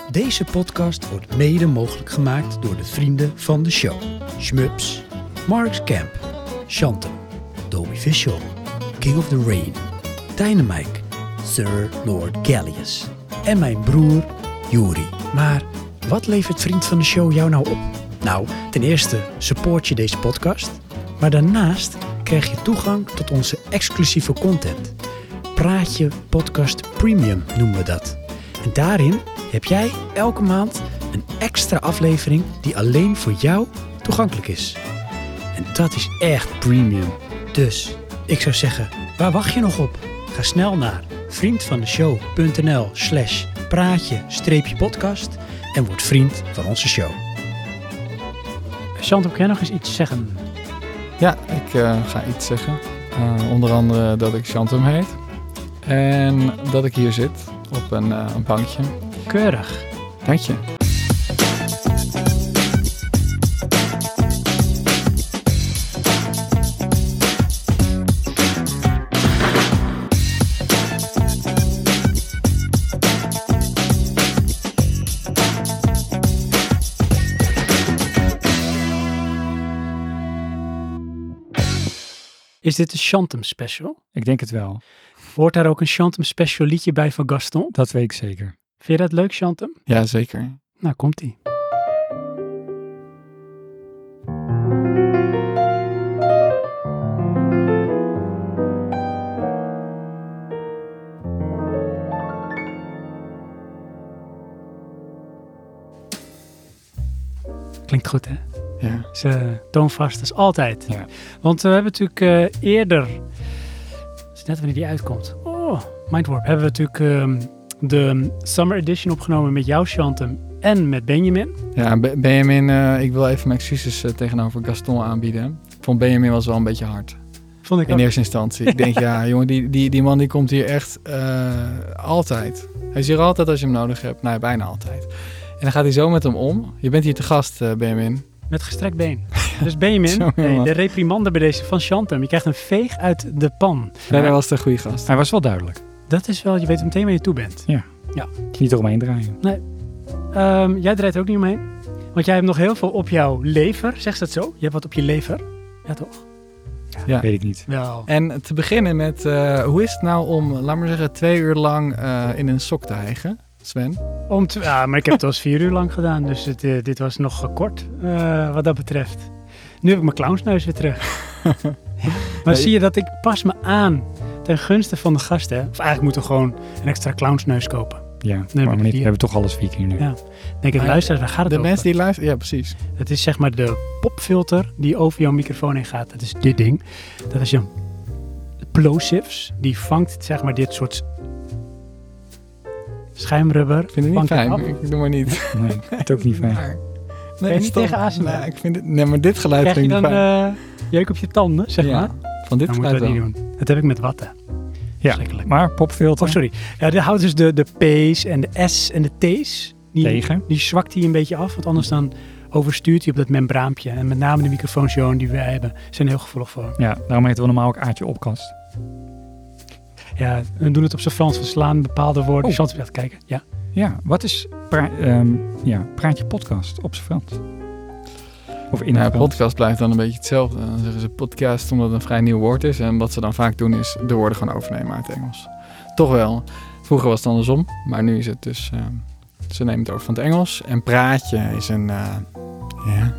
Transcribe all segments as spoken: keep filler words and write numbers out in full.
Deze podcast wordt mede mogelijk gemaakt door de vrienden van de show. Schmups, Marks Camp, Chantem, Dolby Visual, King of the Rain, Dynamite, Sir Lord Gallius en mijn broer Juri. Maar wat levert vriend van de show jou nou op? Nou, ten eerste support je deze podcast, maar daarnaast krijg je toegang tot onze exclusieve content. Praatje Podcast Premium noemen we dat. En daarin heb jij elke maand een extra aflevering die alleen voor jou toegankelijk is. En dat is echt premium. Dus ik zou zeggen, waar wacht je nog op? Ga snel naar vriendvandeshow.nl slash praatje streepje podcast en word vriend van onze show. Chantem, kan jij nog eens iets zeggen? Ja, ik uh, ga iets zeggen. Uh, onder andere dat ik Chantem heet. En dat ik hier zit op een, uh, een bankje. Keurig. Dank je. Is dit een Chantem special? Ik denk het wel. Hoort daar ook een Chantem special liedje bij van Gaston? Dat weet ik zeker. Vind je dat leuk, Chantem? Ja, zeker. Nou, komt-ie. Klinkt goed, hè? Ja. Is uh, toonvast als altijd. Ja. Want uh, we hebben natuurlijk uh, eerder, dat is net wanneer die uitkomt. Oh, Mindwarp. Hebben we natuurlijk uh, de Summer Edition opgenomen met jou, Chantem, en met Benjamin. Ja, Be- Benjamin, uh, ik wil even mijn excuses uh, tegenover Gaston aanbieden. Ik vond Benjamin was wel een beetje hard. Vond ik In ook. eerste instantie. Ik denk, ja, jongen, die, die, die man die komt hier echt uh, altijd. Hij is hier altijd als je hem nodig hebt. Nou, bijna altijd. En dan gaat hij zo met hem om. Je bent hier te gast, uh, Benjamin. Met gestrekt been. Dus Benjamin, hey, de reprimande bij deze van Chantem. Je krijgt een veeg uit de pan. Ja, dat was de goede gast. Hij was wel duidelijk. Dat is wel, je weet meteen waar je toe bent. Ja. Ja. Niet eromheen draaien. Nee. Um, jij draait er ook niet omheen. Want jij hebt nog heel veel op jouw lever. Zeg ze dat zo? Je hebt wat op je lever. Ja, toch? Ja, Ja. Weet ik niet. Wel. En te beginnen met, uh, hoe is het nou om, laat maar zeggen, twee uur lang uh, in een sok te hijgen, Sven? Om te, ja, maar ik heb het al vier uur lang gedaan. Dus het, uh, dit was nog uh, kort uh, wat dat betreft. Nu heb ik mijn clownsneus weer terug. Maar zie je dat ik pas me aan ten gunste van de gasten. Of eigenlijk moeten we gewoon een extra clownsneus kopen. Ja, Nee, maar maar niet. die- We hebben toch alles vier keer nu. Ja. Denk ik, Ah, luister, waar gaat het De over? mensen die luisteren, ja precies. Het is zeg maar de popfilter die over jouw microfoon heen gaat. Dat is dit ding. Dat is je plosives. Die vangt zeg maar dit soort schuimrubber. Ik vind het niet vangt het fijn, af. ik doe maar niet. Nee, het ook niet fijn. Maar- Kan je niet stop. tegen A S M R? Nee, ik vind het, nee, maar dit geluid Krijg je vind ik dan niet fijn. uh, jeuk op je tanden, zeg Ja, maar? van dit Dan moeten geluid we wel. dat niet doen. Dat heb ik met watten. Ja, Verschrikkelijk. maar popfilter Oh, sorry. Ja, dit houdt dus de, de P's en de S en de T's. Die, tegen. Die zwakt hij een beetje af, want anders dan overstuurt hij op dat membraampje. En met name de microfoons Johan, die wij hebben, zijn er heel gevoelig voor. Ja, daarom heten we normaal ook Aartje Opkast. Ja, we doen het op zijn Frans. We slaan bepaalde woorden. Oh. Chance gaat kijken. Ja. Ja, wat is pra- um, ja, Praatje Podcast op zijn Frans? Of in Ja, het Frans? podcast blijft dan een beetje hetzelfde. Dan zeggen ze podcast omdat het een vrij nieuw woord is. En wat ze dan vaak doen is de woorden gewoon overnemen uit het Engels. Toch wel. Vroeger was het andersom, maar nu is het dus... Uh, ze nemen het over van het Engels. En praatje is een... Uh, ja...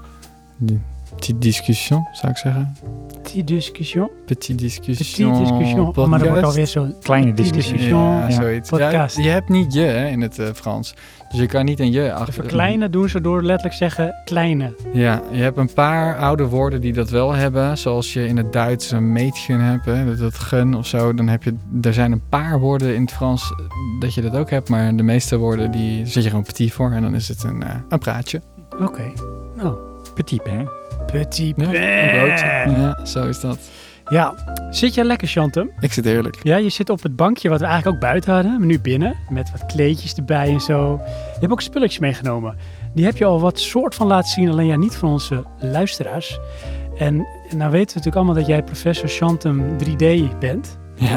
Petite discussion, zou ik zeggen. Petite discussion. Petite discussion. Petite discussion. Oh, maar dat wordt alweer zo... Kleine Petite discussie. discussion. Ja, Ja. zoiets. Podcast. Ja, je hebt niet je hè, in het uh, Frans. Dus je kan niet een je achter... Verkleinen doen ze door letterlijk zeggen kleine. Ja, je hebt een paar oude woorden die dat wel hebben. Zoals je in het Duits een Mädchen hebt, hè, dat, dat gun of zo. Dan heb je, er zijn een paar woorden in het Frans dat je dat ook hebt. Maar de meeste woorden, die zet je gewoon petit voor. En dan is het een, uh, een praatje. Oké. Okay. Nou, Petit, hè? petit Ja, pain. een broodje. Ja, zo is dat. Ja, zit je lekker, Chantem? Ik zit heerlijk. Ja, je zit op het bankje wat we eigenlijk ook buiten hadden, maar nu binnen. Met wat kleedjes erbij en zo. Je hebt ook spulletjes meegenomen. Die heb je al wat soort van laten zien, alleen ja, niet van onze luisteraars. En nou weten we natuurlijk allemaal dat jij professor Chantem drie D bent. Ja.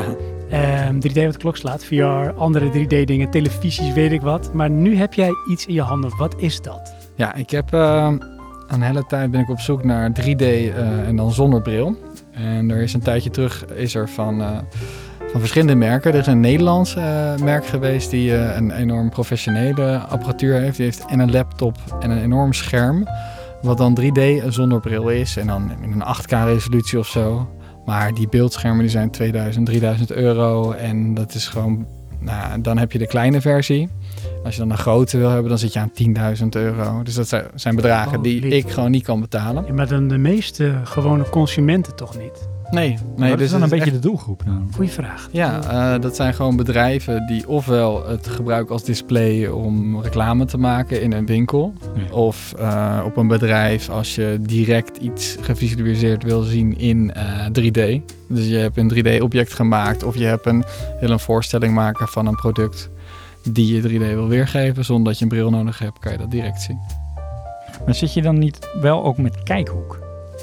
Um, drie D wat de klok slaat, V R, andere drie D dingen, televisies, weet ik wat. Maar nu heb jij iets in je handen. Wat is dat? Ja, ik heb uh, een hele tijd ben ik op zoek naar drie D uh, en dan zonder bril. En er is een tijdje terug is er van, uh, van verschillende merken. Er is een Nederlands uh, merk geweest die uh, een enorm professionele apparatuur heeft. Die heeft en een laptop en een enorm scherm. Wat dan drie D zonder bril is. En dan in een acht K resolutie of zo. Maar die beeldschermen die zijn tweeduizend, drieduizend euro. En dat is gewoon... Nou, dan heb je de kleine versie. Als je dan een grote wil hebben, dan zit je aan tienduizend euro. Dus dat zijn bedragen oh, die lief. ik gewoon niet kan betalen. Ja, maar dan de meeste gewone consumenten toch niet? Nee. nee maar dat dus is dan een beetje echt... de doelgroep. Nou. Goeie vraag. Ja, uh, dat zijn gewoon bedrijven die ofwel het gebruiken als display om reclame te maken in een winkel. Nee. Of uh, op een bedrijf als je direct iets gevisualiseerd wil zien in uh, drie D. Dus je hebt een drie D object gemaakt of je hebt een, wil een voorstelling maken van een product die je drie D wil weergeven. Zonder dat je een bril nodig hebt, kan je dat direct zien. Maar zit je dan niet wel ook met kijkhoek?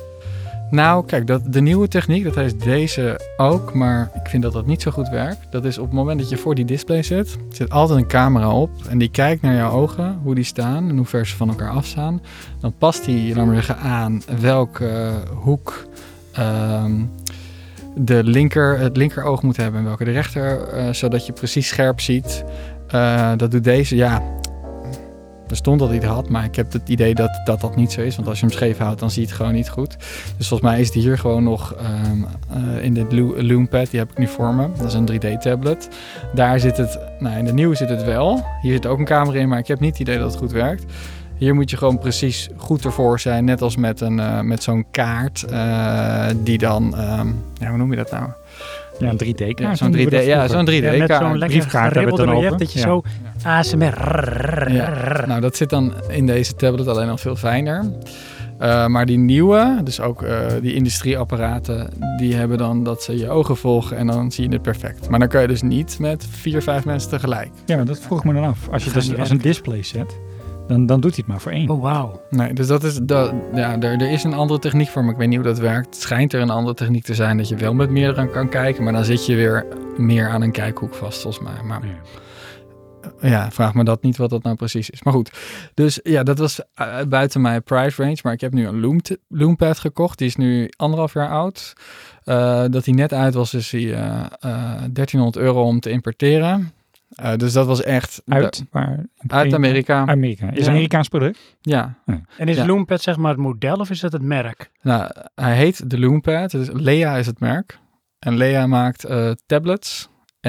Nou, kijk, dat, de nieuwe techniek, dat heeft deze ook, maar ik vind dat dat niet zo goed werkt. Dat is op het moment dat je voor die display zit, zit altijd een camera op en die kijkt naar jouw ogen, hoe die staan en hoe ver ze van elkaar afstaan. Dan past die, laat maar zeggen, aan welke uh, hoek uh, de linker, het linkeroog moet hebben en welke de rechter, uh, zodat je precies scherp ziet. Uh, dat doet deze, ja... Er stond dat hij het had, maar ik heb het idee dat, dat dat niet zo is. Want als je hem scheef houdt, dan zie je het gewoon niet goed. Dus volgens mij is die hier gewoon nog um, uh, in dit Lo- Loompad. Die heb ik nu voor me. Dat is een drie D tablet. Daar zit het, nou in de nieuwe zit het wel. Hier zit ook een camera in, maar ik heb niet het idee dat het goed werkt. Hier moet je gewoon precies goed ervoor zijn. Net als met, een, uh, met zo'n kaart uh, die dan... Um, ja, hoe noem je dat nou? Ja, een drie D-kaart. Ja, zo'n drie D, ja, zo'n drie D-kaart. Ja, met zo'n lekker briefkaart hebben we het dan geribbelde over. dat je Ja. zo A S M R... Ja. Nou, dat zit dan in deze tablet alleen al veel fijner. Uh, maar die nieuwe, dus ook uh, die industrieapparaten, die hebben dan dat ze je ogen volgen en dan zie je het perfect. Maar dan kan je dus niet met vier, vijf mensen tegelijk. Ja, maar dat vroeg ik me dan af. Als je Gaat dat niet als een display zet, dan, dan doet hij het maar voor één. Oh, wauw. Nee, dus dat is, dat, ja, er, er is een andere techniek voor, maar ik weet niet hoe dat werkt. Het schijnt er een andere techniek te zijn dat je wel met meerdere kan kijken, maar dan zit je weer meer aan een kijkhoek vast, volgens mij. Maar Ja. ja, vraag me dat niet wat dat nou precies is. Maar goed, dus ja, dat was uh, buiten mijn price range, maar ik heb nu een Loom t- Loompad gekocht. Die is nu anderhalf jaar oud. Uh, dat die net uit was, is die uh, uh, dertienhonderd euro om te importeren. Uh, dus dat was echt... Uit? De, Waar, uit Amerika. Amerika. Is Ja. een Amerikaans product? Ja. En is Ja. Loompad zeg maar het model of is dat het merk? Nou, hij heet de Loompad. Dus Lea is het merk. En Lea maakt uh, tablets.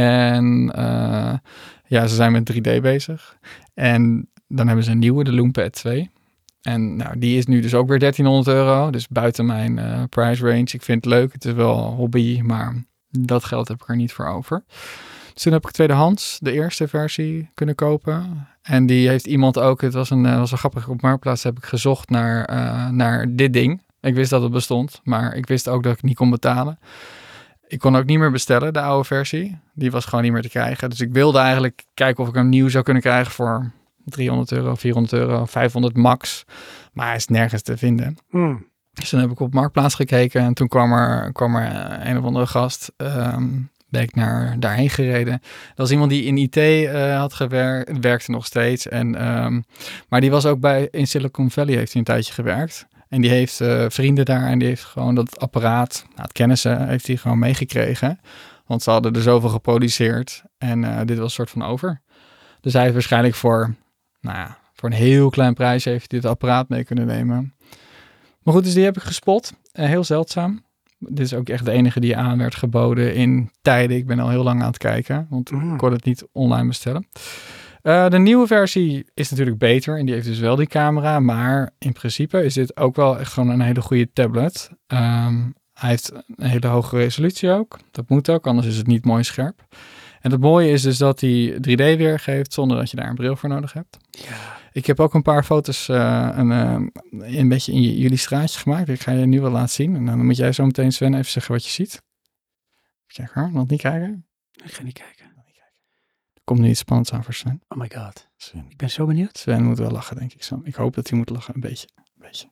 En uh, ja, ze zijn met drie D bezig. En dan hebben ze een nieuwe, de Loompad twee. En nou, die is nu dus ook weer dertienhonderd euro. Dus buiten mijn uh, price range. Ik vind het leuk. Het is wel een hobby, maar dat geld heb ik er niet voor over. Dus toen heb ik tweedehands de eerste versie kunnen kopen. En die heeft iemand ook, het was een, uh, was een grappig, op Marktplaats heb ik gezocht naar, uh, naar dit ding. Ik wist dat het bestond, maar ik wist ook dat ik het niet kon betalen. Ik kon ook niet meer bestellen, de oude versie. Die was gewoon niet meer te krijgen. Dus ik wilde eigenlijk kijken of ik hem nieuw zou kunnen krijgen voor driehonderd euro, vierhonderd euro, vijfhonderd max. Maar hij is nergens te vinden. Hmm. Dus toen heb ik op Marktplaats gekeken en toen kwam er, kwam er een of andere gast... Um, ben ik naar daarheen gereden. Dat was iemand die in I T uh, had gewerkt, werkte nog steeds. En, um, maar die was ook bij, in Silicon Valley heeft hij een tijdje gewerkt. En die heeft uh, vrienden daar en die heeft gewoon dat apparaat, nou, het kennissen, heeft hij gewoon meegekregen. Want ze hadden er zoveel geproduceerd en uh, dit was een soort van over. Dus hij heeft waarschijnlijk voor, nou ja, voor een heel klein prijs heeft hij dit apparaat mee kunnen nemen. Maar goed, dus die heb ik gespot. Uh, heel zeldzaam. Dit is ook echt de enige die aan werd geboden in tijden. Ik ben al heel lang aan het kijken, want Mm. ik kon het niet online bestellen. Uh, de nieuwe versie is natuurlijk beter en die heeft dus wel die camera. Maar in principe is dit ook wel echt gewoon een hele goede tablet. Um, hij heeft een hele hoge resolutie ook. Dat moet ook, anders is het niet mooi scherp. En het mooie is dus dat hij drie D weergeeft zonder dat je daar een bril voor nodig hebt. Ja. Ik heb ook een paar foto's uh, een, uh, een beetje in j- jullie straatje gemaakt. Ik ga je nu wel laten zien. En dan moet jij zo meteen, Sven, even zeggen wat je ziet. Kijk hoor, nog niet kijken. Ik ga niet kijken. Er komt nu iets spannends aan voor Sven. Oh my god. Sven. Ik ben zo benieuwd. Sven moet wel lachen, denk ik zo. Ik hoop dat hij moet lachen, een beetje. Een beetje.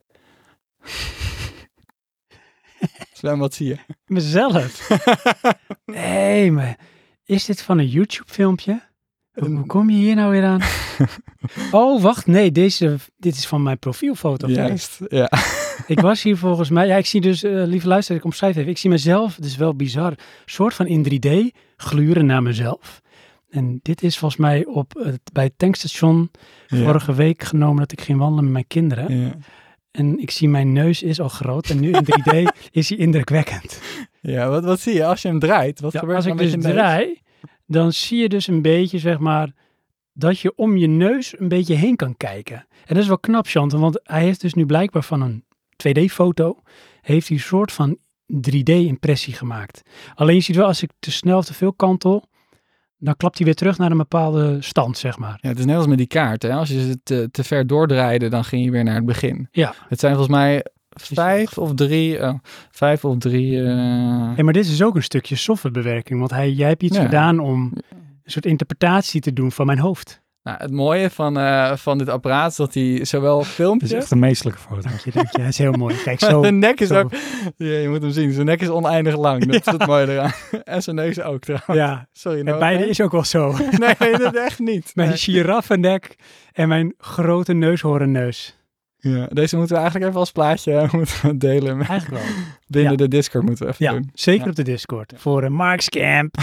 Sven, wat zie je? Mezelf. Nee, maar is dit van een YouTube-filmpje? Hoe kom je hier nou weer aan? Oh, wacht. Nee, deze, dit is van mijn profielfoto. Juist, ja. Ik was hier volgens mij... Ja, ik zie dus, uh, lieve luisteraar, ik omschrijf even. Ik zie mezelf, het is wel bizar, soort van in drie D gluren naar mezelf. En dit is volgens mij op het, bij het tankstation Ja. vorige week genomen dat ik ging wandelen met mijn kinderen. Ja. En ik zie mijn neus is al groot en nu in drie D is hij indrukwekkend. Ja, wat, wat zie je als je hem draait? Wat Ja, gebeurt als er ik dan dus met je neus? draai, dan zie je dus een beetje, zeg maar, dat je om je neus een beetje heen kan kijken. En dat is wel knap, Chantal, want hij heeft dus nu blijkbaar van een twee D-foto, heeft hij een soort van drie D-impressie gemaakt. Alleen je ziet wel, als ik te snel of te veel kantel, dan klapt hij weer terug naar een bepaalde stand, zeg maar. Ja, het is net als met die kaart. Hè? Als je ze te, te ver doordraaide, dan ging je weer naar het begin. Ja. Het zijn volgens mij vijf of drie, uh, vijf of drie... Uh... Hey, maar dit is ook een stukje softwarebewerking, want hij, jij hebt iets Ja. gedaan om een soort interpretatie te doen van mijn hoofd. Nou, het mooie van, uh, van dit apparaat is dat hij zowel Het filmpjes... is echt een meestelijke foto. Dank je, dank je. Hij is heel mooi. Kijk, zo. zijn nek is zo. ook... Ja, je moet hem zien. Zijn nek is oneindig lang. Dat is het mooie eraan. En zijn neus ook trouwens. Ja, Sorry. en Nou, beide nee? is ook wel zo. Nee, dat echt niet. Mijn Nee. giraffennek en mijn grote neushoornneus. Ja, deze moeten we eigenlijk even als plaatje moeten we delen. Eigenlijk wel. Binnen Ja. de Discord moeten we even Ja, doen. zeker Ja. op de Discord. Voor een Mark's Camp.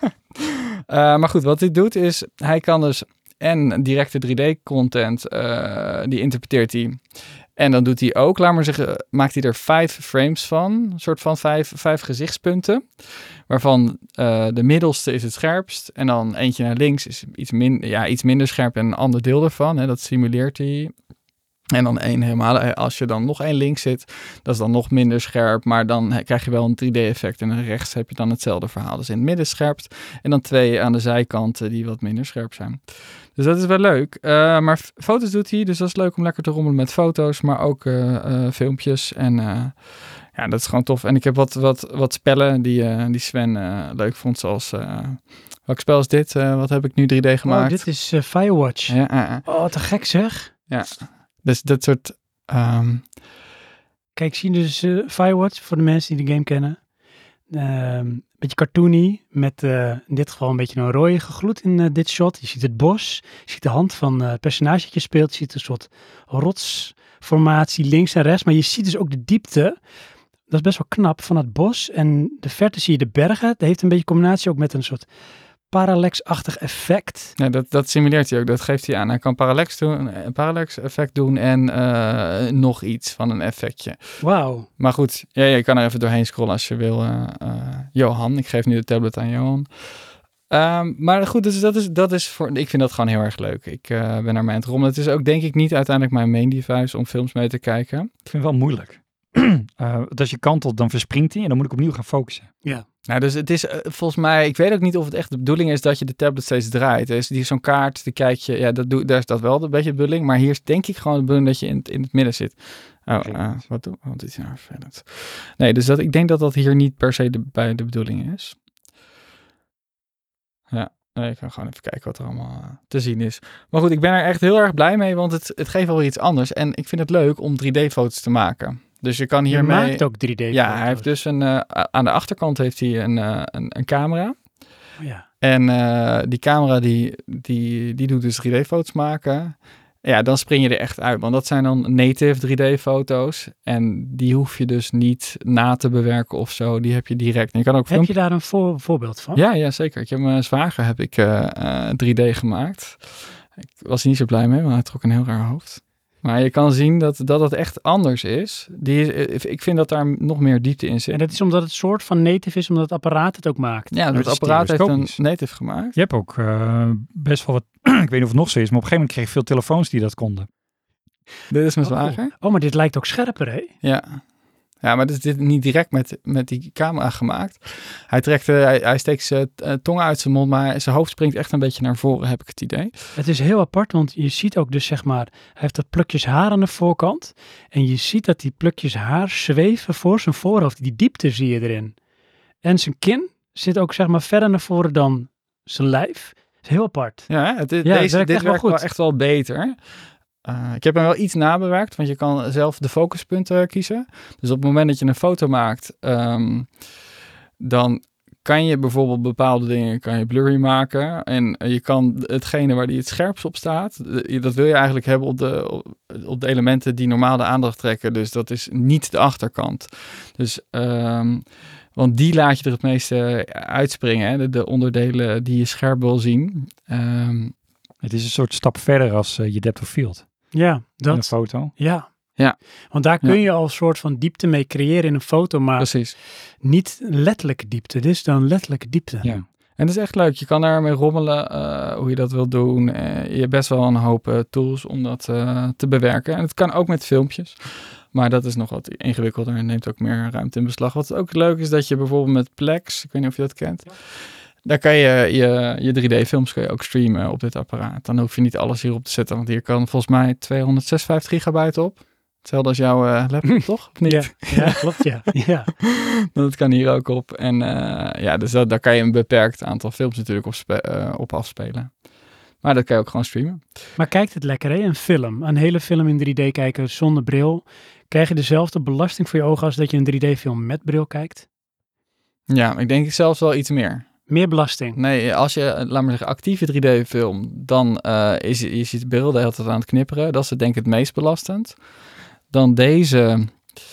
Uh, maar goed, wat hij doet is, hij kan dus en directe drie D-content, uh, die interpreteert hij. En dan doet hij ook, laat maar zeggen, maakt hij er vijf frames van. Een soort van vijf, vijf gezichtspunten. Waarvan uh, de middelste is het scherpst. En dan eentje naar links is iets, min, ja, iets minder scherp en een ander deel ervan. Hè, dat simuleert hij. En dan één helemaal, als je dan nog één links zit, dat is dan nog minder scherp. Maar dan krijg je wel een drie D-effect. En rechts heb je dan hetzelfde verhaal. Dus in het midden scherpst. En dan twee aan de zijkanten die wat minder scherp zijn. Dus dat is wel leuk. Uh, maar f- foto's doet hij, dus dat is leuk om lekker te rommelen met foto's. Maar ook uh, uh, filmpjes. En uh, ja, dat is gewoon tof. En ik heb wat, wat, wat spellen die, uh, die Sven uh, leuk vond. Zoals, uh, welk spel is dit? Uh, wat heb ik nu drie D gemaakt? Oh, dit is uh, Firewatch. Ja, uh, uh. Oh, te gek zeg. Ja. Dus dat soort... Um... Kijk, ik zie dus uh, Firewatch, voor de mensen die de game kennen. Een uh, beetje cartoony, met uh, in dit geval een beetje een rode gloed in uh, dit shot. Je ziet het bos, je ziet de hand van uh, het personage dat je speelt. Je ziet een soort rotsformatie links en rechts. Maar je ziet dus ook de diepte. Dat is best wel knap van het bos. En de verte zie je de bergen. Het heeft een beetje combinatie ook met een soort parallax-achtig effect. Ja, dat, dat simuleert hij ook. Dat geeft hij aan. Hij kan parallax doen, een parallax effect doen en uh, nog iets van een effectje. Wauw. Maar goed, ja, je kan er even doorheen scrollen als je wil. Uh, uh, Johan, ik geef nu de tablet aan Johan. Um, maar goed, dus dat is, dat is voor, ik vind dat gewoon heel erg leuk. Ik uh, ben naar mij aan het rommelen. Het is ook denk ik niet uiteindelijk mijn main device om films mee te kijken. Ik vind het wel moeilijk. uh, als je kantelt, dan verspringt hij en dan moet ik opnieuw gaan focussen. Ja. Nou, dus het is uh, volgens mij, ik weet ook niet of het echt de bedoeling is dat je de tablet steeds draait. Dus die zo'n kaart, die kijk je, ja, dat doe, daar is dat wel een beetje de bedoeling. Maar hier is denk ik gewoon de bedoeling dat je in, in het midden zit. Oh, uh, wat doe wat is nou vervelend? Nee, dus dat, ik denk dat dat hier niet per se de, bij de bedoeling is. Ja, nee, ik kan gewoon even kijken wat er allemaal uh, te zien is. Maar goed, ik ben er echt heel erg blij mee, want het, het geeft wel iets anders. En ik vind het leuk om drie D-foto's te maken. Dus je kan hiermee... Je maakt ook drie D. Ja, hij heeft dus een... Uh, aan de achterkant heeft hij een, uh, een, een camera. Oh, ja. En uh, die camera die, die, die doet dus drie D-foto's maken. Ja, dan spring je er echt uit. Want dat zijn dan native drie D-foto's. En die hoef je dus niet na te bewerken of zo. Die heb je direct. En je kan ook heb je daar een voor, voorbeeld van? Ja, ja, zeker. Ik heb mijn zwager heb ik uh, uh, drie D gemaakt. Ik was er niet zo blij mee, want hij trok een heel raar hoofd. Maar je kan zien dat, dat het echt anders is. Die is. Ik vind dat daar nog meer diepte in zit. En dat is omdat het soort van native is, omdat het apparaat het ook maakt. Ja, het apparaat heeft een native gemaakt. Je hebt ook uh, best wel wat, ik weet niet of het nog zo is, maar op een gegeven moment kreeg je veel telefoons die dat konden. Dit is mijn oh, zwager. Oh, maar dit lijkt ook scherper, hè? Ja. Ja, maar dit is dit niet direct met, met die camera gemaakt. Hij trekt, uh, hij, hij steekt zijn uh, tong uit zijn mond, maar zijn hoofd springt echt een beetje naar voren, heb ik het idee. Het is heel apart, want je ziet ook dus zeg maar, hij heeft dat plukjes haar aan de voorkant. En je ziet dat die plukjes haar zweven voor zijn voorhoofd. Die diepte zie je erin. En zijn kin zit ook zeg maar verder naar voren dan zijn lijf. Het is heel apart. Ja, het, ja deze, het werkt dit echt werkt wel, wel goed. echt wel beter. Uh, ik heb hem wel iets nabewerkt, want je kan zelf de focuspunten kiezen. Dus op het moment dat je een foto maakt, um, dan kan je bijvoorbeeld bepaalde dingen kan je blurry maken. En je kan hetgene waar die het scherpst op staat, dat wil je eigenlijk hebben op de, op de elementen die normaal de aandacht trekken. Dus dat is niet de achterkant. Dus, um, want die laat je er het meeste uitspringen. Hè? De, de onderdelen die je scherp wil zien. Um, Het is een soort stap verder als uh, je depth of field. Ja, In dat. een foto. Ja. Ja. Want daar kun Ja. je al een soort van diepte mee creëren in een foto, maar Precies. niet letterlijke diepte. Dit is dan letterlijke diepte. Ja. En dat is echt leuk. Je kan daarmee rommelen uh, hoe je dat wil doen. Uh, je hebt best wel een hoop uh, tools om dat uh, te bewerken. En het kan ook met filmpjes. Maar dat is nog wat ingewikkelder en neemt ook meer ruimte in beslag. Wat ook leuk is, dat je bijvoorbeeld met Plex, ik weet niet of je dat kent, ja. Daar kan je je, je drie D-films kun je ook streamen op dit apparaat. Dan hoef je niet alles hierop te zetten, want hier kan volgens mij tweehonderdzesenvijftig gigabyte op. Hetzelfde als jouw uh, laptop, toch? Of niet? Ja, ja, klopt, ja. ja. Dat kan hier ook op. En uh, ja, dus dat, daar kan je een beperkt aantal films natuurlijk op, spe- uh, op afspelen. Maar dat kan je ook gewoon streamen. Maar kijkt het lekker, hè? Een film. Een hele film in drie D kijken zonder bril. Krijg je dezelfde belasting voor je ogen als dat je een drie D-film met bril kijkt? Ja, ik denk zelfs wel iets meer. Meer belasting? Nee, als je, laat maar zeggen, actieve drie D-film, dan uh, is je ziet de beeld de hele tijd aan het knipperen. Dat is denk ik het meest belastend. Dan deze,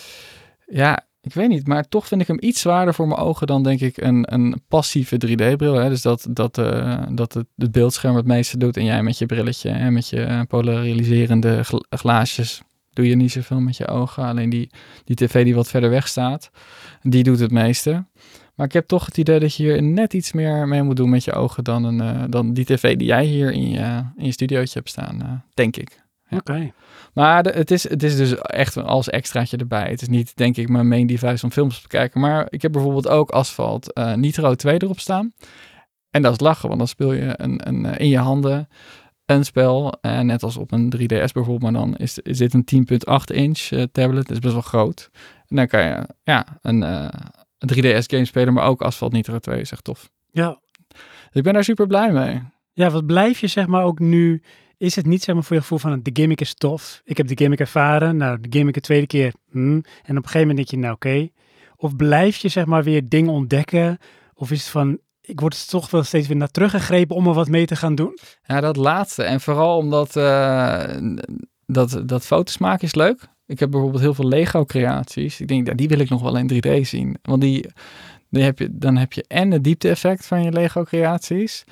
ja, ik weet niet, maar toch vind ik hem iets zwaarder voor mijn ogen dan denk ik een, een passieve drie D-bril. Hè? Dus dat, dat, uh, dat het, het beeldscherm het meeste doet en jij met je brilletje en met je uh, polariserende gla- glaasjes doe je niet zoveel met je ogen. Alleen die, die tv die wat verder weg staat, die doet het meeste. Maar ik heb toch het idee dat je hier net iets meer mee moet doen met je ogen dan, een, uh, dan die tv die jij hier in je, in je studiootje hebt staan, uh, denk ik. Ja. Oké. Okay. Maar de, het, is, het is dus echt als extraatje erbij. Het is niet, denk ik, mijn main device om films te bekijken. Maar ik heb bijvoorbeeld ook Asphalt uh, Nitro twee erop staan. En dat is lachen, want dan speel je een, een, uh, in je handen een spel. Uh, net als op een drie D S bijvoorbeeld. Maar dan is, is dit een tien komma acht inch uh, tablet. Dat is best wel groot. En dan kan je ja, een, uh, een drie D S game spelen, maar ook Asphalt Nitro twee is echt tof. Ja. Dus ik ben daar super blij mee. Ja, wat blijf je zeg maar ook nu... Is het niet zeg maar voor je gevoel van de gimmick is tof? Ik heb de gimmick ervaren. Nou, de gimmick de tweede keer. Hmm. En op een gegeven moment denk je, nou oké. Okay. Of blijf je zeg maar weer dingen ontdekken? Of is het van, ik word er toch wel steeds weer naar teruggegrepen om er wat mee te gaan doen? Ja, dat laatste. En vooral omdat uh, dat, dat foto's maken is leuk. Ik heb bijvoorbeeld heel veel Lego creaties. Ik denk, ja, die wil ik nog wel in drie D zien. Want die, die heb je, dan heb je en het diepte-effect van je Lego creaties.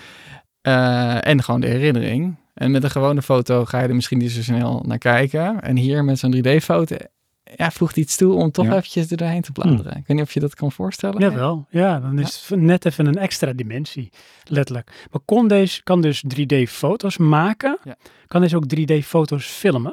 Uh, en gewoon de herinnering. En met een gewone foto ga je er misschien niet zo snel naar kijken. En hier met zo'n drie D-foto, ja, voegt iets toe om toch ja. eventjes er doorheen te bladeren. Hmm. Ik weet niet of je dat kan voorstellen. Jawel, ja, dan is ja. het net even een extra dimensie, letterlijk. Maar kon deze, kan dus drie D-foto's maken? Ja. Kan deze ook drie D-foto's filmen?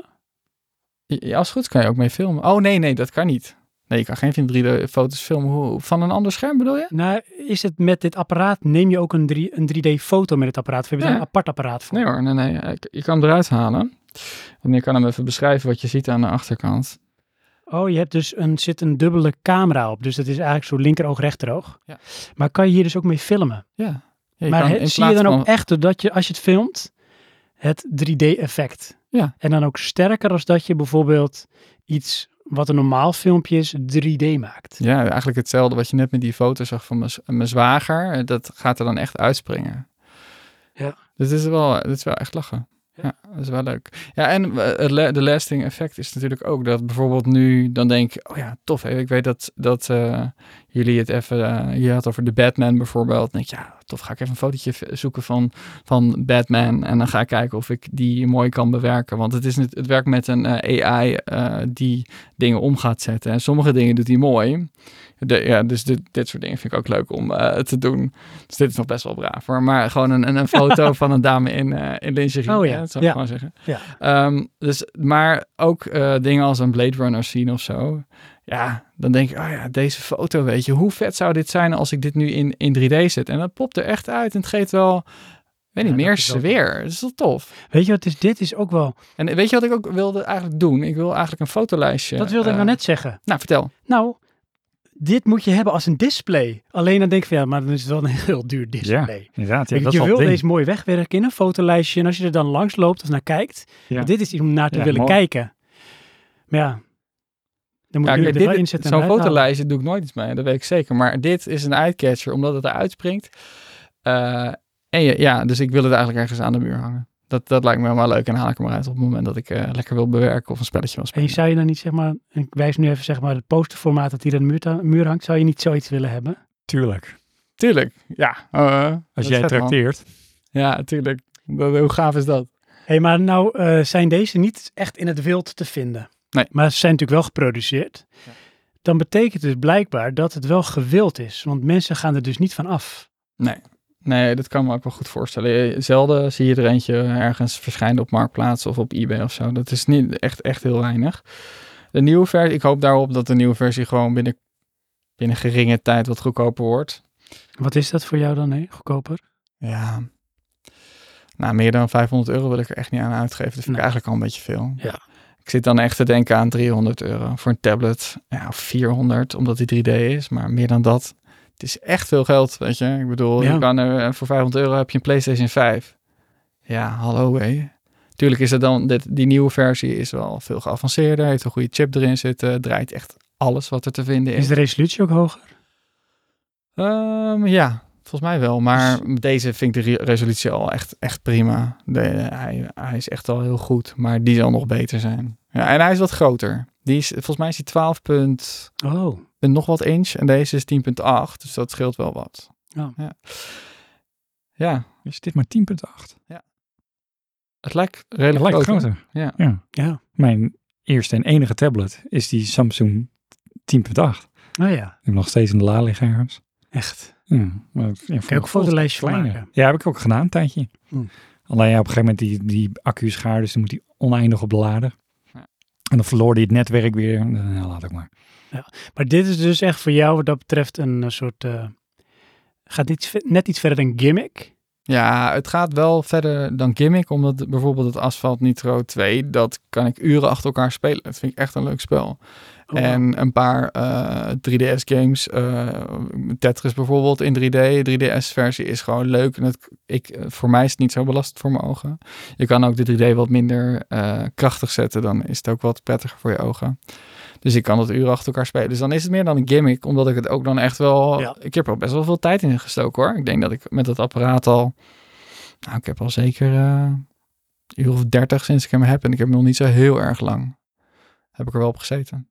Ja, als het goed kan je ook mee filmen. Oh nee, nee, dat kan niet. Nee, je kan geen drie D-foto's filmen. Hoe, van een ander scherm bedoel je? Nou, is het met dit apparaat, neem je ook een, drie, een drie D-foto met het apparaat? Of heb je er ja. een apart apparaat voor? Nee hoor, nee, nee. Je kan hem eruit halen. En je kan hem even beschrijven wat je ziet aan de achterkant. Oh, je hebt dus een, zit een dubbele camera op. Dus dat is eigenlijk zo linkeroog, rechteroog. Ja. Maar kan je hier dus ook mee filmen? Ja. ja maar kan, he, zie je dan van... ook echt, dat je, als je het filmt, het drie D-effect? Ja. En dan ook sterker als dat je bijvoorbeeld iets... wat een normaal filmpje is, drie D maakt. Ja, eigenlijk hetzelfde wat je net met die foto zag van mijn, mijn zwager. Dat gaat er dan echt uitspringen. Ja. Dus dit is wel, dit is wel echt lachen. Ja. ja, dat is wel leuk. Ja, en de uh, lasting effect is natuurlijk ook dat bijvoorbeeld nu, dan denk ik, oh ja, tof. Hè? Ik weet dat, dat uh, jullie het even, uh, je had over de Batman bijvoorbeeld. Dan denk ik, ja, tof, ga ik even een fotootje zoeken van, van Batman. En dan ga ik kijken of ik die mooi kan bewerken. Want het, is het, het werkt met een uh, A I uh, die dingen om gaat zetten. En sommige dingen doet hij mooi. De, ja, dus dit, dit soort dingen vind ik ook leuk om uh, te doen. Dus dit is nog best wel braaf hoor. Maar gewoon een, een foto van een dame in, uh, in lingerie. Oh ja, hè? Dat zou ja. ik gewoon zeggen. Ja. Um, dus, maar ook uh, dingen als een Blade Runner zien of zo. Ja, dan denk ik, oh ja, deze foto, weet je. Hoe vet zou dit zijn als ik dit nu in, in drie D zet? En dat popt er echt uit en het geeft wel... weet niet, ja, meer sfeer. Dat is wel tof. Weet je wat, is, dit is ook wel... En weet je wat ik ook wilde eigenlijk doen? Ik wil eigenlijk een fotolijstje... Dat wilde uh, ik nou net zeggen. Nou, vertel. Nou... Dit moet je hebben als een display. Alleen dan denk ik van ja, maar dan is het wel een heel duur display. Ja, inderdaad. Ja, je dat je is wil ding. deze mooi wegwerken in een fotolijstje. En als je er dan langs loopt of naar kijkt. Ja. Dit is iets om naar te ja, willen mooi. kijken. Maar ja, Dan moet Ja, je kijk, er wel dit, inzetten en zo'n eruit halen. fotolijstje doe ik nooit iets mee, dat weet ik zeker. Maar dit is een eyecatcher, omdat het eruit springt. Uh, en je, ja, dus ik wil het eigenlijk ergens aan de muur hangen. Dat, dat lijkt me wel leuk en dan haal ik hem eruit op het moment dat ik uh, lekker wil bewerken of een spelletje wil En spelen. zou je dan niet, zeg maar, ik wijs nu even zeg maar het posterformaat dat hier aan de muur, ta- muur hangt, zou je niet zoiets willen hebben? Tuurlijk. Tuurlijk, ja. Uh, Als jij trakteert. Ja, tuurlijk. Dat, hoe gaaf is dat? Hé, hey, maar nou uh, zijn deze niet echt in het wild te vinden. Nee. Maar ze zijn natuurlijk wel geproduceerd. Ja. Dan betekent het blijkbaar dat het wel gewild is. Want mensen gaan er dus niet van af. Nee. Nee, dat kan me ook wel goed voorstellen. Zelden zie je er eentje ergens verschijnen op Marktplaats of op eBay of zo. Dat is niet echt, echt heel weinig. De nieuwe versie, ik hoop daarop dat de nieuwe versie gewoon binnen, binnen geringe tijd wat goedkoper wordt. Wat is dat voor jou dan, nee? Goedkoper? Ja, nou meer dan vijfhonderd euro wil ik er echt niet aan uitgeven. Dat vind nee. ik eigenlijk al een beetje veel. Ja. Ik zit dan echt te denken aan driehonderd euro voor een tablet. Ja, of vierhonderd, omdat die drie D is. Maar meer dan dat. Het is echt veel geld, weet je. Ik bedoel, ja. je kan er, voor vijfhonderd euro heb je een PlayStation vijf. Ja, hallo hé. Tuurlijk is het dan, dit, die nieuwe versie is wel veel geavanceerder. Heeft een goede chip erin zitten. Draait echt alles wat er te vinden is. Is de resolutie ook hoger? Um, ja, volgens mij wel. Maar dus... deze vind ik de re- resolutie al echt, echt prima. De, hij, hij is echt al heel goed. Maar die zal nog beter zijn. Ja, en hij is wat groter. Die is, volgens mij is hij twaalf punt Oh. en nog wat inch. En deze is tien punt acht. Dus dat scheelt wel wat. Oh. Ja. Ja. Is dit maar tien punt acht? Ja. Het lijkt redelijk het lijkt groter. groter. Ja. Ja. ja. Mijn eerste en enige tablet is die Samsung tien punt acht. Oh ja. Ik heb nog steeds in de la liggen ergens. Echt? Ja. Maar, ja, kan je ook een fotolijstje van maken? Ja, heb ik ook gedaan een tijdje. Hm. Alleen ja, op een gegeven moment die, die accu is gaar, dus dan moet die oneindig opladen. Ja. En dan verloor die het netwerk weer. Nou, laat ook maar. Ja. Maar dit is dus echt voor jou wat dat betreft een uh, soort... Uh, gaat iets, net iets verder dan gimmick. Ja, het gaat wel verder dan gimmick, omdat bijvoorbeeld het Asphalt Nitro twee, dat kan ik uren achter elkaar spelen. Dat vind ik echt een leuk spel. Oh, en wow. een paar uh, drie D S-games, uh, Tetris bijvoorbeeld in drie D, drie D S-versie is gewoon leuk. En het, ik, voor mij is het niet zo belastend voor mijn ogen. Je kan ook de drie D wat minder uh, krachtig zetten, dan is het ook wat prettiger voor je ogen. Dus ik kan dat uren achter elkaar spelen. Dus dan is het meer dan een gimmick, omdat ik het ook dan echt wel... Ja. Ik heb er best wel veel tijd in gestoken hoor. Ik denk dat ik met dat apparaat al... Nou, ik heb al zeker uh, een uur of dertig sinds ik hem heb. En ik heb hem nog niet zo heel erg lang. Heb ik er wel op gezeten.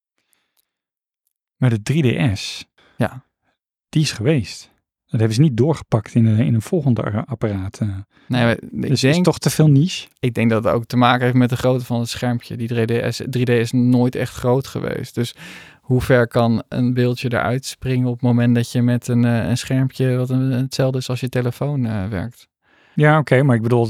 Maar de drie D S, ja, die is geweest. Dat hebben ze niet doorgepakt in een, in een volgende apparaat. Uh. Nee, ik dus denk, is toch te veel niche? Ik denk dat het ook te maken heeft met de grootte van het schermpje. Die drie D S, drie D is nooit echt groot geweest. Dus hoe ver kan een beeldje eruit springen op het moment dat je met een, uh, een schermpje wat een, hetzelfde is als je telefoon uh, werkt? Ja, oké, okay, maar ik bedoel,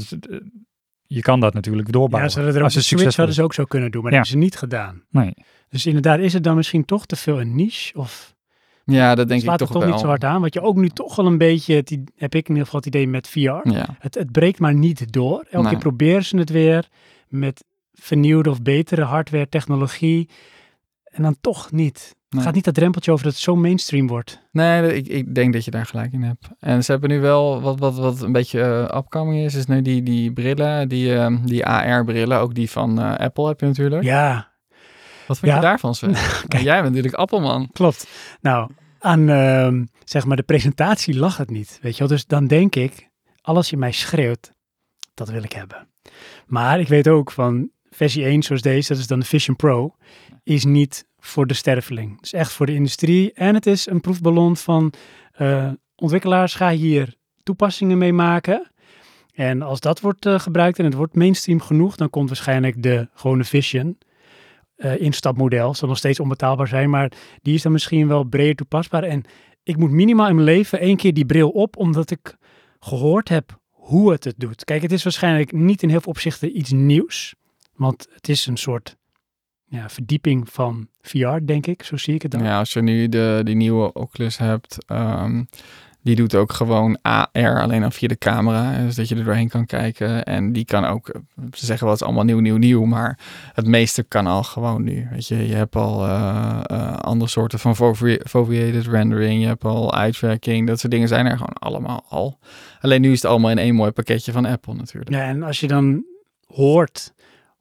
je kan dat natuurlijk doorbouwen. Ja, ze hadden er ook een Switch hadden ze ook zo kunnen doen, maar ja. dat hebben ze niet gedaan. Nee. Dus inderdaad, is het dan misschien toch te veel een niche? Of ja, dat denk ik toch, toch wel. toch niet zo hard aan? Want je ook nu toch wel een beetje, het, heb ik in ieder geval het idee met V R. Ja. Het, het breekt maar niet door. Elke nee. keer proberen ze het weer met vernieuwde of betere hardware, technologie. En dan toch niet. Nee. Het gaat niet dat drempeltje over dat het zo mainstream wordt. Nee, ik, ik denk dat je daar gelijk in hebt. En ze hebben nu wel, wat, wat, wat een beetje uh, upcoming is, is nu die, die brillen, die, uh, die A R-brillen, ook die van uh, Apple heb je natuurlijk. Ja. Wat vind ja. je daarvan, Sven? Kijk, jij bent natuurlijk Appelman. Klopt. Nou, aan uh, zeg maar de presentatie lag het niet, weet je wel. Dus dan denk ik, alles je mij schreeuwt, dat wil ik hebben. Maar ik weet ook van versie één zoals deze, dat is dan de Vision Pro, is niet voor de sterveling. Het is echt voor de industrie en het is een proefballon van uh, ontwikkelaars gaan hier toepassingen mee maken. En als dat wordt uh, gebruikt en het wordt mainstream genoeg, dan komt waarschijnlijk de gewone Vision uh, instapmodel. Zal nog steeds onbetaalbaar zijn, maar die is dan misschien wel breder toepasbaar. En ik moet minimaal in mijn leven één keer die bril op, omdat ik gehoord heb hoe het het doet. Kijk, het is waarschijnlijk niet in heel veel opzichten iets nieuws, want het is een soort ja, verdieping van V R, denk ik. Zo zie ik het dan. Ja, als je nu de, die nieuwe Oculus hebt, um, die doet ook gewoon A R, alleen dan via de camera. Dus dat je er doorheen kan kijken. En die kan ook, ze zeggen wel, het is allemaal nieuw, nieuw, nieuw. Maar het meeste kan al gewoon nu. Weet je, je hebt al uh, uh, andere soorten van foveated rendering. Je hebt al uitwerking. Dat soort dingen zijn er gewoon allemaal al. Alleen nu is het allemaal in één mooi pakketje van Apple natuurlijk. Ja, en als je dan hoort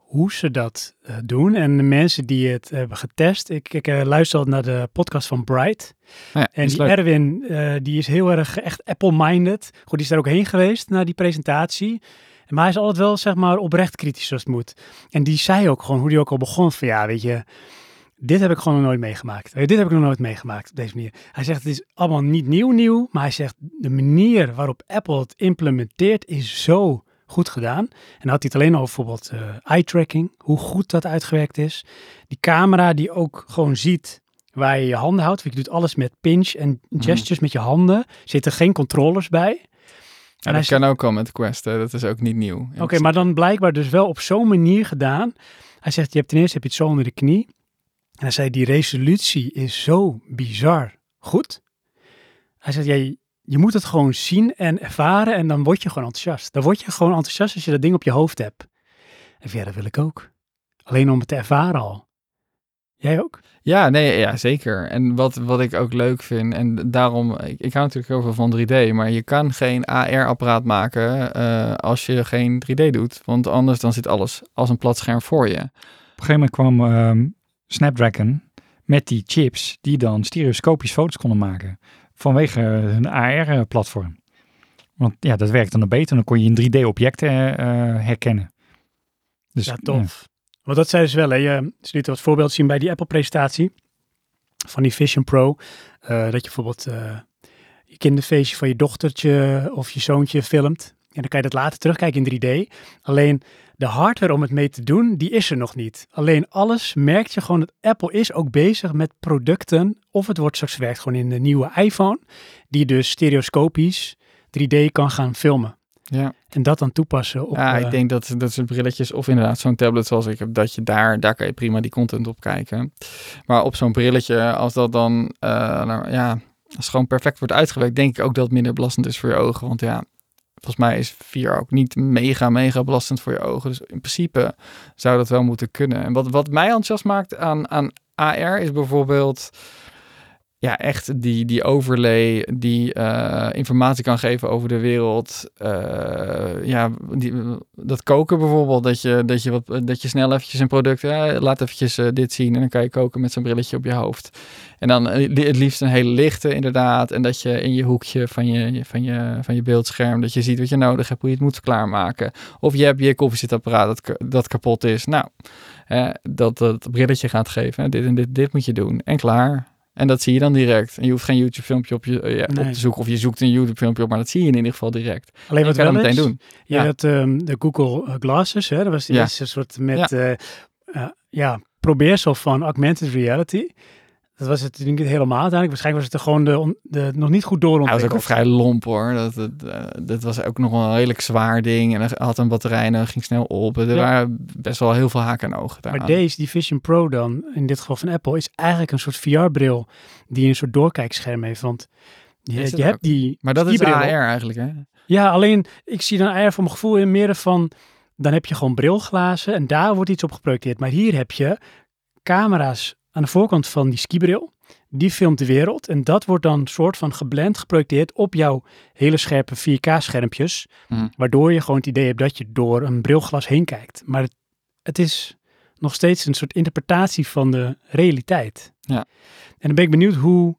hoe ze dat uh, doen. En de mensen die het hebben getest. Ik, ik uh, luister al naar de podcast van Bright. Ja, en die leuk. Erwin, uh, die is heel erg echt Apple-minded. Goed, die is daar ook heen geweest naar die presentatie. Maar hij is altijd wel, zeg maar, oprecht kritisch als het moet. En die zei ook gewoon, hoe die ook al begon, van ja, weet je, dit heb ik gewoon nog nooit meegemaakt. Dit heb ik nog nooit meegemaakt op deze manier. Hij zegt, het is allemaal niet nieuw nieuw, maar hij zegt, de manier waarop Apple het implementeert is zo goed gedaan. En dan had hij het alleen over bijvoorbeeld uh, eye-tracking, hoe goed dat uitgewerkt is. Die camera die ook gewoon ziet waar je je handen houdt. Je doet alles met pinch en gestures mm. met je handen. Er zitten geen controllers bij. Ja, dat kan ook al met de Quest, hè. Dat is ook niet nieuw. Oké, okay, maar dan blijkbaar dus wel op zo'n manier gedaan. Hij zegt, je hebt ten eerste heb je het zo onder de knie. En hij zei, die resolutie is zo bizar goed. Hij zegt, ja, je moet het gewoon zien en ervaren en dan word je gewoon enthousiast. Dan word je gewoon enthousiast als je dat ding op je hoofd hebt. En ja, dat wil ik ook. Alleen om het te ervaren al. Jij ook? Ja, nee, ja, zeker. En wat, wat ik ook leuk vind, en daarom, ik, ik hou natuurlijk heel veel van drie D, maar je kan geen A R-apparaat maken uh, als je geen drie D doet. Want anders dan zit alles als een plat scherm voor je. Op een gegeven moment kwam um, Snapdragon met die chips die dan stereoscopisch foto's konden maken vanwege hun A R-platform. Want ja, dat werkte dan beter. Dan kon je in drie D-objecten uh, herkennen. Dus, ja, tof. Ja. Want dat zei dus wel, hè. Je liet wat voorbeeld zien bij die Apple-presentatie van die Vision Pro. Uh, dat je bijvoorbeeld uh, je kinderfeestje van je dochtertje of je zoontje filmt. En dan kan je dat later terugkijken in drie D. Alleen de hardware om het mee te doen, die is er nog niet. Alleen alles merk je gewoon dat Apple is ook bezig met producten. Of het wordt straks werkt gewoon in de nieuwe iPhone. Die dus stereoscopisch drie D kan gaan filmen. Ja. En dat dan toepassen op... Ja, uh, ik denk dat dat soort brilletjes of inderdaad zo'n tablet zoals ik heb, dat je daar, daar kan je prima die content op kijken. Maar op zo'n brilletje, als dat dan, uh, nou, ja, als het gewoon perfect wordt uitgewerkt, denk ik ook dat het minder belastend is voor je ogen. Want ja, volgens mij is V R ook niet mega, mega belastend voor je ogen. Dus in principe zou dat wel moeten kunnen. En wat, wat mij enthousiast maakt aan, aan A R is bijvoorbeeld... Ja, echt die, die overlay die uh, informatie kan geven over de wereld. Uh, ja, die, dat koken bijvoorbeeld. Dat je, dat je, wat, dat je snel eventjes een product... Uh, laat eventjes uh, dit zien en dan kan je koken met zo'n brilletje op je hoofd. En dan uh, het liefst een hele lichte inderdaad. En dat je in je hoekje van je, van, je, van je beeldscherm... dat je ziet wat je nodig hebt, hoe je het moet klaarmaken. Of je hebt je koffiezetapparaat dat, dat kapot is. Nou, uh, dat dat brilletje gaat geven. Hè, dit en dit, dit moet je doen. En klaar. En dat zie je dan direct. En je hoeft geen YouTube-filmpje op, je, uh, ja, nee. op te zoeken. Of je zoekt een YouTube-filmpje op, maar dat zie je in ieder geval direct. Alleen wat je kan wel dat is, meteen doen. Je ja. had um, de Google Glasses, hè? Dat was die ja. eerste soort met ja. Uh, uh, ja, probeersel van augmented reality. Dat was het niet helemaal uiteindelijk. Waarschijnlijk was het er gewoon de, de, nog niet goed doorontwikkeld. Hij was ook een vrij lomp hoor. Dat, dat, uh, dat was ook nog wel een redelijk zwaar ding. En hij had een batterij en dat ging snel op. Er ja. waren best wel heel veel haken en ogen daar. Maar deze, die Vision Pro dan, in dit geval van Apple, is eigenlijk een soort V R-bril die een soort doorkijkscherm heeft. Want je, je hebt die Maar dat is A R eigenlijk hè? Ja, alleen ik zie dan A R voor mijn gevoel in meer van, dan heb je gewoon brilglazen en daar wordt iets op geprojecteerd. Maar hier heb je camera's aan de voorkant van die skibril. Die filmt de wereld en dat wordt dan soort van geblend, geprojecteerd op jouw hele scherpe vier K-schermpjes. Mm. Waardoor je gewoon het idee hebt dat je door een brilglas heen kijkt. Maar het, het is nog steeds een soort interpretatie van de realiteit. Ja. En dan ben ik benieuwd hoe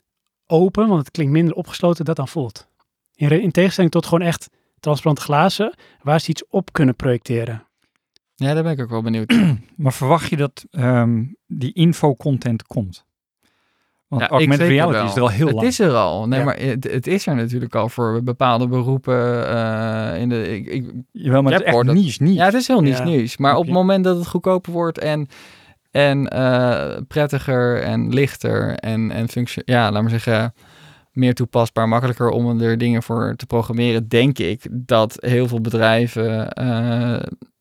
open, want het klinkt minder opgesloten, dat dan voelt. In, re- in tegenstelling tot gewoon echt transparante glazen, waar ze iets op kunnen projecteren. Ja, daar ben ik ook wel benieuwd. Maar verwacht je dat um, die infocontent komt? Want ja, augmented reality wel. is er al heel het lang. Het is er al. Nee, ja. maar het, het is er natuurlijk al voor bepaalde beroepen. Uh, in de, ik, ik, Jawel, maar het is echt dat, niche, niche. Ja, het is heel niche, ja. niche. Maar op het moment dat het goedkoper wordt en, en uh, prettiger en lichter en, en functie, ja, laat maar zeggen, meer toepasbaar, makkelijker om er dingen voor te programmeren, denk ik dat heel veel bedrijven uh,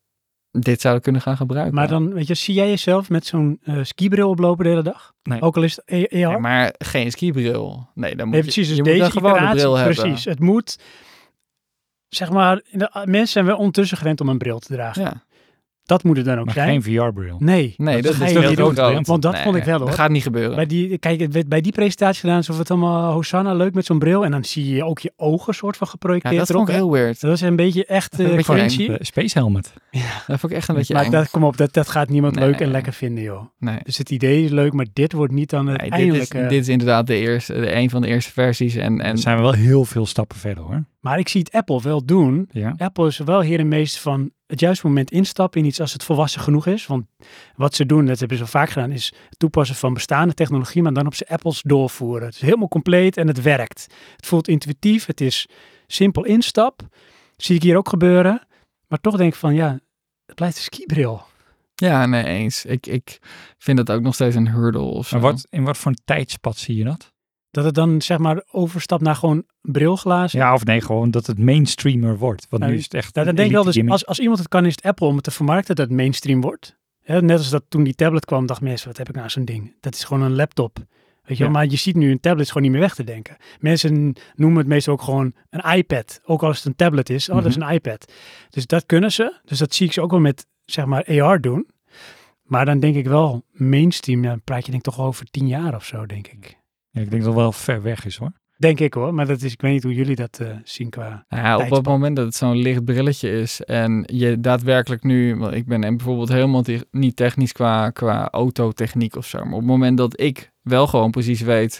dit zouden kunnen gaan gebruiken. Maar dan, weet je, zie jij jezelf met zo'n uh, skibril oplopen de hele dag? Nee. Ook al is het A R? Nee, maar geen skibril. Nee, dan moet nee, precies, je, dus je deze moet een gewone bril hebben. Precies, het moet, zeg maar, de, mensen zijn wel ondertussen gewend om een bril te dragen. Ja. Dat moet het dan ook Maar zijn. geen V R-bril. Nee, Nee, dat, ga is je toch niet heel doen. groot. Want dat Nee, vond ik wel, hoor. Dat gaat niet gebeuren. Bij die, kijk, het werd bij die presentatie gedaan alsof het allemaal Hosanna leuk met zo'n bril. En dan zie je ook je ogen soort van Ja, geprojecteerd dat erop. vond ik heel weird. Dat was een beetje echt Dat vond ik uh, een beetje cringy. De Space Helmet. Dat vond ik echt een beetje Maar eng. dat, kom op, dat, dat gaat niemand Nee. leuk en lekker vinden, joh. Nee. Dus het idee is leuk, maar dit wordt niet dan het Nee, dit, is, eindelijke... dit is inderdaad de eerste, de, een van de eerste versies. En, en Er zijn we wel heel veel stappen verder hoor. Maar ik zie het Apple wel doen. Ja. Apple is wel hier en meester van het juiste moment instappen in iets als het volwassen genoeg is. Want wat ze doen, dat hebben ze al vaak gedaan, is het toepassen van bestaande technologie, maar dan op zijn Apples doorvoeren. Het is helemaal compleet en het werkt. Het voelt intuïtief, het is simpel instap. Dat zie ik hier ook gebeuren. Maar toch denk ik van, ja, het blijft een skibril. ja, nee, eens. Ik, ik vind dat ook nog steeds een hurdle of zo. Maar wat, in wat voor een tijdspad zie je dat? Dat het dan zeg maar overstapt naar gewoon brilglazen. Ja, of nee, gewoon dat het mainstreamer wordt. Want Nou, nu is het echt Nou, dan een denk ik wel, dus elite als, als iemand het kan, is het Apple om het te vermarkten dat het mainstream wordt. Hè, net als dat toen die tablet kwam, dacht mensen, wat heb ik nou zo'n ding? Dat is gewoon een laptop. Weet je wel? Ja. Maar je ziet nu, een tablet is gewoon niet meer weg te denken. Mensen noemen het meestal ook gewoon een iPad. Ook als het een tablet is, oh, dat is een iPad. Dus dat kunnen ze. Dus dat zie ik ze ook wel met, zeg maar, A R doen. Maar dan denk ik wel, mainstream, ja, dan praat je denk ik toch over tien jaar of zo, denk ik. Ja, ik denk dat het wel ver weg is hoor. Denk ik hoor, maar dat is, ik weet niet hoe jullie dat uh, zien qua... Nou ja, op tijdspad. het moment dat het zo'n licht brilletje is en je daadwerkelijk nu, want ik ben bijvoorbeeld helemaal te- niet technisch qua, qua autotechniek of zo, maar op het moment dat ik wel gewoon precies weet,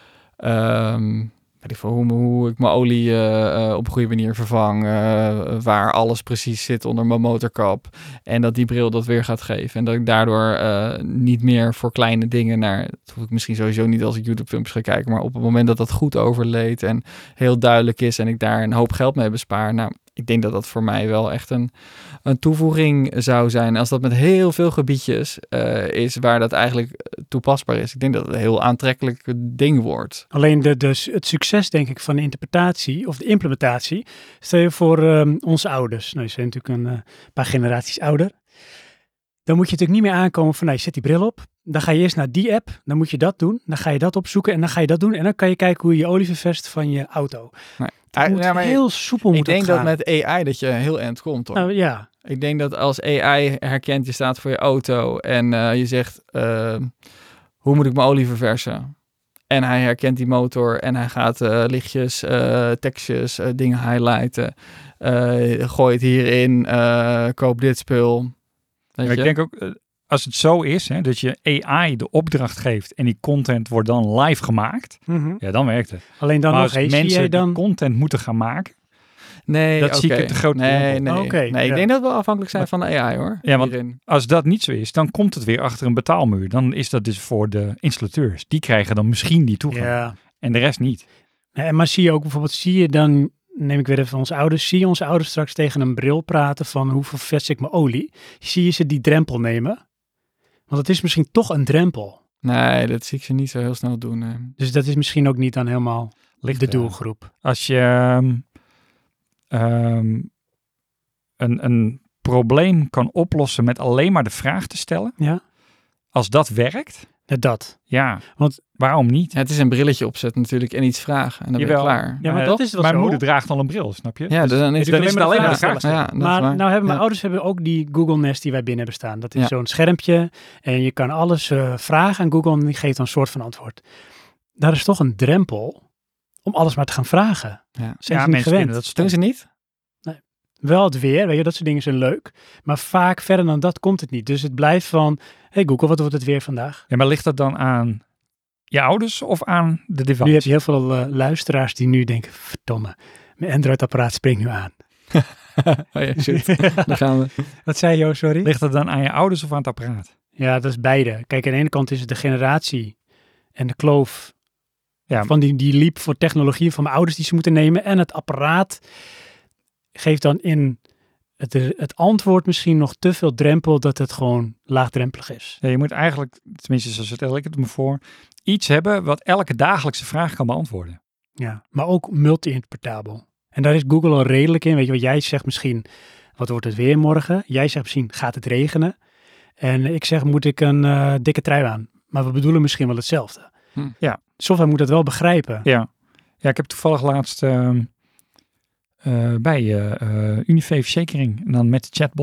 um, weet ik veel, hoe, hoe ik mijn olie uh, uh, op een goede manier vervang, uh, waar alles precies zit onder mijn motorkap en dat die bril dat weer gaat geven en dat ik daardoor uh, niet meer voor kleine dingen naar, dat hoef ik misschien sowieso niet als ik YouTube-filmpjes ga kijken, maar op het moment dat dat goed overleed en heel duidelijk is en ik daar een hoop geld mee bespaar, nou, ik denk dat dat voor mij wel echt een, een toevoeging zou zijn. Als dat met heel veel gebiedjes uh, is waar dat eigenlijk toepasbaar is. Ik denk dat het een heel aantrekkelijk ding wordt. Alleen de, de, het succes, denk ik, van de interpretatie of de implementatie. Stel je voor um, onze ouders. Nou, die zijn natuurlijk een uh, paar generaties ouder. Dan moet je natuurlijk niet meer aankomen van, nou, je zet die bril op. Dan ga je eerst naar die app. Dan moet je dat doen. Dan ga je dat opzoeken en dan ga je dat doen. En dan kan je kijken hoe je je olie ververst van je auto. Nee. Het moet ja, maar heel soepel ik moet denk gaan. dat met A I dat je heel eind komt, hoor. Nou ja. Ik denk dat als A I herkent, je staat voor je auto en uh, je zegt, uh, hoe moet ik mijn olie verversen? En hij herkent die motor en hij gaat uh, lichtjes, uh, tekstjes, uh, dingen highlighten. Uh, gooi het hierin, uh, koop dit spul. Weet Ja, je? ik denk ook, uh, als het zo is, hè, dat je A I de opdracht geeft en die content wordt dan live gemaakt, Mm-hmm. ja, dan werkt het. Alleen dan maar nog als eens, zie mensen jij dan... die content moeten gaan maken, Nee, dat okay. zie ik het te groot Nee, drempel. nee, Okay, nee. Ik ja. denk dat we afhankelijk zijn van de A I, hoor. Ja, want- hierin. als dat niet zo is, dan komt het weer achter een betaalmuur. Dan is dat dus voor de installateurs. Die krijgen dan misschien die toegang. Ja. En de rest niet. Nee, maar zie je ook bijvoorbeeld, zie je dan, neem ik weer even onze ouders, zie je onze ouders straks tegen een bril praten van hoe ververs ik mijn olie? Zie je ze die drempel nemen? Want het is misschien toch een drempel. Nee, dat zie ik ze niet zo heel snel doen. Nee. Dus dat is misschien ook niet dan helemaal Ligt de eraan. doelgroep. Als je um, um, een, een probleem kan oplossen met alleen maar de vraag te stellen. Ja, Als dat werkt, net dat. ja, Want- waarom niet? Het is een brilletje opzetten natuurlijk en iets vragen. En dan Jawel. ben je klaar. Ja, maar dat is wel Mijn zo. moeder draagt al een bril, snap je? Ja, dan is dus dan is het alleen maar de vraag vraag Ja, stellen. dat is Maar waar. nou hebben mijn Ja. ouders hebben ook die Google Nest die wij binnen hebben staan. Dat is Ja. zo'n schermpje en je kan alles uh, vragen aan Google en die geeft dan een soort van antwoord. Daar is toch een drempel om alles maar te gaan vragen. Ja. Zijn Ja, ze niet mensen gewend. vinden dat stom. Doen ze niet? Wel het weer, weet je, dat soort dingen zijn leuk. Maar vaak verder dan dat komt het niet. Dus het blijft van, hey Google, wat wordt het weer vandaag? Ja, maar ligt dat dan aan je ouders of aan de device? Nu heb je heel veel uh, luisteraars die nu denken, verdomme, mijn Android-apparaat springt nu aan. Oh ja, shit. Dan gaan we. Wat zei je, sorry? Ligt dat dan aan je ouders of aan het apparaat? Ja, dat is beide. Kijk, aan de ene kant is het de generatie en de kloof Ja, van die, die liep voor technologie van mijn ouders die ze moeten nemen. En het apparaat geeft dan in het, het antwoord misschien nog te veel drempel dat het gewoon laagdrempelig is. ja, je moet eigenlijk, tenminste zo stel ik het me voor, iets hebben wat elke dagelijkse vraag kan beantwoorden. Ja, maar ook multi-interpretabel. En daar is Google al redelijk in. Weet je wat jij zegt misschien, wat wordt het weer morgen? Jij zegt misschien, gaat het regenen? En ik zeg, moet ik een uh, dikke trui aan? Maar we bedoelen misschien wel hetzelfde. Hm. Ja. Software moet dat wel begrijpen. Ja, ja ik heb toevallig laatst uh, uh, bij uh, uh, Unive Verzekering en dan met de chatbot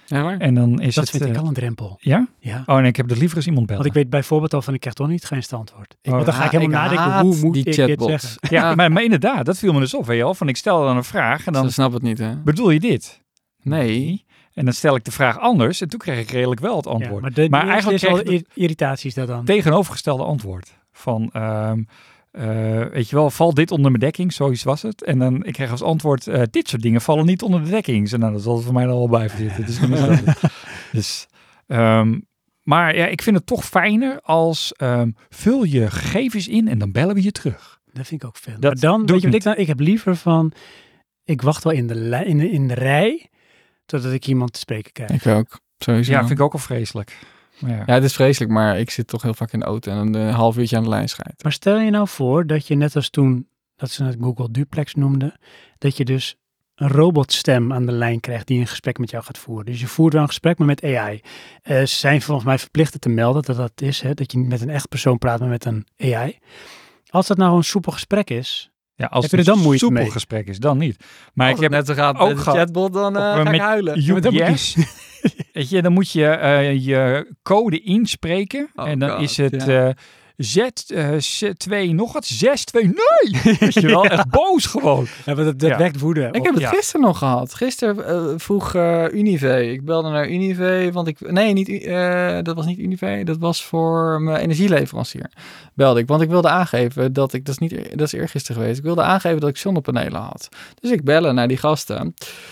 Ja, maar? En dan is Dat het... vind ik eh, al een drempel. Ja? Ja. Oh, nee, ik heb het liever als iemand bellen. Want ik weet bijvoorbeeld al van, ik krijg toch niet geen standwoord. Ik, Oh, want dan ga ik ja, helemaal ik nadenken, haat hoe moet die ik chatbots. dit zeggen? Ja, maar, maar inderdaad, dat viel me dus op, weet je wel. Van ik stel dan een vraag en Dan dan snap het niet, hè? bedoel je dit? Nee. En dan stel ik de vraag anders en toen kreeg ik redelijk wel het Ja, antwoord. maar de, maar maar eigenlijk is al kreeg ik ir- irritaties dat dan. tegenovergestelde antwoord. Van, ehm, eh, weet je wel, valt dit onder mijn dekking? Zoiets was het. En dan, ik kreeg als antwoord, eh, dit soort dingen vallen niet onder de dekking. Dus, nou, dat zal er voor mij al wel bij zitten. Dus, dan is dat het. dus ehm, maar ja, ik vind het toch fijner als ehm, vul je gegevens in en dan bellen we je terug. Dat vind ik ook veel. Dat Maar dan, doe weet ik je wat ik niet. dan, ik heb liever van, ik wacht wel in de, li- in de, in de rij, totdat ik iemand te spreken krijg. Ik ook. Sowieso. Ja, vind ik ook al vreselijk. Maar ja. Ja, het is vreselijk, maar ik zit toch heel vaak in de auto en een half uurtje aan de lijn schijt. Maar stel je nou voor dat je net als toen, dat ze het Google Duplex noemden, dat je dus een robotstem aan de lijn krijgt die een gesprek met jou gaat voeren. Dus je voert wel een gesprek, maar met A I. Eh, ze zijn volgens mij verplicht te melden dat dat is, hè, dat je niet met een echt persoon praat, maar met een A I. Als dat nou een soepel gesprek is, Ja, als Heb je het er een dan moeite soepel mee? gesprek is, dan niet. Maar ik heb net zo gaat ook met de gehad- chatbot, dan of, uh, eh, ga ik met huilen. Ja, maar dan moet je- U P S. Weet je, dan moet je eh, je code inspreken. Oh en dan God, is het ja. eh, Z twee nog wat? zes twee nee! Weet je wel, echt boos gewoon. ja, maar dat, dat Ja. wekt woede. Ik heb het Ja. gisteren nog gehad. Gisteren eh, vroeg eh Unive. Ik belde naar Unive, want ik... Nee, niet, U- eh, dat was niet Unive. Dat was voor mijn energieleverancier. Belde ik, want ik wilde aangeven dat ik... Dat is, niet, dat is eergisteren geweest. Ik wilde aangeven dat ik zonnepanelen had. Dus ik bellen naar die gasten.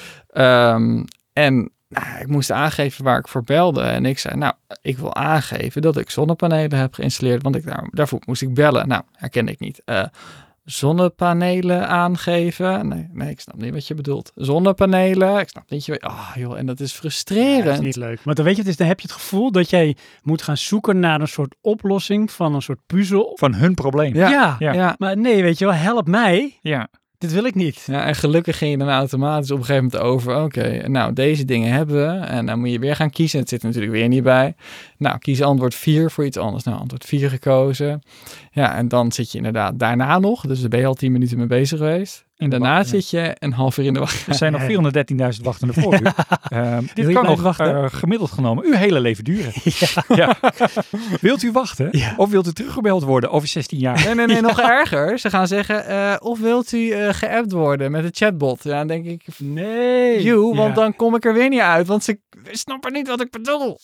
Ehm, en nou, ik moest aangeven waar ik voor belde. En ik zei, nou, ik wil aangeven dat ik zonnepanelen heb geïnstalleerd. Want ik, daar, daarvoor moest ik bellen. Nou, herkende ik niet. Eh, zonnepanelen aangeven. Nee, nee, ik snap niet wat je bedoelt. Zonnepanelen. Ik snap niet. Je, ah, joh, en dat is Ja, frustrerend. dat is niet leuk. Maar dan weet je, het is, dan heb je het gevoel dat jij moet gaan zoeken naar een soort oplossing van een soort puzzel. Van hun probleem. Ja, Ja, ja. ja. maar nee, weet je wel, help mij. Ja. Dit wil ik niet. En gelukkig ging je dan automatisch op een gegeven moment over. Oké, nou, deze dingen hebben we. En dan moet je weer gaan kiezen. Het zit er natuurlijk weer niet bij. Nou, kies antwoord vier voor iets anders. Nou, antwoord vier gekozen. Ja, en dan zit je inderdaad daarna nog. Dus daar ben je al tien minuten mee bezig geweest. En daarna wacht, ja. zit je een half uur in de wacht. Er zijn nog Ja. vierhonderddertienduizend wachtende voor u. Ehm, dit je kan blijven nog wachten? eh, gemiddeld genomen uw hele leven duren. Ja. Ja. Wilt u wachten? Ja. Of wilt u teruggebeld worden over zestien jaar? Nee, nee, nee, nog erger. Ze gaan zeggen, eh, of wilt u eh geappt worden met een chatbot? Ja, dan denk ik, Nee. joe, want Ja. dan kom ik er weer niet uit. Want ze snappen niet wat ik bedoel.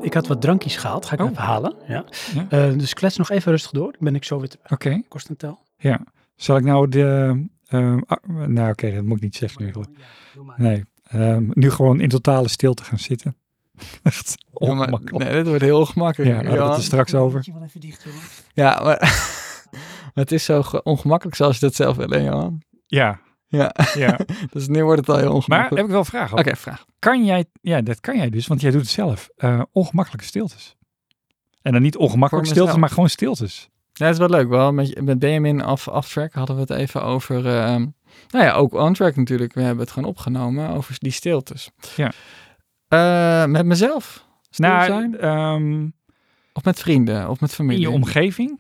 ik had wat drankjes gehaald. Ga ik Oh. even halen. Ja. Ja. Uh, dus klets nog even rustig door. Dan ben ik zo weer terug. Oké, okay. Kost een tel. Ja. Zal ik nou de... Uh, ah, nou oké, okay, dat moet ik niet zeggen nu. Nee, um, nu gewoon in totale stilte gaan zitten. Echt ongemakkelijk. Ja, maar, nee, dit wordt heel ongemakkelijk. Ja, we hadden het er straks over. Wel even dicht, ja, maar, maar het is zo ongemakkelijk zoals je dat zelf wil, hè, Johan? Ja. Ja. ja. Dus nu wordt het al heel ongemakkelijk. Maar heb ik wel een vraag Oké, okay, vraag. Kan jij, ja, dat kan jij dus, want jij doet het zelf, uh, ongemakkelijke stiltes. En dan niet ongemakkelijke stiltes, maar gewoon stiltes. Ja, dat is wel leuk. Wel, met, met Benjamin af, off-track hadden we het even over, uh, nou ja, ook on-track natuurlijk. We hebben het gewoon opgenomen over die stiltes. Ja. Uh, met mezelf stil nou, zijn? Um, of met vrienden, of met familie? In je omgeving?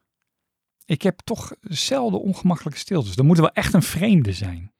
Ik heb toch zelden ongemakkelijke stiltes. Er moet wel echt een vreemde zijn.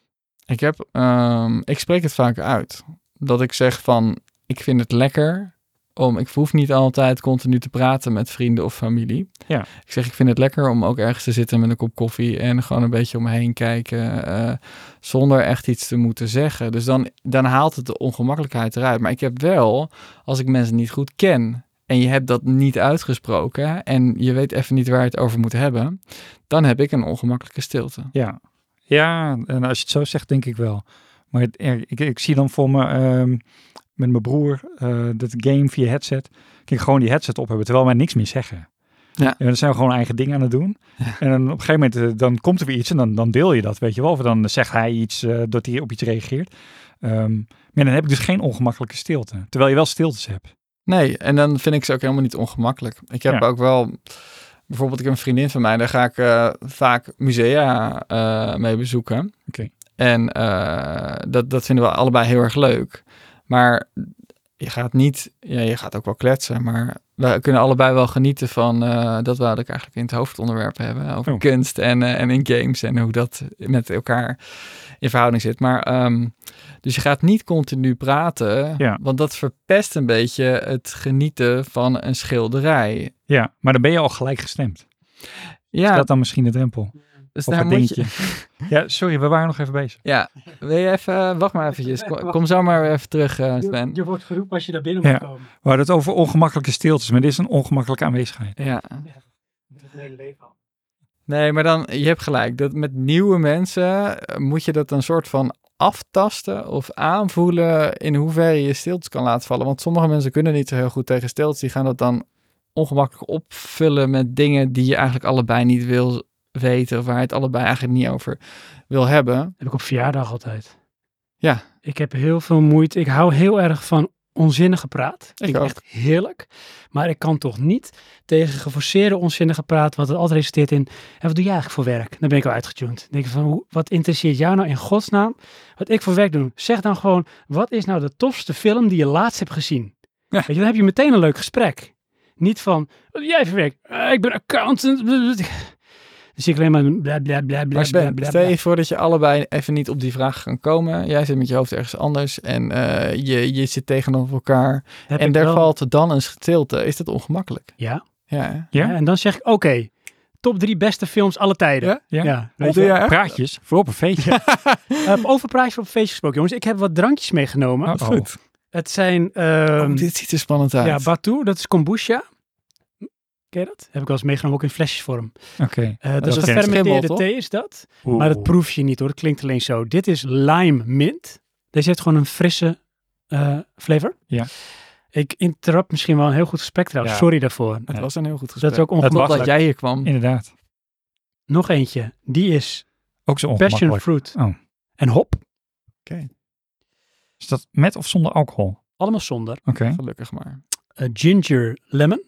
Ik heb, um, ik spreek het vaak uit. Dat ik zeg van, ik vind het lekker om, ik hoef niet altijd continu te praten met vrienden of familie. Ja. Ik zeg, ik vind het lekker om ook ergens te zitten met een kop koffie en gewoon een beetje om me heen kijken, uh, zonder echt iets te moeten zeggen. Dus dan, dan haalt het de ongemakkelijkheid eruit. Maar ik heb wel, als ik mensen niet goed ken en je hebt dat niet uitgesproken en je weet even niet waar je het over moet hebben, dan heb ik een ongemakkelijke stilte. Ja, ja, en als je het zo zegt, denk ik wel. Maar het, ik, ik zie dan voor me um, met mijn broer uh, dat game via headset. Kijk, gewoon die headset op hebben, terwijl wij niks meer zeggen. Ja. En dan zijn we gewoon eigen dingen aan het doen. Ja. En dan op een gegeven moment uh, dan komt er weer iets en dan, dan deel je dat, weet je wel. Of dan zegt hij iets, uh, dat hij op iets reageert. Um, maar dan heb ik dus geen ongemakkelijke stilte. Terwijl je wel stiltes hebt. Nee, en dan vind ik ze ook helemaal niet ongemakkelijk. Ik heb ja. ook wel... Bijvoorbeeld, ik heb een vriendin van mij, daar ga ik uh, vaak musea uh, mee bezoeken. Oké. Okay. En uh, dat, dat vinden we allebei heel erg leuk. Maar je gaat niet, ja, je gaat ook wel kletsen, maar we kunnen allebei wel genieten van uh, dat we eigenlijk in het hoofdonderwerp hebben. Over oh. kunst en, uh, en in games en hoe dat met elkaar in verhouding zit. Maar um, dus je gaat niet continu praten, ja. want dat verpest een beetje het genieten van een schilderij. Ja, maar dan ben je al gelijk gestemd. Ja. Is dat dan misschien de drempel? Dus of daar moet je... Ja, sorry, we waren nog even bezig. Ja, wil je even, wacht maar eventjes. Kom, kom zo maar even terug, uh, Sven. Je, je wordt geroepen als je daar binnen ja. moet komen. We hadden het over ongemakkelijke stiltes, maar dit is een ongemakkelijke aanwezigheid. Ja. Dat is het hele leven al. Nee, maar dan, je hebt gelijk. Dat met nieuwe mensen moet je dat een soort van aftasten of aanvoelen in hoeverre je stiltes kan laten vallen. Want sommige mensen kunnen niet zo heel goed tegen stiltes. Die gaan dat dan ongemakkelijk opvullen met dingen die je eigenlijk allebei niet wil weten. Of waar je het allebei eigenlijk niet over wil hebben. Dat heb ik op verjaardag altijd. Ja. Ik heb heel veel moeite. Ik hou heel erg van onzinnige praat. Ik vind ook. Echt heerlijk. Maar ik kan toch niet tegen geforceerde onzinnige praat, wat het altijd resulteert in, en wat doe je eigenlijk voor werk? Dan ben ik al uitgetuned. Dan denk ik van, hoe, wat interesseert jou nou in godsnaam wat ik voor werk doe? Zeg dan gewoon, wat is nou de tofste film die je laatst hebt gezien? Ja. Weet je, dan heb je meteen een leuk gesprek. Niet van, wat doe jij voor werk? Uh, ik ben accountant. Dus ik alleen maar bla bla bla bla maar bla bla. Stel je voor dat je allebei even niet op die vraag kan komen. Jij zit met je hoofd ergens anders en uh, je, je zit tegenover elkaar. Heb en daar wel... valt dan een stilte. Is dat ongemakkelijk? Ja. Ja, ja? ja en dan zeg ik, oké, okay, top drie beste films alle tijden. Ja? Ja. ja weet je, ja praatjes voor op een feestje. uh, over praatjes voor op een feestje gesproken, jongens. Ik heb wat drankjes meegenomen. Oh, goed. Het zijn... Um, oh, dit ziet er spannend uit. Ja, Batu, dat is kombucha. Ken je dat? Heb ik wel eens meegenomen, ook in flesjesvorm. Oké. Okay. Uh, dus een gefermenteerde thee is dat. Oeh. Maar dat proef je niet hoor, het klinkt alleen zo. Dit is lime mint. Deze heeft gewoon een frisse uh, flavor. Ja. Ik interrupt misschien wel een heel goed gesprek trouwens. Ja. Sorry daarvoor. Het ja. was een heel goed gesprek. Dat is ook ongemakkelijk. Dat jij hier kwam. Inderdaad. Nog eentje. Die is ook zo passion fruit. Oh. En hop. Oké. Okay. Is dat met of zonder alcohol? Allemaal zonder. Oké. Okay. Gelukkig maar. Uh, ginger lemon.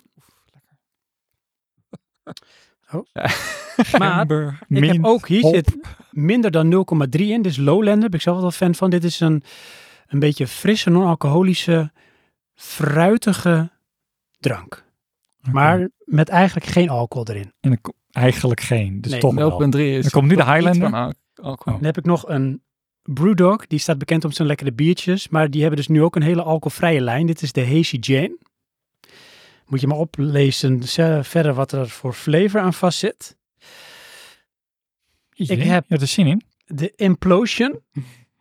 Oh. Ja. Maar Amber, ik mint, heb ook, hier hop. zit minder dan nul komma drie in. Dit is Lowlander, daar ben ik zelf wel fan van. Dit is een, een beetje frisse, non-alcoholische, fruitige drank. Okay. Maar met eigenlijk geen alcohol erin. En ik, eigenlijk geen, dus nee, toch nul komma drie is. Dan komt nu de Highlander. Van alcohol. Dan heb ik nog een Brewdog, die staat bekend om zijn lekkere biertjes. Maar die hebben dus nu ook een hele alcoholvrije lijn. Dit is de Hazy Jane. Moet je maar oplezen verder wat er voor flavor aan vast zit. Ik heb je er zin in. De Implosion.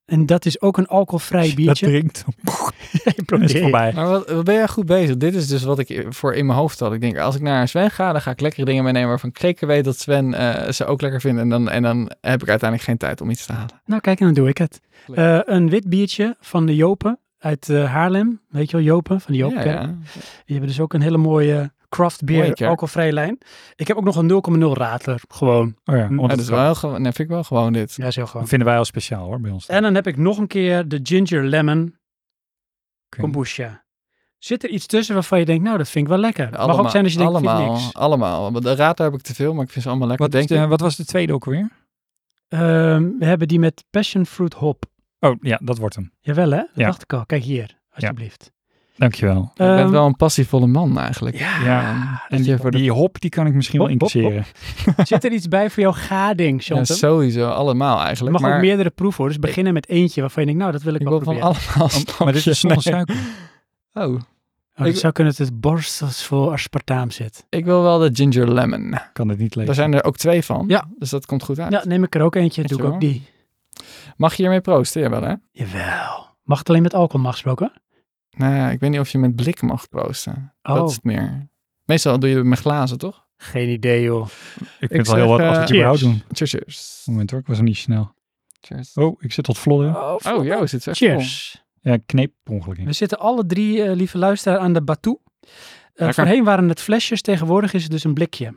En dat is ook een alcoholvrij Dat biertje. drinkt. Je Dan is het voorbij. Maar wat, wat ben jij goed bezig? Dit is dus wat ik voor in mijn hoofd had. Ik denk, als ik naar Sven ga, dan ga ik lekkere dingen meenemen waarvan ik zeker weet dat Sven uh, ze ook lekker vindt. En dan, en dan heb ik uiteindelijk geen tijd om iets te halen. Nou, kijk, en dan doe ik het. Uh, een wit biertje van de Jopen uit uh, Haarlem. Weet je wel, Jopen, van de Jopenkerk. Ja, ja. Die hebben dus ook een hele mooie craft Mooie beer, kerk. alcoholvrije lijn. Ik heb ook nog een nul komma nul radler, gewoon. Oh ja, Ja, want Ja, dat dat is wel, gewoon- nee, vind ik wel gewoon dit. Ja, is heel gewoon. vinden wij al speciaal hoor, bij ons. En dan heb ik nog een keer de Ginger Lemon Oké. Kombucha. Zit er iets tussen waarvan je denkt, nou, dat vind ik wel lekker. Het mag Allemaal, ook zijn als je denkt, ik vind allemaal, niks. allemaal. De raad heb ik te veel, maar ik vind ze allemaal lekker. Wat, is Denk de, ik. wat was de tweede ook alweer? Ehm, we hebben die met passion fruit hop. Oh ja, dat wordt hem. Jawel, hè? Dat Ja. dacht ik al. Kijk hier, alsjeblieft. Dankjewel. Je bent Ehm, wel een passievolle man eigenlijk. Ja. Ja, dat en je die, voor de- die hop, die kan ik misschien Hop, wel hop, hop. interesseren. Zit er iets bij voor jouw gading, Ja, Chantem? sowieso. Allemaal Je eigenlijk. mag maar ook meerdere proeven, hoor. Dus beginnen met eentje waarvan je denkt, nou, dat wil ik, ik wel wil van proberen. allemaal Maar dit is zonder stapjes. suiker. Nee. Oh, Oh, Ik- dat zou kunnen dat het borstelsvol aspartaam zit. ik wil wel de ginger lemon. Kan het niet lezen. Daar zijn er ook twee van. Ja. Dus dat komt goed uit. Ja, neem ik er ook eentje, doe ik Dankjewel. ook die. Mag je hiermee proosten? Jawel, hè? Jawel. Mag het alleen met alcohol mag gesproken? Nou ja, ik weet niet of je met blik mag proosten. Oh, Dat is het meer. Meestal doe je het met glazen, toch? geen idee, joh. Ik vind het wel zeg, heel wat als eh, ik het überhaupt doen. Cheers, cheers. Moment hoor, ik was nog niet snel. Cheers. Oh, ik zit tot vlodder. Oh, jou zit echt Cheers. Ja, ik kneep per ongeluk in. We zitten alle drie, eh, lieve luisteraar, aan de Batoe. Uh, Lekker. voorheen waren het flesjes, tegenwoordig is het dus een blikje.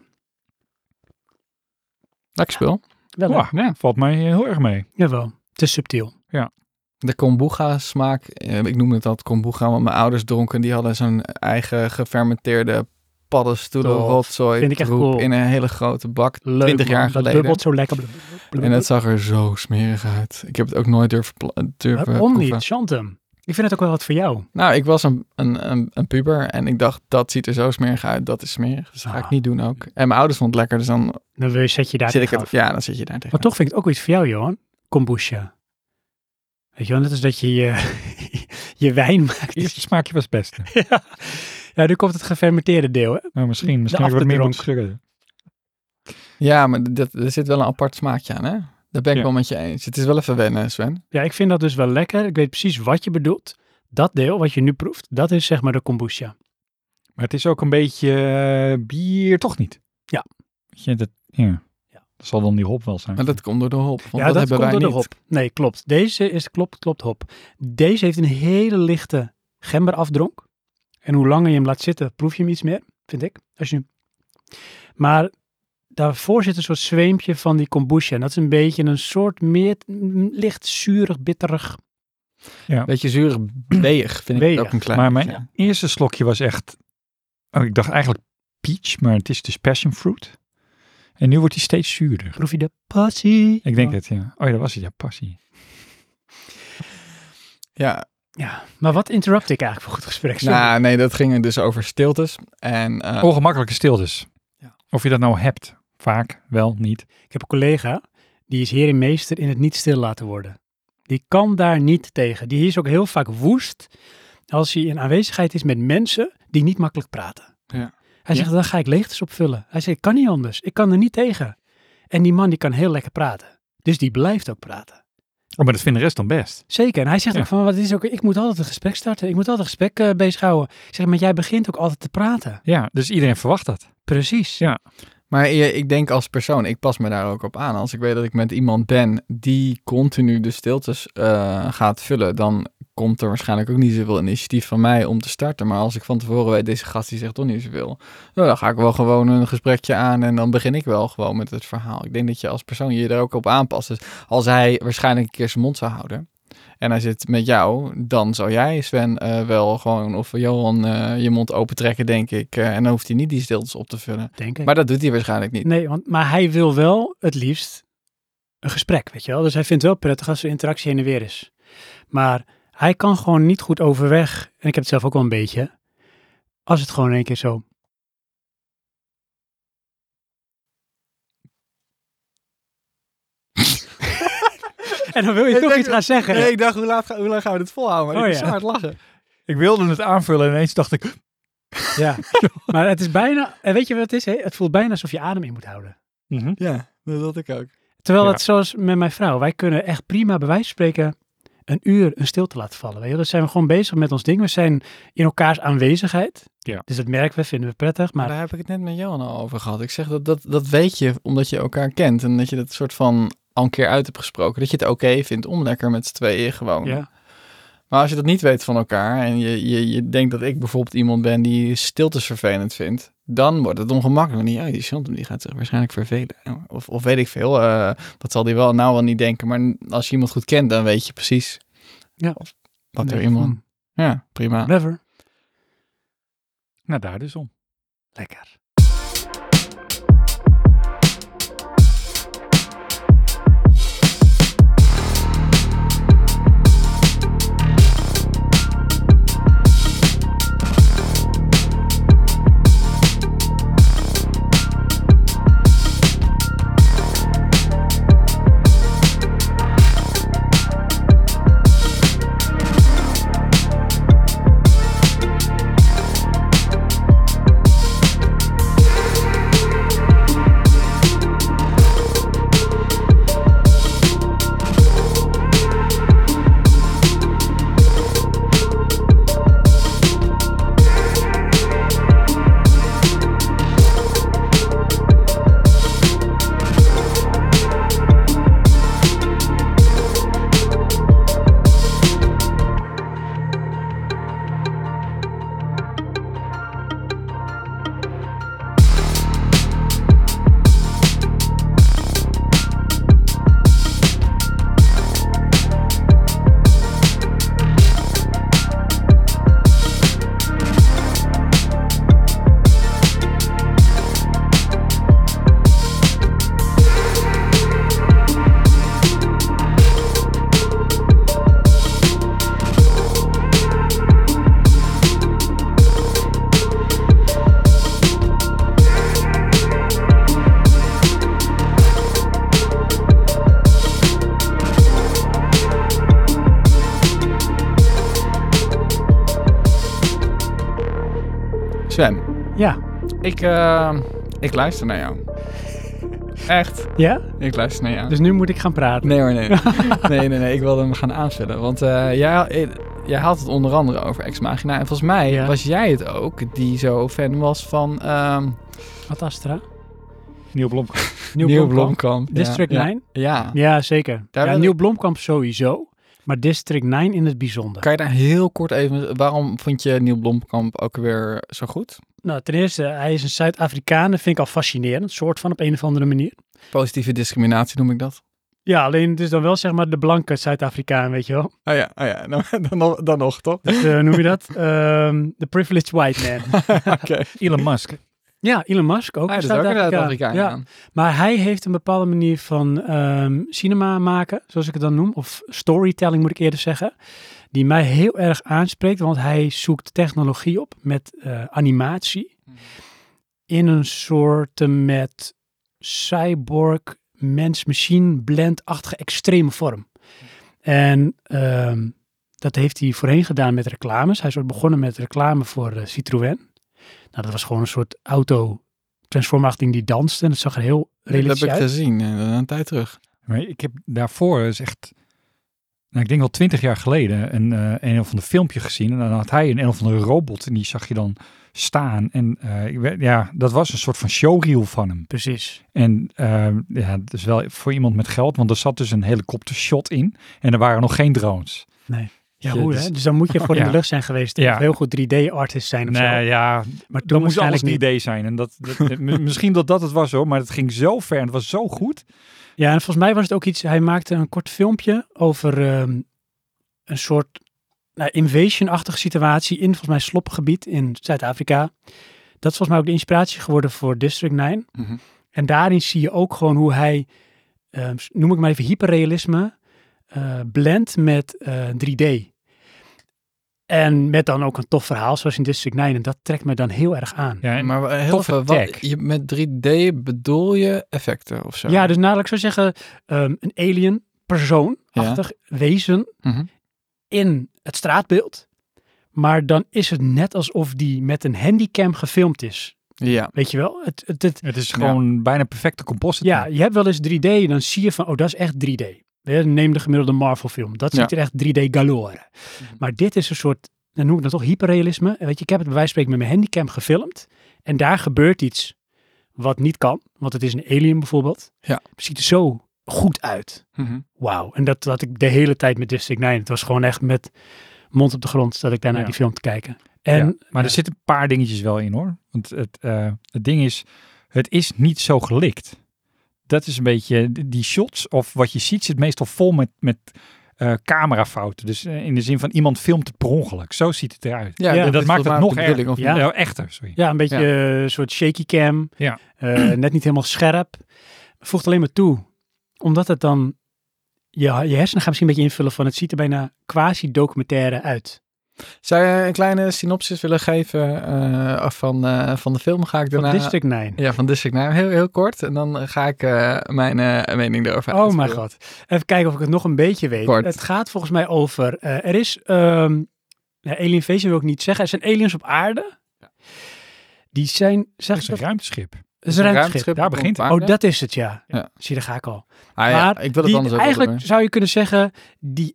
Lekker spul. Wel, hè? Wow, ja, valt mij heel erg mee. Jawel. Te subtiel. De kombucha smaak, eh, ik noem het altijd kombucha, want mijn ouders dronken, die hadden zo'n eigen gefermenteerde paddenstoelen Tof. rotzooi Vind ik echt troep cool. in een hele grote bak, Leuk, twintig jaar man. Dat geleden. bubbelt zo lekker. En het zag er zo smerig uit. Ik heb het ook nooit durven, pla- durven Waarom proeven. niet, Chantem? Ik vind het ook wel wat voor jou. Nou, ik was een, een, een, een puber en ik dacht, dat ziet er zo smerig uit, dat is smerig. Dus dat ga ik Ah. niet doen ook. En mijn ouders vonden het lekker, dus dan Dan wil je- zet je daar zit ik tegen het, af. ja, dan zit je daar tegen. Maar toch vind ik het ook iets voor jou, Johan. Kombucha. Weet je wel, net als dat je je, je wijn maakt. Het eerste smaakje was het beste. ja. ja, nu komt het gefermenteerde deel, hè? Maar misschien, misschien heb ik wat meer moeten afterdronk. schudden. Ja, maar dat, er zit wel een apart smaakje aan, hè? Daar ben ik Ja. wel met je eens. Het is wel even wennen, Sven. Ja, ik vind dat dus wel lekker. Ik weet precies wat je bedoelt. Dat deel wat je nu proeft, dat is zeg maar de kombucha. Maar het is ook een beetje eh, bier, toch niet? Ja. Weet je, dat, ja. Ja. Dat zal dan die hop wel zijn. Maar dat komt door de hop. Want ja, dat, dat, hebben komt wij door de niet. hop. Nee, klopt. Deze is, klopt, klopt, hop. Deze heeft een hele lichte gemberafdronk. En hoe langer je hem laat zitten, proef je hem iets meer, vind ik. Als je... Maar daarvoor zit een soort zweempje van die kombucha. En dat is een beetje een soort meer mm, licht zuurig, bitterig. Beetje zuurig, weeg vind ik Weeg. het ook een klein Maar mijn beetje. eerste slokje was echt... Oh, ik dacht eigenlijk peach, maar het is dus passion fruit. En nu wordt hij steeds zuurder. Proef je de passie? Ik denk het, ja. Oh ja, dat was het, ja, passie. Ja, Ja, maar wat interrupt ik eigenlijk voor goed gesprek? Sorry. nou nee, dat ging dus over stiltes. En eh, Ongemakkelijke stiltes. Ja. Of je dat nou hebt. Vaak, wel, niet. Ik heb een collega, die is heer en meester in het niet stil laten worden. Die kan daar niet tegen. Die is ook heel vaak woest als hij in aanwezigheid is met mensen die niet makkelijk praten. Ja. Hij zegt, dan ga ik leegtes opvullen. Hij zegt, ik kan niet anders. Ik kan er niet tegen. En die man die kan heel lekker praten. Dus die blijft ook praten. Oh, maar dat vindt de rest dan best. Zeker. En hij zegt Ja. ook van, wat is ook, ik moet altijd een gesprek starten. Ik moet altijd een gesprek uh, bezighouden. Ik zeg, maar jij begint ook altijd te praten. Ja, dus iedereen verwacht dat. Precies. Ja. Maar je- ik denk als persoon, ik pas me daar ook op aan. Als ik weet dat ik met iemand ben die continu de stiltes eh, gaat vullen, dan komt er waarschijnlijk ook niet zoveel initiatief van mij om te starten. Maar als ik van tevoren weet, deze gast die zegt toch niet zoveel, nou, dan ga ik wel gewoon een gesprekje aan en dan begin ik wel gewoon met het verhaal. Ik denk dat je als persoon je er ook op aanpast. Dus als hij waarschijnlijk een keer zijn mond zou houden en hij zit met jou, dan zou jij, Sven, eh, wel gewoon, of Johan, eh, je mond open trekken, denk ik. Eh, en dan hoeft hij niet die stiltes op te vullen. Denk ik. Maar dat doet hij waarschijnlijk niet. Nee, want, maar hij wil wel het liefst een gesprek, weet je wel. Dus hij vindt het wel prettig als er interactie heen en weer is. Maar hij kan gewoon niet goed overweg, en ik heb het zelf ook wel een beetje, als het gewoon in één keer zo... En dan wil je Ik toch denk- iets gaan zeggen. Nee, ik dacht, hoe, laat, hoe lang gaan we dit volhouden? Maar Oh, ik ja. zo hard lachen. Ik wilde het aanvullen en ineens dacht ik... Ja, maar het is bijna, en weet je wat het is? Hè? Het voelt bijna alsof je adem in moet houden. Mhm. Ja, dat had ik ook. Terwijl Ja. het zoals met mijn vrouw, wij kunnen echt prima bij wijze van spreken een uur een stilte laten vallen. Weet je? Dan zijn we gewoon bezig met ons ding. We zijn in elkaars aanwezigheid. Ja. Dus dat merken we, vinden we prettig. Maar Maar daar heb ik het net met Johan al over gehad. Ik zeg dat, dat dat weet je omdat je elkaar kent. En dat je dat soort van al een keer uit hebt gesproken. Dat je het oké vindt om lekker met z'n tweeën gewoon. ja, Maar als je dat niet weet van elkaar. En je, je, je denkt dat ik bijvoorbeeld iemand ben die stiltes vervelend vindt. Dan wordt het ongemakkelijk. Want ja, die Chantum die gaat zich waarschijnlijk vervelen. Of, of weet ik veel. Uh, dat zal die wel nou wel niet denken. Maar als je iemand goed kent, dan weet je precies. Ja. Of wat Nee, er iemand... gewoon Ja, prima. whatever. Nou, daar dus om. Lekker. Sven, Ja. ik, uh, ik luister naar jou. Echt, Ja? ik luister naar jou. Dus nu moet ik gaan praten. Nee hoor, nee. nee, nee, nee, ik wilde hem gaan aanvullen. Want uh, jij, jij had het onder andere over Ex Machina. En volgens mij Ja. was jij het ook die zo fan was van um, Wat Astra? Nieuw Blomkamp. Nieuw, Nieuw Blomkamp. Blomkamp. District ja. nine? Ja. Ja, zeker. Daar ja, wil Nieuw ik- Blomkamp sowieso. Maar District nine in het bijzonder. Kan je daar heel kort even... Waarom vond je Nieuw Blomkamp ook weer zo goed? Nou, ten eerste, hij is een Zuid-Afrikaan. Dat vind ik al fascinerend. Soort van op een of andere manier. Positieve discriminatie noem ik dat. Ja, alleen het is dan wel zeg maar de blanke Zuid-Afrikaan, weet je wel. Oh ja, oh ja. Dan, dan, nog, dan nog, toch? Dus, uh, noem je dat? Ehm, De privileged white man. Oké. Elon Musk. Ja, Elon Musk ook. Hij een is ook een Zuid-Afrikaan. Zuid-Afrikaan. Ja. Ja. Maar hij heeft een bepaalde manier van ehm, cinema maken, zoals ik het dan noem. Of storytelling moet ik eerder zeggen. Die mij heel erg aanspreekt, want hij zoekt technologie op met uh, animatie. In een soort met cyborg, mens-machine blend-achtige extreme vorm. En ehm, dat heeft hij voorheen gedaan met reclames. Hij is ooit begonnen met reclame voor uh, Citroën. Nou, dat was gewoon een soort auto transformachting die danste. En dat zag er heel Dat realistisch heb ik uit. gezien, uh, een tijd terug. Maar ik heb daarvoor is echt, nou, ik denk wel twintig jaar geleden, een, uh, een of ander filmpje gezien. En dan had hij een, een of andere robot en die zag je dan staan. En uh, ik weet- ja, dat was een soort van showreel van hem. Precies. En uh, ja, dat is wel voor iemand met geld, want er zat dus een helikoptershot in. En er waren nog geen drones. Nee. Ja, Ja, hoe dus- hè? Dus dan moet je voor in Ja. de lucht zijn geweest. Ja. Of heel goed drie D-artist zijn of Nee, zo. ja, Maar dan toen moest alles waarschijnlijk niet. drie D zijn. En dat, dat, m- misschien dat dat het was hoor, maar het ging zo ver en het was zo goed. Ja, en volgens mij was het ook iets... Hij maakte een kort filmpje over ehm, een soort nou, invasion-achtige situatie in volgens mij sloppengebied in Zuid-Afrika. Dat is volgens mij ook de inspiratie geworden voor District nine. Mhm. En daarin zie je ook gewoon hoe hij, ehm, noem ik maar even hyperrealisme, eh blendt met eh, drie D. En met dan ook een tof verhaal zoals in District nine. En dat trekt me dan heel erg aan. Ja, en Maar uh, heel toffe even, wat, tech. je, met drie D bedoel je effecten of zo? Ja, dus nou, laat ik zo zeggen, ehm, een alien persoonachtig wezen Mhm. in het straatbeeld. Maar dan is het net alsof die met een handycam gefilmd is. Ja. Weet je wel? Het, het, het, het is gewoon bijna perfecte composite. ja, je hebt wel eens drie D, dan zie je van, oh, dat is echt drie D. neem de gemiddelde Marvel film. Dat ziet Ja. er echt drie D galore. Mhm. Maar dit is een soort, dan noem ik dat toch hyperrealisme. Weet je, ik heb het bij wijze van spreken met mijn handicam gefilmd. En daar gebeurt iets wat niet kan. Want het is een alien bijvoorbeeld. Ja. Het ziet er zo goed uit. Mhm. Wauw. En dat had ik de hele tijd met District negen. Het was gewoon echt met mond op de grond dat ik daar naar Ja. die film te kijken. En, Ja, maar ja, er zitten een paar dingetjes wel in hoor. Want het, uh, het ding is, het is niet zo gelikt. Dat is een beetje, die shots of wat je ziet zit meestal vol met, met uh, camerafouten. Dus uh, in de zin van iemand filmt het per ongeluk. Zo ziet het eruit. Ja, Ja, En dat is maakt het volgens nog mij ook de erger. bedoeling, Ja. Ja, echter, sorry. ja, een beetje een soort shaky cam. Ja. Uh, net niet helemaal scherp. Voegt alleen maar toe. Omdat het dan, ja, je hersenen gaan misschien een beetje invullen van het ziet er bijna quasi-documentaire uit. Zou je een kleine synopsis willen geven uh, van, uh, van de film? Ga ik Van daarna... District negen. Ja, van District negen. Heel, heel kort. En dan ga ik uh, mijn uh, mening erover Oh uitvoeren. mijn god. Even kijken of ik het nog een beetje weet. Kort. Het gaat volgens mij over, uh, er is, um, ja, Alien Invasion wil ik niet zeggen. Er zijn aliens op aarde. Ja. Die zijn, zeg Het is ik een dat? ruimteschip. Het is een ruimteschip. ruimteschip Daar op begint het. aarde. Oh, dat is het, ja. Ja. Zie, daar ga ik al. Ah, ja. Maar Ik wil het die, anders ook eigenlijk wel zou je kunnen zeggen, die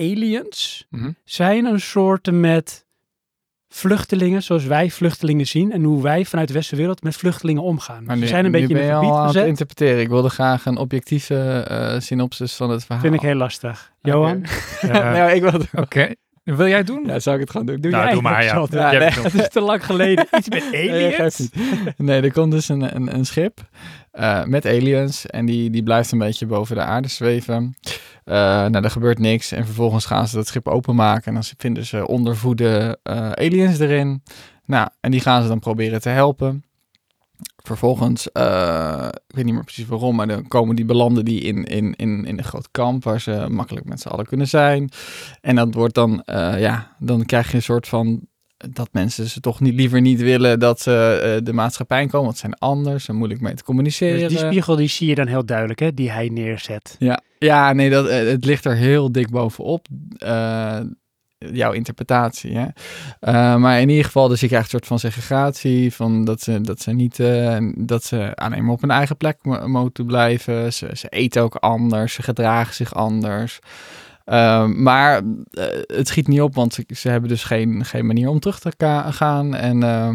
aliens doen. Mm-hmm. zijn een soort met vluchtelingen, zoals wij vluchtelingen zien en hoe wij vanuit de westerwereld met vluchtelingen omgaan. Maar Ze nu, zijn een nu beetje in ben een je gebied al aan het gezet. interpreteren. Ik wilde graag een objectieve uh, synopsis van het verhaal. Vind ik heel lastig. Johan? Uh, nou, ik wil het... Oké. Okay. Wil jij het doen? Ja, zou ik het gewoon doen? Doe Nou, jij doe maar, ja. het? Ja, Jij nee. bent Het is te lang geleden. Iets met Nee, aliens? geeft niet. Nee, er komt dus een, een, een schip uh, met aliens en die, die blijft een beetje boven de aarde zweven. Uh, nou, er gebeurt niks en vervolgens gaan ze dat schip openmaken en dan vinden ze ondervoede uh, aliens erin. Nou, en die gaan ze dan proberen te helpen. Vervolgens, uh, ik weet niet meer precies waarom, maar dan komen die belanden die in, in, in, in een groot kamp waar ze makkelijk met z'n allen kunnen zijn. En dat wordt dan, uh, ja, dan krijg je een soort van dat mensen ze toch niet, liever niet willen dat ze uh, de maatschappij komen, want ze zijn anders, ze zijn moeilijk mee te communiceren. Dus die spiegel die zie je dan heel duidelijk, hè, die hij neerzet. Ja, ja nee, dat, uh, het ligt er heel dik bovenop. Uh, jouw interpretatie. Hè? Uh, maar in ieder geval, dus je krijgt een soort van segregatie, van dat ze, dat ze niet, uh, dat ze alleen maar op hun eigen plek mo- moeten blijven. Ze, ze eten ook anders, ze gedragen zich anders. Uh, maar uh, het schiet niet op, want ze, ze hebben dus geen, geen manier om terug te ka- gaan. En uh,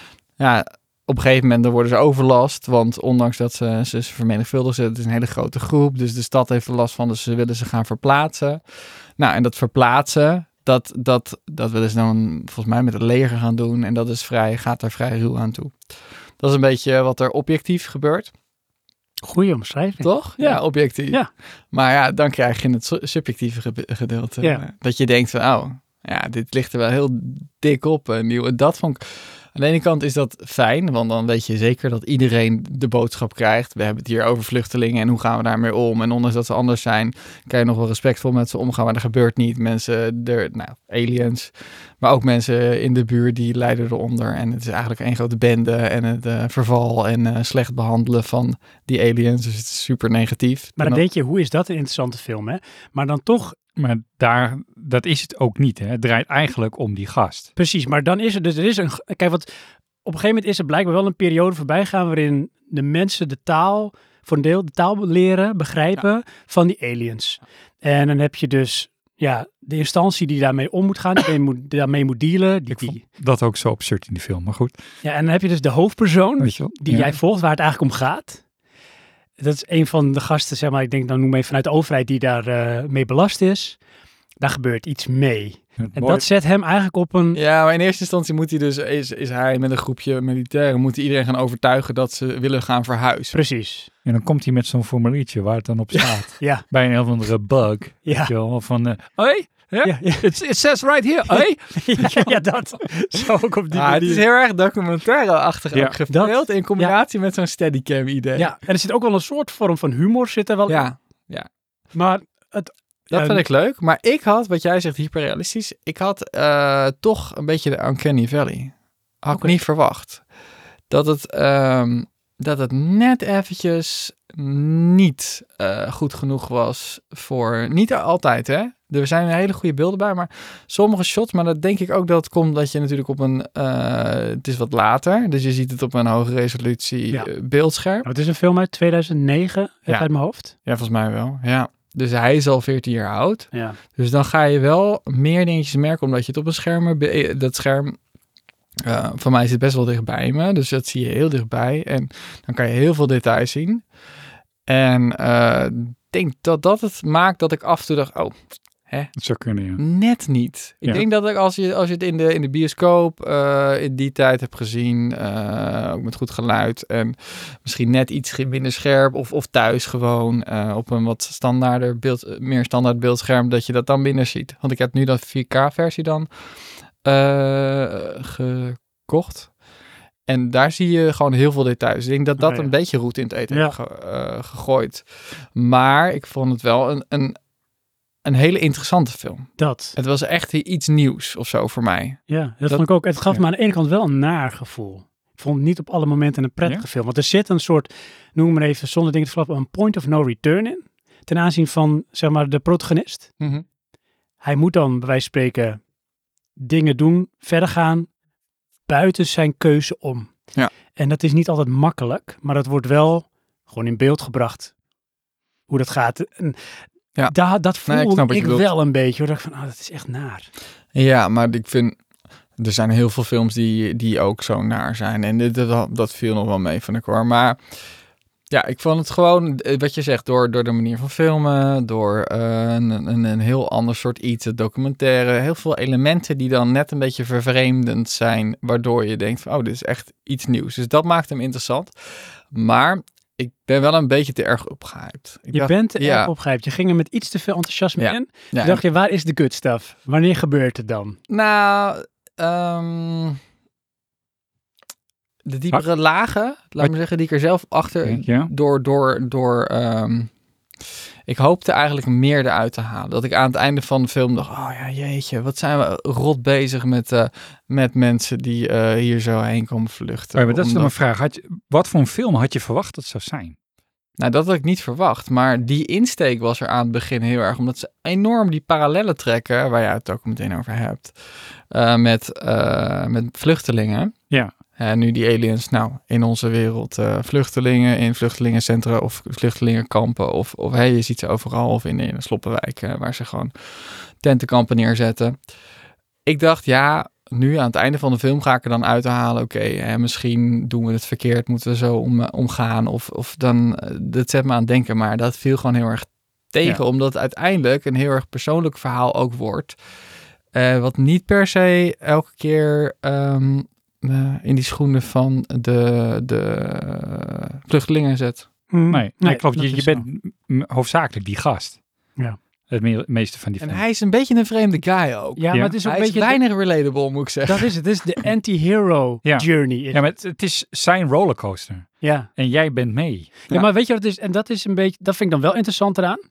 ja, op een gegeven moment dan worden ze overlast, want ondanks dat ze, ze, ze vermenigvuldigen, het is een hele grote groep, dus de stad heeft er last van, dus ze willen ze gaan verplaatsen. Nou, en dat verplaatsen, Dat, dat, dat willen ze dan volgens mij met het leger gaan doen. En dat is vrij, gaat er vrij ruw aan toe. Dat is een beetje wat er objectief gebeurt. Goeie omschrijving. Toch? Ja, Ja. objectief. Ja. Maar ja, dan krijg je het su- subjectieve ge- gedeelte. Ja. Dat je denkt van, oh, ja, dit ligt er wel heel dik op. En die- dat vond ik... Aan de ene kant is dat fijn, want dan weet je zeker dat iedereen de boodschap krijgt. We hebben het hier over vluchtelingen en hoe gaan we daarmee om? En ondanks dat ze anders zijn, kan je nog wel respectvol met ze omgaan, maar dat gebeurt niet. Mensen, er, nou, aliens, maar ook mensen in de buurt die lijden eronder. En het is eigenlijk één grote bende en het uh, verval en uh, slecht behandelen van die aliens. Dus het is super negatief. Maar dan En denk je, hoe is dat een interessante film, hè? Maar dan toch, Maar daar, dat is het ook niet. Hè. Het draait eigenlijk om die gast. precies, maar dan is er dus, er is een, kijk, wat, op een gegeven moment is er blijkbaar wel een periode voorbij gaan waarin de mensen de taal, voor een deel, de taal leren, begrijpen van die aliens. En dan heb je dus, ja, de instantie die daarmee om moet gaan, die daarmee moet, daarmee moet dealen. Die, Ik vond die, dat ook zo absurd in die film, maar goed. ja, en dan heb je dus de hoofdpersoon, Weet je wel? die Ja. jij volgt, waar het eigenlijk om gaat. Dat is een van de gasten, zeg maar, ik denk dan noem even vanuit de overheid die daar uh, mee belast is. Daar gebeurt iets mee. Het En mooie- dat zet hem eigenlijk op een... Ja, maar in eerste instantie moet hij dus, is, is hij met een groepje militairen, moet hij iedereen gaan overtuigen dat ze willen gaan verhuizen. Precies. En dan komt hij met zo'n formuliertje waar het dan op staat. Ja, Bij een of andere bug. ja. Weet je wel, van, uh, hey, yeah, Ja, ja. It, it says right here, hey. ja, ja, dat. Zo ook op die Ah, het manier. is heel erg documentaire-achtig Ja, ook gefilmd in combinatie met zo'n steadicam idee. Ja, en er zit ook wel een soort vorm van humor zit er wel in. Ja, Maar het... dat ja, vind ik leuk. Maar ik had, wat jij zegt, hyperrealistisch. Ik had uh, toch een beetje de Uncanny Valley. Had Oké. ik niet verwacht. Dat het, um, dat het net eventjes niet uh, goed genoeg was voor... Niet altijd, hè? Er zijn hele goede beelden bij, maar sommige shots... Maar dat denk ik ook dat het komt dat je natuurlijk op een... Uh, het is wat later, dus je ziet het op een hoge resolutie Ja. uh, beeldscherm. Het is een film uit tweeduizend negen, Ja. uit mijn hoofd. Ja, volgens mij wel, ja. Dus hij is al veertien jaar oud. Ja. Dus dan ga je wel meer dingetjes merken, omdat je het op een scherm... Be- dat scherm, uh, van mij zit best wel dichtbij me. Dus dat zie je heel dichtbij. En dan kan je heel veel details zien. En uh, ik denk dat dat het maakt dat ik af en toe dacht... oh, hè? Dat zou kunnen, ja. Net niet. Ik Ja. denk dat ik als je, als je het in de, in de bioscoop uh, in die tijd hebt gezien, uh, ook met goed geluid en misschien net iets minder scherp of, of thuis gewoon uh, op een wat standaarder beeld, meer standaard beeldscherm, dat je dat dan minder ziet. Want ik heb nu dat vier K versie dan uh, gekocht. En daar zie je gewoon heel veel details. Ik denk dat dat Oh, ja. een beetje roet in het eten Ja. heeft ge, uh, gegooid. Maar ik vond het wel een, een Een hele interessante film. Dat. Het was echt iets nieuws of zo voor mij. Ja, dat, Dat- vond ik ook. Het gaf ja. me aan de ene kant wel een naar gevoel. Ik vond het niet op alle momenten een prettige Ja? film. Want er zit een soort, noem maar even zonder dingen te flappen, een point of no return in. Ten aanzien van, zeg maar, de protagonist. Hij moet dan, bij wijze van spreken, dingen doen, verder gaan, buiten zijn keuze om. Ja. En dat is niet altijd makkelijk, maar dat wordt wel gewoon in beeld gebracht. Hoe dat gaat. En Ja. daar, dat Nee, ik voelde snap wat ik, je bedoelt. wel een beetje. Hoor. Dat ik van, oh, dat is echt naar. Ja, maar ik vind... Er zijn heel veel films die, die ook zo naar zijn. En dit, dat, dat viel nog wel mee, van ik hoor. Maar ja, ik vond het gewoon, eh, wat je zegt, door, door de manier van filmen, door eh, een, een, een heel ander soort iets, het documentaire, heel veel elementen die dan net een beetje vervreemdend zijn, waardoor je denkt van, oh, dit is echt iets nieuws. Dus dat maakt hem interessant. Maar ik ben wel een beetje te erg opgehyped. Ik Je dacht, bent er ja, erg opgehyped. Je ging er met iets te veel enthousiasme Ja. in. ja, Toen dacht je, waar is de good stuff? Wanneer gebeurt het dan? Nou, ehm, de diepere lagen, laat Wat- me zeggen, die ik er zelf achter, Denk je? door, door, door, ehm, ik hoopte eigenlijk meer eruit te halen. Dat ik aan het einde van de film dacht, oh ja, jeetje, wat zijn we rot bezig met, eh, met mensen die eh, hier zo heen komen vluchten. Oh, maar dat is dan Omdat- een vraag. Had je, wat voor een film had je verwacht dat het zou zijn? Nou, dat had ik niet verwacht. Maar die insteek was er aan het begin heel erg. Omdat ze enorm die parallellen trekken, waar je het ook meteen over hebt, uh, met, uh, met vluchtelingen. Ja. En nu die aliens, nou, in onze wereld, uh, vluchtelingen in vluchtelingencentra of vluchtelingenkampen. Of, of hey, je ziet ze overal. Of in, in een sloppenwijk, uh, waar ze gewoon tentenkampen neerzetten. Ik dacht, ja, nu aan het einde van de film ga ik er dan uithalen. Oké, okay, misschien doen we het verkeerd, moeten we zo om, omgaan. Of, of dan, uh, dat zet me aan het denken. Maar dat viel gewoon heel erg tegen. Ja. Omdat het uiteindelijk een heel erg persoonlijk verhaal ook wordt. Uh, wat niet per se elke keer um, uh, in die schoenen van de, de vluchtelingen zet. Hmm. Nee, nee, klopt. dat Je, je is bent zo. m- hoofdzakelijk die gast. Ja. Het me- meeste van die En films. hij is een beetje een vreemde guy ook. Ja, maar het is ook Hij een is beetje... weinig relatable, moet ik zeggen. Dat is het. Het is de anti-hero Ja. journey. Ja, maar het, het is zijn rollercoaster. ja. En jij bent mee. Ja, Ja. maar weet je wat het is? En dat is een beetje, dat vind ik dan wel interessant eraan.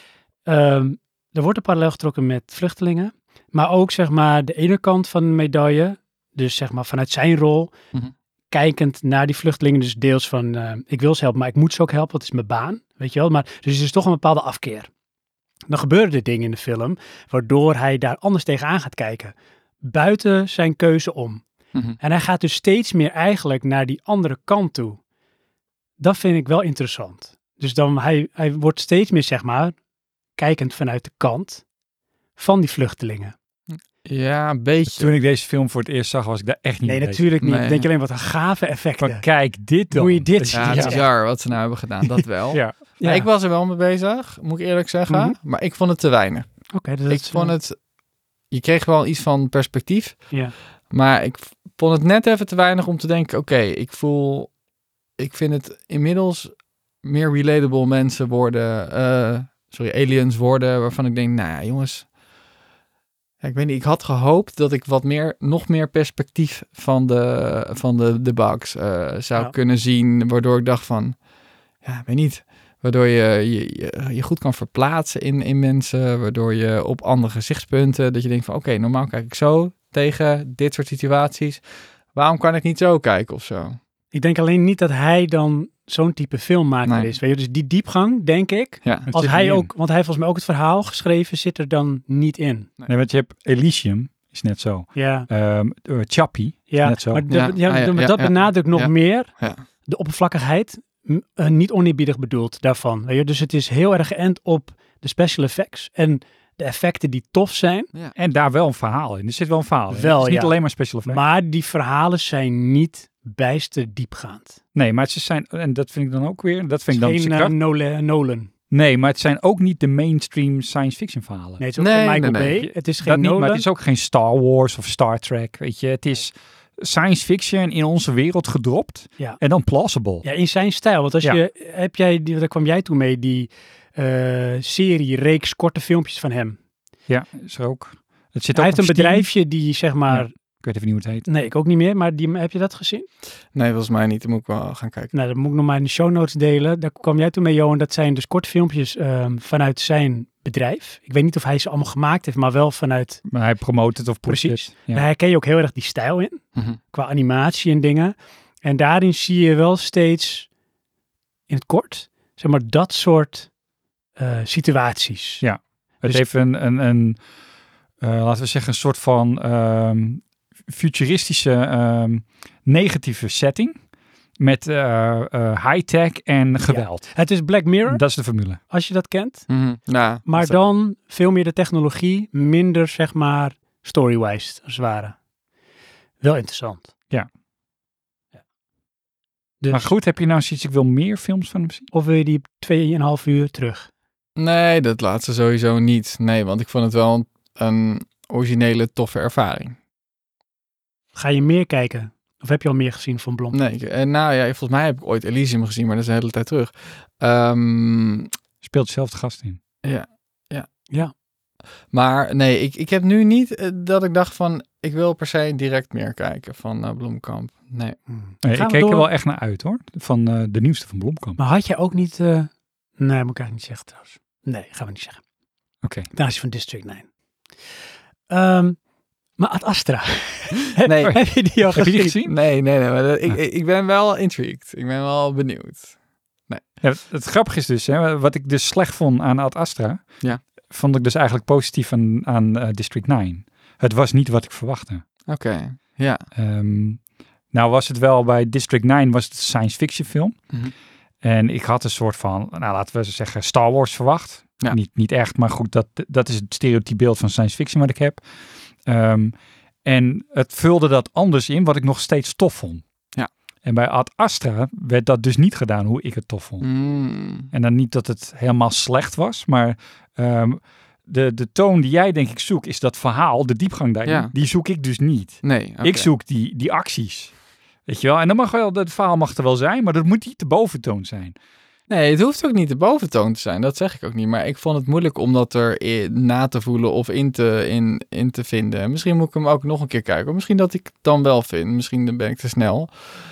Ehm, er wordt een parallel getrokken met vluchtelingen, maar ook zeg maar de ene kant van de medaille, dus zeg maar vanuit zijn rol, Mhm. kijkend naar die vluchtelingen, dus deels van eh, ik wil ze helpen, maar ik moet ze ook helpen, dat is mijn baan, weet je wel. Maar dus er is toch een bepaalde afkeer. Dan gebeuren er dingen in de film, waardoor hij daar anders tegenaan gaat kijken, buiten zijn keuze om. Mhm. En hij gaat dus steeds meer eigenlijk naar die andere kant toe. Dat vind ik wel interessant. Dus dan hij, hij wordt steeds meer, zeg maar, kijkend vanuit de kant van die vluchtelingen. Ja, een beetje. Toen ik deze film voor het eerst zag, was ik daar echt niet Nee, mee natuurlijk niet. Nee. Dan denk je alleen, wat een gave effecten. Van kijk, dit dan. Moet je dit Ja, het is Ja. bizar wat ze nou hebben gedaan, dat wel. Ja. Ja. Maar ik was er wel mee bezig, moet ik eerlijk zeggen. Mhm. Maar ik vond het te weinig. Oké, dus ik dat is, vond eh, het... Je kreeg wel iets van perspectief. Ja. Maar ik vond het net even te weinig om te denken... Oké, okay, ik voel... Ik vind het inmiddels meer relatable mensen worden... Uh, sorry, aliens worden... Waarvan ik denk, nou ja, jongens... Ja, ik weet niet, ik had gehoopt dat ik wat meer... Nog meer perspectief van de, van de, de bugs uh, zou Ja. kunnen zien. Waardoor ik dacht van... Ja, ik weet niet... Waardoor je je, je je goed kan verplaatsen in, in mensen. Waardoor je op andere gezichtspunten... Dat je denkt van oké, okay, normaal kijk ik zo tegen dit soort situaties. Waarom kan ik niet zo kijken of zo? Ik denk alleen niet dat hij dan zo'n type filmmaker Nee. is. Weet je? Dus die diepgang, denk ik... Ja, Het Als zit hij niet in. ook, want hij heeft volgens mij ook het verhaal geschreven, zit er dan niet in. Nee, want je hebt Elysium, is net zo. Ja, Um, uh, Chappie, is ja. net zo. Maar, de- Ja. ja, Ah, ja, maar ja, dat ja. benadrukt nog Ja. meer ja. de oppervlakkigheid, m- uh, niet oneerbiedig bedoeld daarvan. Weet je? Dus het is heel erg geënt op de special effects en de effecten die tof zijn. Ja. En daar wel een verhaal in. Er zit wel een verhaal in. Wel, Het is niet ja. alleen maar special effects. Maar die verhalen zijn niet bijster diepgaand. Nee, maar ze zijn, en dat vind ik dan ook weer, dat vind ik dan Geen zijn uh, kracht. Nolan. Nolan. Nee, maar het zijn ook niet de mainstream science fiction verhalen. Nee, het is ook Nee, geen Michael nee, nee. Bay. Het is geen dat niet, Nolan. maar het is ook geen Star Wars of Star Trek, weet je. Het is science fiction in onze wereld gedropt Ja. en dan plausible. Ja, in zijn stijl. Want als Ja. je, heb jij, die- daar kwam jij toe mee, die uh, serie, reeks, korte filmpjes van hem. Ja, is er ook. Het zit Hij ook heeft op een Steam. bedrijfje die zeg maar... Ja. Ik weet even niet hoe het heet. Nee, ik ook niet meer, maar die, heb je dat gezien? Nee, volgens mij niet. Dan moet ik wel gaan kijken. Nou, dat moet ik nog maar in de show notes delen. Daar kwam jij toen mee, Johan. Dat zijn dus korte filmpjes um, vanuit zijn bedrijf. Ik weet niet of hij ze allemaal gemaakt heeft, maar wel vanuit... Maar hij promoot het of pusht Precies. het. Ja. Daar herken je ook heel erg die stijl in. Mhm. Qua animatie en dingen. En daarin zie je wel steeds, in het kort, zeg maar, dat soort uh, situaties. Ja. Het Dus- heeft een, een, een uh, laten we zeggen, een soort van um, futuristische um, negatieve setting. Met uh, uh, high-tech en geweld. Het is Black Mirror, Dat is de formule. als je dat kent. Mhm. Ja, Maar dat- dan veel meer de technologie, minder zeg maar story-wise, als het ware. Wel interessant. Ja. ja. Dus, Maar goed, heb je nou zoiets, ik wil meer films van hem zien? of wil je die tweeënhalf uur terug? Nee, dat laatste sowieso niet. Nee, want ik vond het wel een, een originele, toffe ervaring. Ga je meer kijken? Of heb je al meer gezien van Blom? Nee, ik- eh, nou ja, volgens mij heb ik ooit Elysium gezien, maar dat is een hele tijd terug. Ehm, Speelt dezelfde gast in. ja, ja. Ja. Maar nee, ik, ik heb nu niet eh, dat ik dacht van, ik wil per se direct meer kijken van uh, Blomkamp. Nee. Hmm. Nee, Gaan ik we keek er door? wel echt naar uit hoor. Van uh, de nieuwste van Blomkamp. Maar had jij ook niet... Uh... Nee, moet ik eigenlijk niet zeggen trouwens. Nee, gaan we niet zeggen. Oké. Okay. Daar is van District nine. Um, maar Ad Astra. Nee. Heb je die al Heb je die gezien? gezien? Nee, nee, nee. Maar dat, ik, Ah. ik ben wel intrigued. Ik ben wel benieuwd. Nee. Ja, het, het grappige is dus, hè, wat ik dus slecht vond aan Ad Astra, Ja. vond ik dus eigenlijk positief aan, aan uh, District nine. Het was niet wat ik verwachtte. Oké, okay. ja. Um, nou was het wel bij District nine was het een science fiction film. Mm-hmm. En ik had een soort van, nou laten we zeggen, Star Wars verwacht. Ja. Niet, niet echt, maar goed, dat, dat is het stereotypebeeld van science fiction wat ik heb. Um, en het vulde dat anders in, wat ik nog steeds tof vond. Ja. En bij Ad Astra werd dat dus niet gedaan hoe ik het tof vond. Mm. En dan niet dat het helemaal slecht was, maar um, de, de toon die jij denk ik zoekt, is dat verhaal, de diepgang daarin, Ja. die zoek ik dus niet. Nee, okay. Ik zoek die, die acties. Weet je wel? En dan mag wel, het verhaal mag er wel zijn, maar dat moet niet de boventoon zijn. Nee, het hoeft ook niet de boventoon te zijn. Dat zeg ik ook niet. Maar ik vond het moeilijk om dat er in, na te voelen of in te, in, in te vinden. Misschien moet ik hem ook nog een keer kijken. Of misschien dat ik het dan wel vind. Misschien ben ik te snel.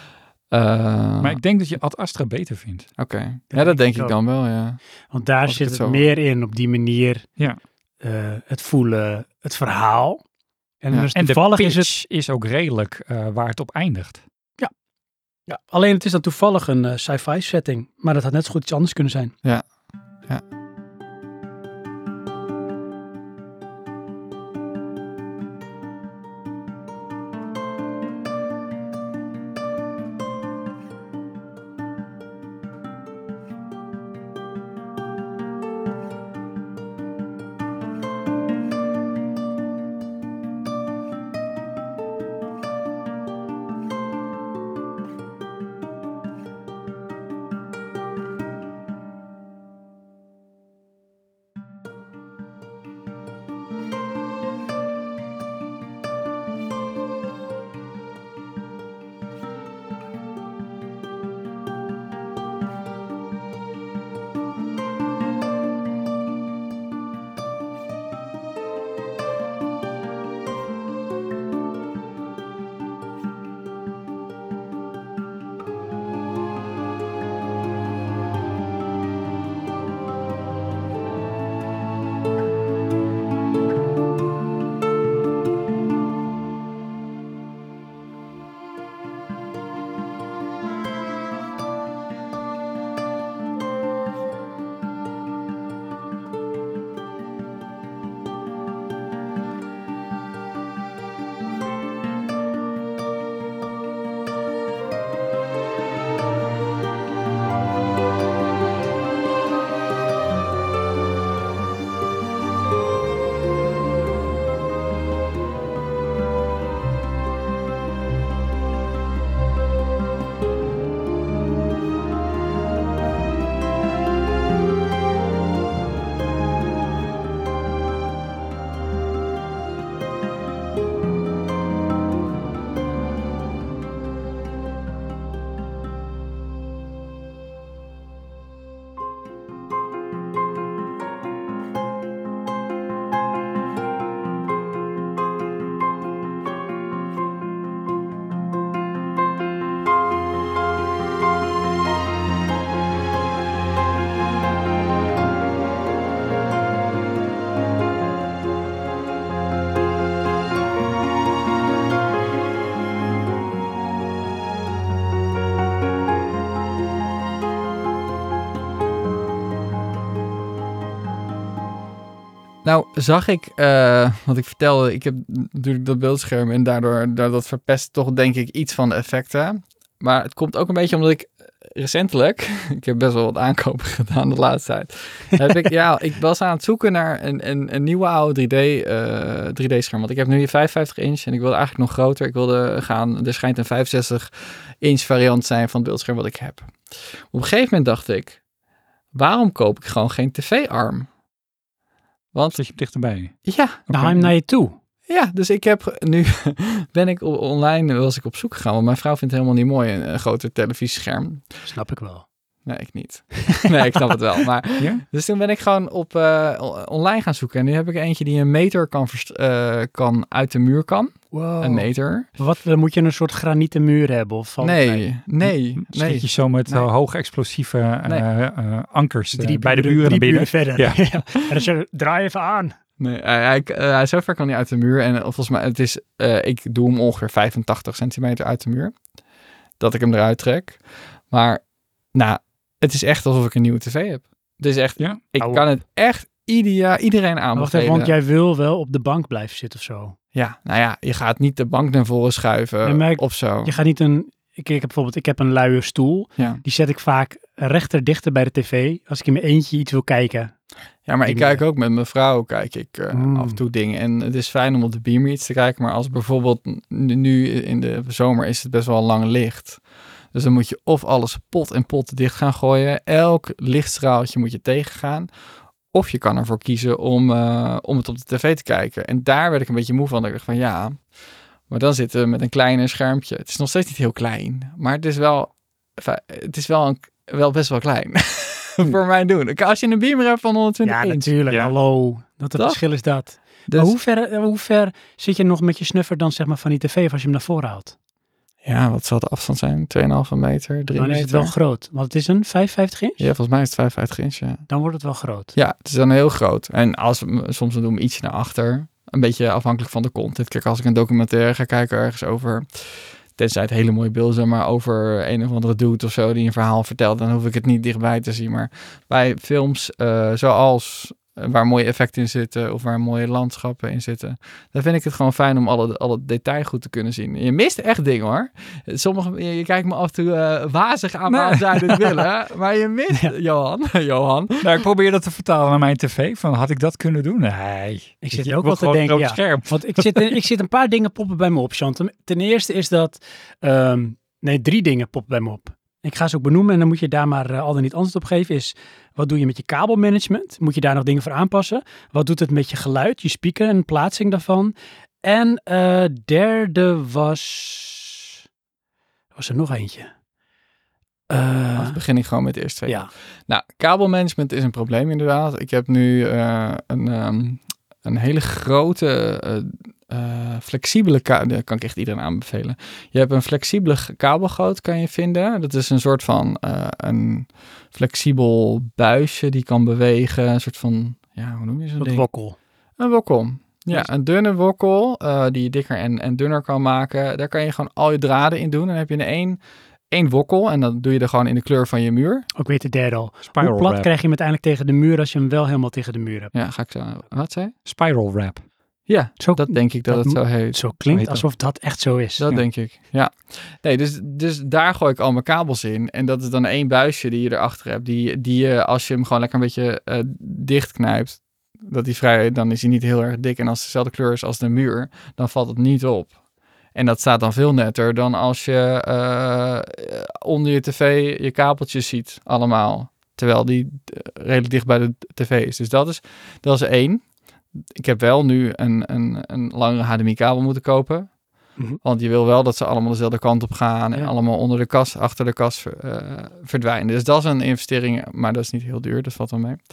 Uh, maar ik denk dat je Ad Astra beter vindt. Oké. Okay. Ja, dat denk ik, ik dan wel, ja. Want daar Als zit het het zo... meer in op die manier. Ja. Uh, het voelen, het verhaal. En, ja. dus en toevallig de pitch is het is ook redelijk uh, waar het op eindigt. Ja. Ja. Alleen het is dan toevallig een uh, sci-fi setting. Maar dat had net zo goed iets anders kunnen zijn. Ja. Ja. Nou, zag ik, uh, wat ik vertelde, ik heb natuurlijk dat beeldscherm en daardoor, dat verpest toch denk ik iets van de effecten. Maar het komt ook een beetje omdat ik recentelijk, ik heb best wel wat aankopen gedaan de laatste tijd, heb ik, ja, ik was aan het zoeken naar een, een, een nieuwe oude drie D, uh, drie D-scherm. Want ik heb nu een vijfenvijftig inch en ik wilde eigenlijk nog groter. Ik wilde gaan, er schijnt een vijfenzestig inch variant zijn van het beeldscherm wat ik heb. Op een gegeven moment dacht ik, waarom koop ik gewoon geen tv-arm? Want zit je dichterbij? Ja. Okay. Nou, hem naar je toe. Ja, dus ik heb nu ben ik online was ik op zoek gegaan, want mijn vrouw vindt het helemaal niet mooi een, een groter televisiescherm. Snap ik wel. Nee, ik niet. Nee, ik snap het wel. Maar ja? Dus toen ben ik gewoon op uh, online gaan zoeken en nu heb ik eentje die een meter kan, verst- uh, kan uit de muur kan. Wow. Een meter. Wat, dan moet je een soort granieten muur hebben? Of valt nee, nee, nee. Schiet nee. je zo met nee. uh, hoog explosieve uh, nee. uh, ankers drie uh, bij de buren, buren naar drie binnen. verder. Ja. Ja. En dan zeg je, draai even aan. Nee, hij, hij, uh, zover kan hij uit de muur. En volgens mij, het is, uh, ik doe hem ongeveer vijfentachtig centimeter uit de muur. Dat ik hem eruit trek. Maar, nou, het is echt alsof ik een nieuwe tv heb. Het is echt, ja? ik oh. kan het echt idea, iedereen aanbevelen. Wacht even, want jij wil wel op de bank blijven zitten of zo. Ja, nou ja, je gaat niet de bank naar voren schuiven nee, ik, of zo. Je gaat niet een, ik, ik heb bijvoorbeeld, ik heb een luie stoel. Ja. Die zet ik vaak rechter dichter bij de tv als ik in mijn eentje iets wil kijken. Ja, maar ik kijk ook met mijn vrouw, kijk ik uh, mm. af en toe dingen. En het is fijn om op de beamer iets te kijken. Maar als bijvoorbeeld nu in de zomer is het best wel lang licht. Dus dan moet je of alles pot en pot dicht gaan gooien. Elk lichtstraaltje moet je tegengaan. Of je kan ervoor kiezen om, uh, om het op de tv te kijken. En daar werd ik een beetje moe van. Dat ik dacht van ja, maar dan zitten we met een kleiner schermpje. Het is nog steeds niet heel klein. Maar het is wel, het is wel, een, wel best wel klein. Voor mijn doen. Als je een beamer hebt van honderdtwintig ja, inch. Natuurlijk, ja, natuurlijk. Hallo. Dat het verschil is dat. Dus, maar hoe ver, hoe ver zit je nog met je snuffer dan zeg maar van die tv of als je hem naar voren haalt? Ja, wat zal de afstand zijn? twee komma vijf meter, drie meter? Dan is het wel groot. Want het is een vijfenvijftig inch? Ja, volgens mij is het vijfenvijftig inch, ja. Dan wordt het wel groot. Ja, het is dan heel groot. En als soms doen we iets naar achter. Een beetje afhankelijk van de content. Kijk, als ik een documentaire ga kijken ergens over... Tenzij het hele mooie beelden zijn, maar over een of andere dude of zo die een verhaal vertelt, dan hoef ik het niet dichtbij te zien. Maar bij films uh, zoals uh, waar mooie effecten in zitten of waar mooie landschappen in zitten, dan vind ik het gewoon fijn om alle, alle detail goed te kunnen zien. Je mist echt dingen hoor. Sommige, je, je kijkt me af en toe uh, wazig aan waarom zou je dit willen, maar je mist, ja. Johan. Johan. Nou, ik probeer dat te vertalen naar mijn tv. Van, had ik dat kunnen doen? Nee. Ik zit ook wel te denken, ja. Scherm. Want ik zit, ik zit een paar dingen poppen bij me op, Chantal. Ten eerste is dat, um, nee, drie dingen poppen bij me op. Ik ga ze ook benoemen en dan moet je daar maar uh, al dan niet antwoord op geven. Is, wat doe je met je kabelmanagement? Moet je daar nog dingen voor aanpassen? Wat doet het met je geluid, je speaker en plaatsing daarvan? En uh, derde was... Was er nog eentje? Uh, Anders begin ik gewoon met de eerste twee. Ja. Nou, kabelmanagement is een probleem inderdaad. Ik heb nu uh, een, um, een hele grote... Uh, Uh, flexibele kabel, dat kan ik echt iedereen aanbevelen. Je hebt een flexibele kabelgoot, kan je vinden. Dat is een soort van uh, een flexibel buisje die kan bewegen. Een soort van, ja, hoe noem je zo'n ding? Een wokkel. Een wokkel. Ja, een dunne wokkel uh, die je dikker en, en dunner kan maken. Daar kan je gewoon al je draden in doen. En dan heb je er één, één wokkel en dan doe je er gewoon in de kleur van je muur. Ook weet de derde al. Spiral Hoe plat wrap. krijg je hem uiteindelijk tegen de muur als je hem wel helemaal tegen de muur hebt? Ja, ga ik zo. Wat zei je? Spiral wrap. Ja, zo, dat denk ik dat, dat het zo heet. Zo klinkt alsof dat echt zo is. Dat ja. denk ik, ja. Nee, dus, dus daar gooi ik al mijn kabels in. En dat is dan één buisje die je erachter hebt. Die, die je, als je hem gewoon lekker een beetje uh, dichtknijpt, dat die vrij, dan is hij niet heel erg dik. En als het dezelfde kleur is als de muur, dan valt het niet op. En dat staat dan veel netter dan als je uh, onder je tv je kabeltjes ziet allemaal. Terwijl die uh, redelijk dicht bij de tv is. Dus dat is, dat is één. Ik heb wel nu een, een, een langere H D M I-kabel moeten kopen. Mm-hmm. Want je wil wel dat ze allemaal dezelfde kant op gaan. Ja. En allemaal onder de kas, achter de kas uh, verdwijnen. Dus dat is een investering, maar dat is niet heel duur. Dat valt wel mee.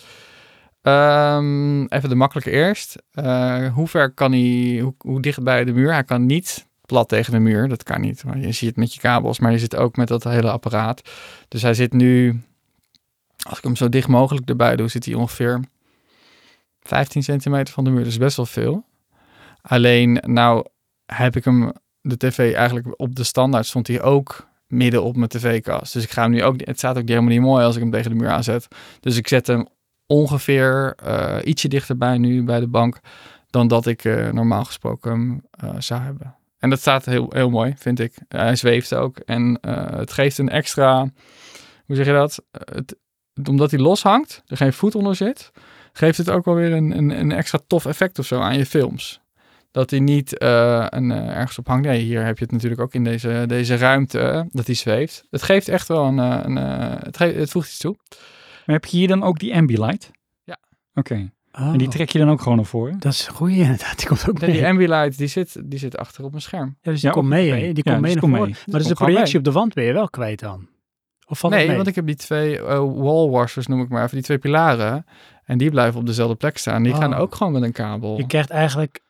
Um, even de makkelijke eerst. Uh, hoe ver kan hij, hoe, hoe dicht bij de muur? Hij kan niet plat tegen de muur. Dat kan niet. Je ziet het met je kabels, maar je zit ook met dat hele apparaat. Dus hij zit nu, als ik hem zo dicht mogelijk erbij doe, zit hij ongeveer vijftien centimeter van de muur, dat is best wel veel. Alleen, nou heb ik hem, de tv eigenlijk op de standaard stond hij ook midden op mijn tv-kast. Dus ik ga hem nu ook, het staat ook helemaal niet mooi als ik hem tegen de muur aanzet. Dus ik zet hem ongeveer uh, ietsje dichterbij nu bij de bank dan dat ik uh, normaal gesproken uh, zou hebben. En dat staat heel, heel mooi, vind ik. Uh, hij zweeft ook en uh, het geeft een extra, hoe zeg je dat? Uh, het, omdat hij loshangt, er geen voet onder zit, geeft het ook wel weer een, een, een extra tof effect of zo aan je films. Dat hij niet uh, een, uh, ergens op hangt. Nee, hier heb je het natuurlijk ook in deze, deze ruimte, uh, dat hij zweeft. Het geeft echt wel een, uh, een uh, het, geeft, het voegt iets toe. Maar heb je hier dan ook die ambilight? Ja. Oké. Okay. Oh, en die trek je dan ook gewoon naar voren? dat is een goeie inderdaad. Die komt ook Nee, mee. die ambilight, die zit, die zit achter op mijn scherm. Ja, dus die Ja, komt mee, oké. hè? Die Ja, komt mee dus naar kom voren. mee. Maar dus de Kom gewoon projectie mee. op de wand ben je wel kwijt dan? Of valt het Nee, mee? want ik heb die twee uh, wall washers, noem ik maar even, die twee pilaren. En die blijven op dezelfde plek staan. Die Oh. gaan ook gewoon met een kabel. Je krijgt eigenlijk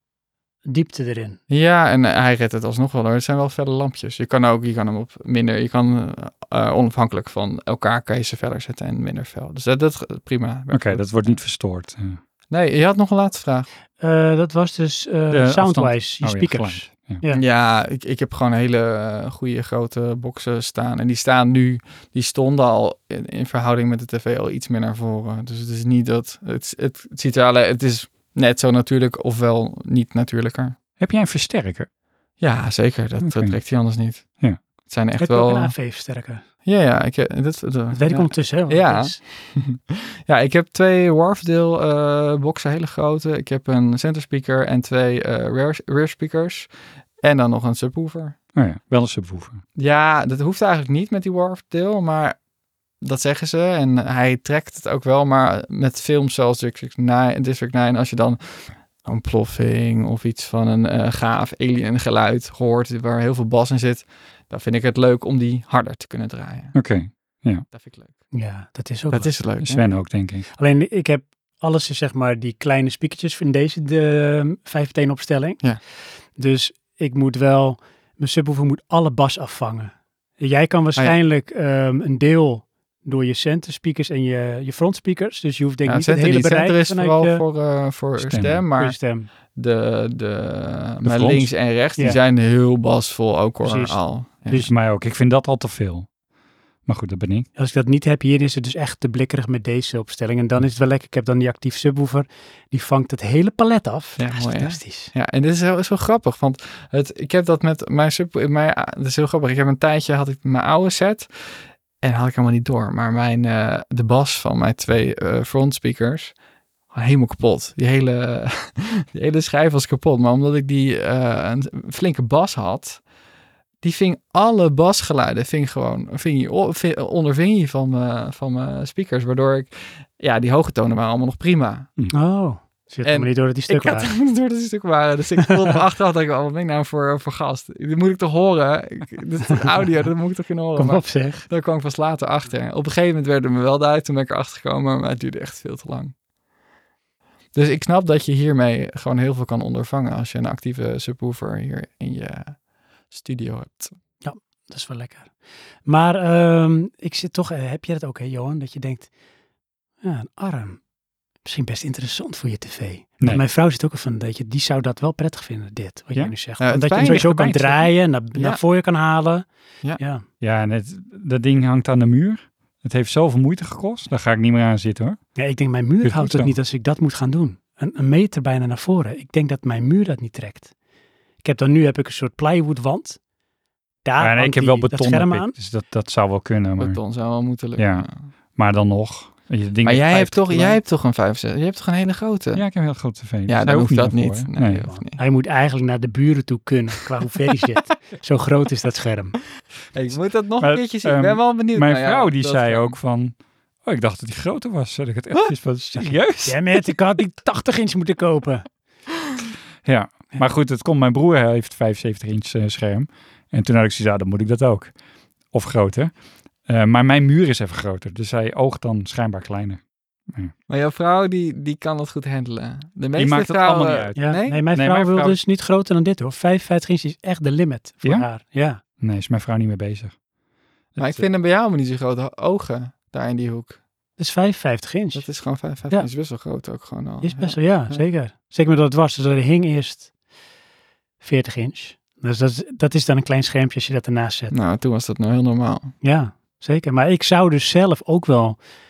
diepte erin. Ja, en uh, hij redt het alsnog wel hoor. Het zijn wel felle lampjes. Je kan ook, je kan hem op minder, je kan uh, onafhankelijk van elkaar kan je ze verder zetten en minder fel. Dus dat, dat prima. Oké, okay, dat wordt niet verstoord. Uh. Nee, je had nog een laatste vraag. Uh, dat was dus uh, soundwise, je oh, speakers. Ja, ja. ja. ja ik, ik heb gewoon hele uh, goede grote boxen staan. En die staan nu, die stonden al in, in verhouding met de tv al iets meer naar voren. Dus het is niet dat, het, het, het ziet er alleen, het is net zo natuurlijk ofwel niet natuurlijker. Heb jij een versterker? Ja, zeker. Dat, okay. dat trekt hij anders niet. Ja. Het zijn echt heb wel... je ook een A V-versterker? Ja, ja. Ik, dat, dat, dat weet ik ja. ondertussen. Hè, ja. Is... ja, ik heb twee Wharfdale uh, boxen, hele grote. Ik heb een center speaker en twee uh, rear, rear speakers. En dan nog een subwoofer. Oh ja, wel een subwoofer. Ja, dat hoeft eigenlijk niet met die Wharfdale, maar dat zeggen ze. En hij trekt het ook wel, maar met films zoals District nine, District nine, als je dan een ploffing of iets van een uh, gaaf alien geluid hoort waar heel veel bas in zit, dan vind ik het leuk om die harder te kunnen draaien. Oké, okay. Ja. Dat vind ik leuk. Ja, dat is ook Dat leuk. is leuk. Sven hè? ook, denk ik. Alleen, ik heb alles, zeg maar, die kleine speakertjes in deze de vijf-teen opstelling. Ja. Dus ik moet wel, mijn subwoofer moet alle bas afvangen. Jij kan waarschijnlijk ah, ja. um, een deel door je center speakers en je, je front speakers. Dus je hoeft denk ik ja, niet het hele niet. bereik Center is vooral je... voor, uh, voor stem, stem maar stem. de, de, de mijn links en rechts, ja. die zijn heel basvol ook hoor, Precies. al. Ja. Dus mij ook. Ik vind dat al te veel. Maar goed, dat ben ik. Als ik dat niet heb, hier is het dus echt te blikkerig met deze opstelling. En dan is het wel lekker. Ik heb dan die actief subwoofer. Die vangt het hele palet af. Ja, dat is mooi, fantastisch. Ja, en dit is heel, is wel grappig. Want het, ik heb dat met mijn subwoofer. Dat is heel grappig. Ik heb een tijdje, had ik mijn oude set. En had ik helemaal niet door. Maar mijn, uh, de bas van mijn twee uh, front speakers, helemaal kapot. Die hele, die hele schijf was kapot. Maar omdat ik die uh, een flinke bas had, die ving alle basgeluiden, ving gewoon, ving je, onderving je van mijn, van mijn speakers. Waardoor ik, ja, die hoge tonen waren allemaal nog prima. Oh. Je had helemaal niet door dat die stuk ik waren. Ik had helemaal niet door dat die stuk waren. Dus ik voelde me achteraf, dat ik, oh, wat ben ik nou voor, voor gast? Dit moet ik toch horen? Ik, dit is audio, dat moet ik toch kunnen horen? Kom maar op zeg. Daar kwam ik pas later achter. Op een gegeven moment werd het me wel duidelijk, toen ben ik erachter gekomen, maar het duurde echt veel te lang. Dus ik snap dat je hiermee gewoon heel veel kan ondervangen als je een actieve subwoofer hier in je studio hebt. Ja, dat is wel lekker. Maar um, ik zit toch, heb je dat ook hè Johan, dat je denkt, ja, een arm. Misschien best interessant voor je tv. Nee. Mijn vrouw zit ook van, dat je, die zou dat wel prettig vinden, dit, wat ja? jij nu zegt. Ja, Omdat je hem sowieso kan draaien, naar, ja. naar voor je kan halen. Ja, ja. ja en het, dat ding hangt aan de muur. Het heeft zoveel moeite gekost. Daar ga ik niet meer aan zitten hoor. Ja, ik denk, mijn muur houdt het zo. niet als ik dat moet gaan doen. Een, een meter bijna naar voren. Ik denk dat mijn muur dat niet trekt. Ik heb dan nu heb ik een soort plywoodwand. Daar ja, nee, ik heb die, wel beton aan. Dus dat, dat zou wel kunnen. Maar... Beton zou wel moeten lukken. Ja, maar dan nog. Je, maar jij hebt, toch, jij hebt toch een vijfenzestig? Je hebt toch een hele grote? Ja, ik heb een hele grote tv. Ja, dus dan hoeft niet dat voor, niet. Nee, nee. hoeft niet. Hij moet eigenlijk naar de buren toe kunnen, qua hoe ver hij zit. Zo groot is dat scherm. Hey, ik moet dat nog maar, een keertje zien. Um, ik ben wel benieuwd. Mijn naar vrouw jou, die zei scherm. ook van... Oh, ik dacht dat hij groter was. Dat ik het echt is van serieus. Ja, met ik had die tachtig inch moeten kopen. Ja, maar goed, het komt. Mijn broer heeft vijfenzeventig inch uh, scherm. En toen had ik zoiets, ja, dan moet ik dat ook. Of groter. Uh, maar mijn muur is even groter. Dus hij oogt dan schijnbaar kleiner. Ja. Maar jouw vrouw, die, die kan dat goed handelen. De meeste die maakt het vrouwen... allemaal niet uit. Ja, nee? nee, mijn vrouw nee, mijn wil vrouw... dus niet groter dan dit hoor. vijfenvijftig inch is echt de limit voor ja? haar. Ja. Nee, is mijn vrouw niet mee bezig. Maar het, ik vind hem bij jou maar niet zo grote ogen, daar in die hoek. Dat is vijfenvijftig inch. Dat is gewoon vijfenvijftig ja. inch, is best wel groot ook gewoon al. Is best wel, ja, ja, zeker. Zeker met dat het was. Dus er hing eerst veertig inch. Dus dat is, dat is dan een klein schermpje als je dat ernaast zet. Nou, toen was dat nou heel normaal. Ja, zeker. Maar ik zou dus zelf ook wel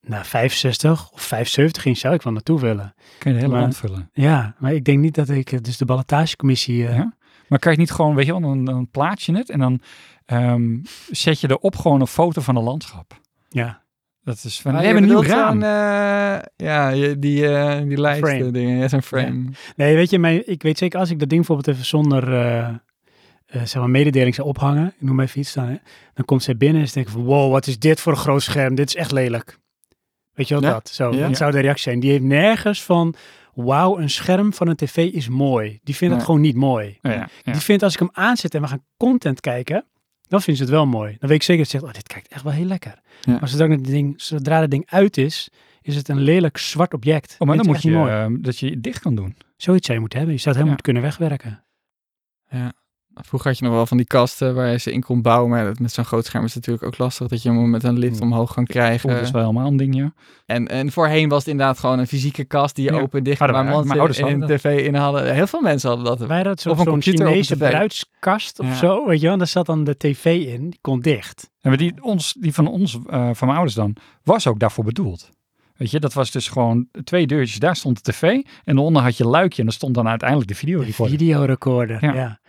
nou, vijfenzestig of vijfenzeventig inch zou ik wel naartoe willen. Kun je de hele Maar- land vullen. Ja, maar ik denk niet dat ik, eh, dus de ballotagecommissie... eh, Ja? Maar kan je het niet gewoon, weet je wel, dan, dan plaats je het en dan ehm, zet je erop gewoon een foto van een landschap. ja. Dat is van, Maar we je hebben een nieuw bedoelt raam. zo'n, eh, ja, je- die, eh die lijst Frame. eh, dingen. Ja, zo'n frame. Nee, weet je, mijn, ik weet zeker als ik dat ding bijvoorbeeld even zonder eh, eh, zeg maar mededeling zou ophangen, ik noem even iets dan, hè, dan komt zij binnen en ze denkt van, wow, wat is dit voor een groot scherm, dit is echt lelijk. Weet je wel Ja. dat? Zo, Ja. dat zou de reactie zijn. Die heeft nergens van, wauw, een scherm van een tv is mooi. Die vindt het Nee. gewoon niet mooi. Ja, ja, ja. Die vindt als ik hem aanzet en we gaan content kijken, dan vindt ze het wel mooi. Dan weet ik zeker dat ze zegt, oh, dit kijkt echt wel heel lekker. Ja. Maar zodra het ding, zodra het ding uit is, is het een lelijk zwart object. Oh, maar Dit dan is moet echt je, niet mooi. ehm, dat je het dicht kan doen. Zoiets zou je moeten hebben. Je zou het helemaal Ja. moeten kunnen wegwerken. Ja. Vroeger had je nog wel van die kasten waar je ze in kon bouwen. Maar dat met zo'n groot scherm is het natuurlijk ook lastig dat je hem met een lift Ja. omhoog kan krijgen. Dat is wel helemaal een ding, ja. En, en voorheen was het inderdaad gewoon een fysieke kast die je Ja. open en dicht Hadden waar wij- mensen mijn ouders in hadden tv in hadden. Heel veel mensen hadden dat. Wij hadden zo- Of een zo'n computer op een Chinese tv. bruidskast of Ja. zo, weet je wel. En daar zat dan de tv in, die kon dicht. En maar die, ons, die van ons, eh, van mijn ouders dan, was ook daarvoor bedoeld. Weet je, dat was dus gewoon twee deurtjes. Daar stond de tv en daaronder had je een luikje en daar stond dan uiteindelijk de De videorecorder. videorecorder, ja. Ja. ja.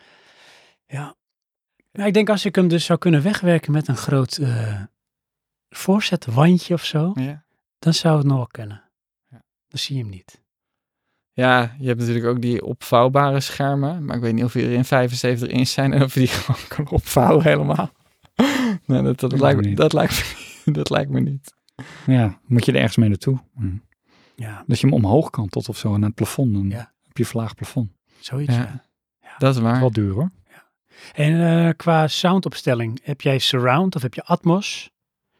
Nou, ik denk als ik hem dus zou kunnen wegwerken met een groot eh voorzetwandje of zo, Ja. dan zou het nog wel kunnen. Ja. Dan zie je hem niet. Ja, je hebt natuurlijk ook die opvouwbare schermen. Maar ik weet niet of die er in vijfenzeventig inch zijn en of je die gewoon kan opvouwen helemaal. Nee, dat, dat, Ik lijkt, ook me- niet. dat, lijkt me, dat lijkt me niet. Ja, moet je er ergens mee naartoe. Hm. Ja, Dat je hem omhoog kan tot of zo naar het plafond. Dan Ja. heb je verlaagd plafond. zoiets, Ja. ja. Dat is Dat is waar. wel duur hoor. En eh, qua soundopstelling, heb jij surround of heb je Atmos?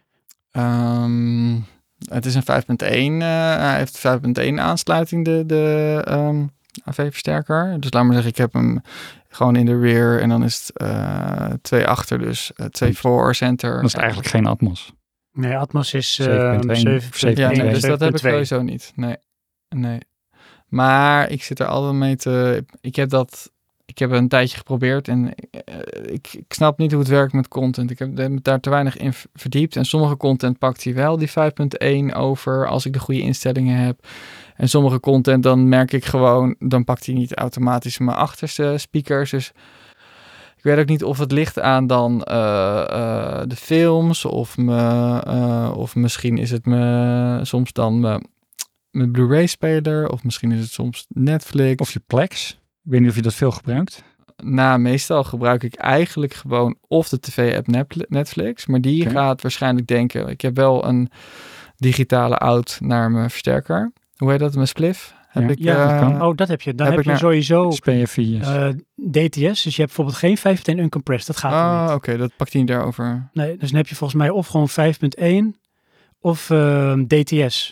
Ehm, het is een vijf punt één. eh, hij heeft vijf punt één aansluiting, de, de ehm, A V-versterker. Dus laat maar zeggen, ik heb hem gewoon in de rear en dan is het eh, twee achter, dus eh, twee voor, center. Dan is het eigenlijk geen Atmos. Nee, Atmos is zeven punt één, zeven punt één, Ja, nee, zeven dus dat heb ik zeven punt twee. sowieso niet. Nee, nee. Maar ik zit er altijd mee te... Ik heb dat... Ik heb het een tijdje geprobeerd en eh, ik, ik snap niet hoe het werkt met content. Ik heb me daar te weinig in verdiept. En sommige content pakt hij wel die vijf punt één over als ik de goede instellingen heb. En sommige content dan merk ik gewoon, dan pakt hij niet automatisch mijn achterste speakers. Dus ik weet ook niet of het ligt aan dan eh, eh, de films of, me, eh, of misschien is het me, soms dan me, mijn Blu-ray speler of misschien is het soms Netflix. Of je Plex. Ik weet niet of je dat veel gebruikt. Nou, meestal gebruik ik eigenlijk gewoon of de tv-app Nep- Netflix, maar die Oké. gaat waarschijnlijk denken, ik heb wel een digitale out naar mijn versterker. Hoe heet dat? Mijn spliff? Heb Ja. ik, Ja, eh, dat kan. Oh, dat heb je. Dan heb heb, ik je naar- sowieso S P F vier. eh, D T S. Dus je hebt bijvoorbeeld geen vijf punt één uncompressed. Dat gaat er Oh, niet. oké, dat pakt hij niet daarover. Nee, dus dan heb je volgens mij of gewoon vijf punt één of eh, D T S.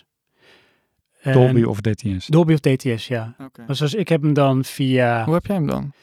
En- Dolby of D T S. Dolby of D T S, ja. Oké. Dus als ik heb hem dan via Hoe heb jij hem dan?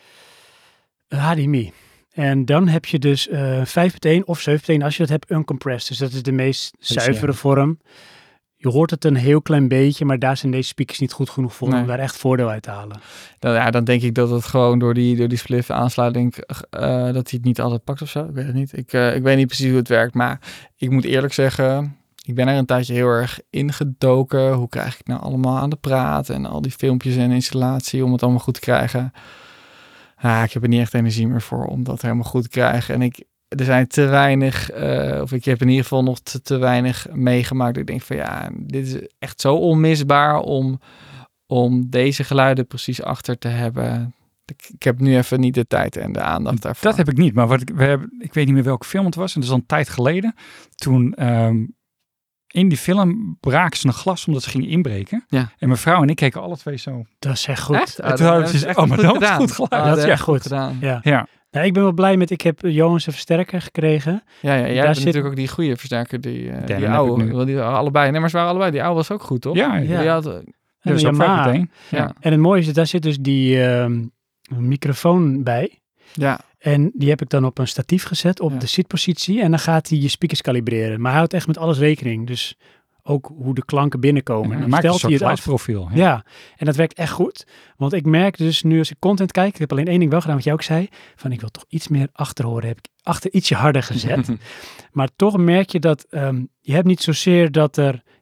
H D M I. En dan heb je dus eh vijf punt één of zeven punt één als je dat hebt uncompressed. Dus dat is de meest Dus, ja. zuivere vorm. Je hoort het een heel klein beetje, maar daar zijn deze speakers niet goed genoeg voor Nee. om daar echt voordeel uit te halen. Dan, ja, dan denk ik dat het gewoon door die, door die spliff aansluiting, eh, dat hij het niet altijd pakt of zo. Ik weet het niet. Ik, eh, ik weet niet precies hoe het werkt, maar ik moet eerlijk zeggen, ik ben er een tijdje heel erg ingedoken. Hoe krijg ik nou allemaal aan de praat en al die filmpjes en installatie om het allemaal goed te krijgen. Ah, ik heb er niet echt energie meer voor om dat helemaal goed te krijgen. En ik, er zijn te weinig, eh, of ik heb in ieder geval nog te, te weinig meegemaakt. Ik denk van ja, dit is echt zo onmisbaar om, om deze geluiden precies achter te hebben. Ik, ik heb nu even niet de tijd en de aandacht daarvoor. Dat heb ik niet, maar wat ik, we hebben, ik weet niet meer welke film het was. En dat is al een tijd geleden. Toen ehm, in die film braken ze een glas omdat ze gingen inbreken. Ja. En mijn vrouw en ik keken alle twee zo. Dat is echt goed. Echt? En Ah, toen dat hadden hebben ze- echt oh, maar goed dat was gedaan. goed geluid. Ah, Dat is hebben echt ze goed goed. gedaan. Ja. Ja, Nou, ik ben wel blij met, ik heb Johan's een versterker gekregen. Ja, ja, jij Daar hebt zit- natuurlijk ook die goede versterker, die, uh, dan die heb oude. ik nu. Wel, Die allebei. Nee, maar ze waren allebei. Die oude was ook goed, toch? ja, Ja. Die had, uh, dat En is een ook Yamaha. vijf punt één. ja. En het mooie is, daar zit dus die ehm, microfoon bij. ja. En die heb ik dan op een statief gezet op Ja. de zitpositie. En dan gaat hij je speakers kalibreren. Maar hij houdt echt met alles rekening. Dus ook hoe de klanken binnenkomen. En En dan dan maakt het stelt een hij soort het af. geluidsprofiel. hè? Ja, en dat werkt echt goed. Want ik merk dus nu als ik content kijk, ik heb alleen één ding wel gedaan, wat jij ook zei, van ik wil toch iets meer achter horen, heb ik achter ietsje harder gezet. Maar toch merk je dat, um, je hebt niet zozeer dat er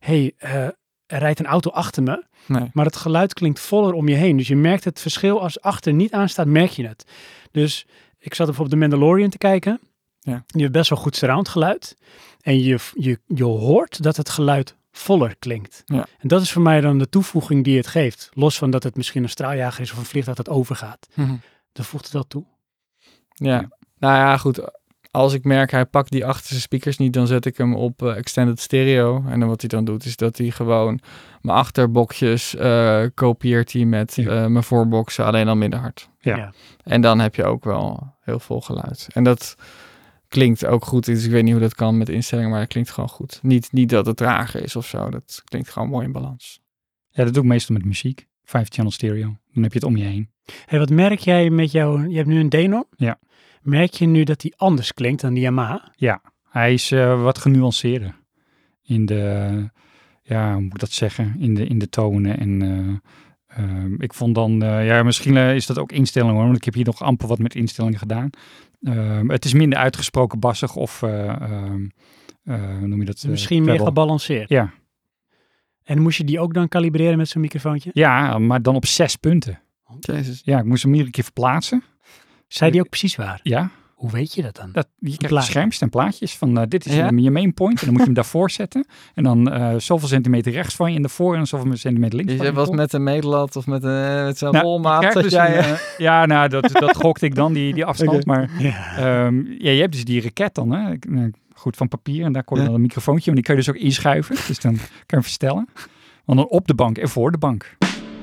hey, uh, er rijdt een auto achter me. Nee. Maar het geluid klinkt voller om je heen. Dus je merkt het verschil. Als achter niet aanstaat, merk je het. Dus ik zat bijvoorbeeld de Mandalorian te kijken. Ja. Die heeft best wel goed surround geluid. En je, je, je hoort dat het geluid voller klinkt. Ja. En dat is voor mij dan de toevoeging die het geeft. Los van dat het misschien een straaljager is of een vliegtuig dat overgaat. Mm-hmm. Dan voegt het wel toe. Ja, nou ja, goed. Als ik merk hij pakt die achterste speakers niet, dan zet ik hem op uh, extended stereo. En dan wat hij dan doet, is dat hij gewoon mijn achterbokjes uh, kopieert hij met Ja. uh, mijn voorboxen, alleen al minder hard. Ja. Ja. En dan heb je ook wel heel veel geluid. En dat klinkt ook goed. Dus ik weet niet hoe dat kan met instellingen, maar het klinkt gewoon goed. Niet, niet dat het trager is of zo. Dat klinkt gewoon mooi in balans. Ja, dat doe ik meestal met muziek. Five channel stereo. Dan heb je het om je heen. Hey, wat merk jij met jou? Je hebt nu een Denon. Ja. Merk je nu dat die anders klinkt dan die Yamaha? Ja, hij is uh, wat genuanceerder. In de, ja, hoe moet ik dat zeggen? In de, in de tonen. En uh, uh, ik vond dan, uh, ja, misschien uh, is dat ook instellingen hoor. Want ik heb hier nog amper wat met instellingen gedaan. Uh, het is minder uitgesproken bassig of, uh, uh, uh, hoe noem je dat? Uh, Misschien meer treble. gebalanceerd. Ja. En moest je die ook dan kalibreren met zo'n microfoontje? Ja, maar dan op zes punten. Jezus. Ja, ik moest hem iedere keer verplaatsen. Zei die ook precies waar? Ja, Hoe weet je dat dan? dat, je krijgt plaatje. schermpjes en plaatjes van uh, dit is Ja? je main point. En dan moet je hem daarvoor zetten. En dan uh, zoveel centimeter rechts van je en daarvoor en zoveel centimeter links Je van je. was met een meetlat of met, een, met zo'n Nou, rolmaat. je krijgt Dat dus jij, een, uh, ja, nou, dat, dat gokte ik dan, die, die afstand. Oké. Maar Ja. um, ja, je hebt dus die raket dan, hè. Ik, uh, goed, van papier. En daar kon je Ja. dan een microfoontje. En die kun je dus ook inschuiven. Dus dan kan je hem verstellen. Want dan op de bank en voor de bank.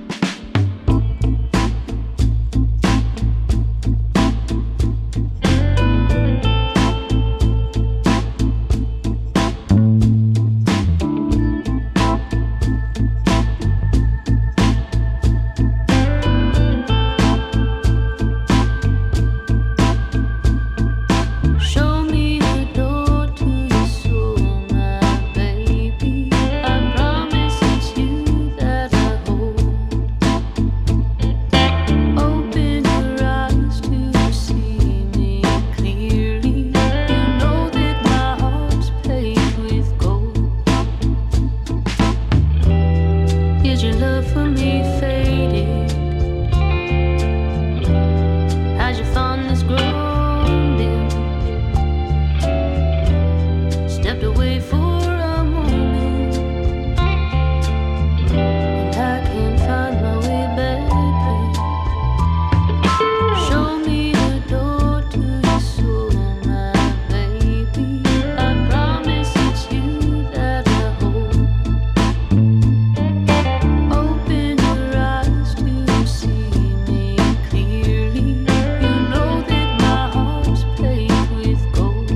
Show me the door to your soul, my baby. I promise it's you that I hold. Open your eyes to see me clearly. You know that my heart's paved with gold. Is your love for me faded? Has your fondness grown dim? Stepped away for a moment, and I can't find my way back. Show me the door to your soul, my baby. I promise it's you that I hold. Open your eyes to see me clearly. You know that my heart's paved with gold.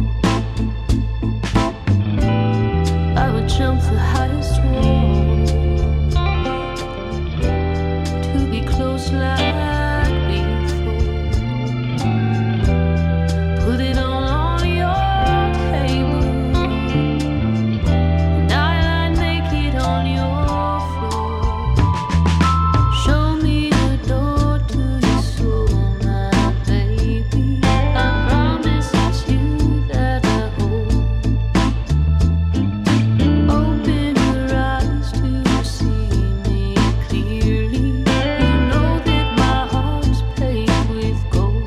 I would jump the highest wall to be close like before. Put it all on your table, and I lie naked on your floor. Show me the door to your soul, my baby. I promise it's you that I hold. Open your eyes to see me clearly. You know that my heart's paved with gold.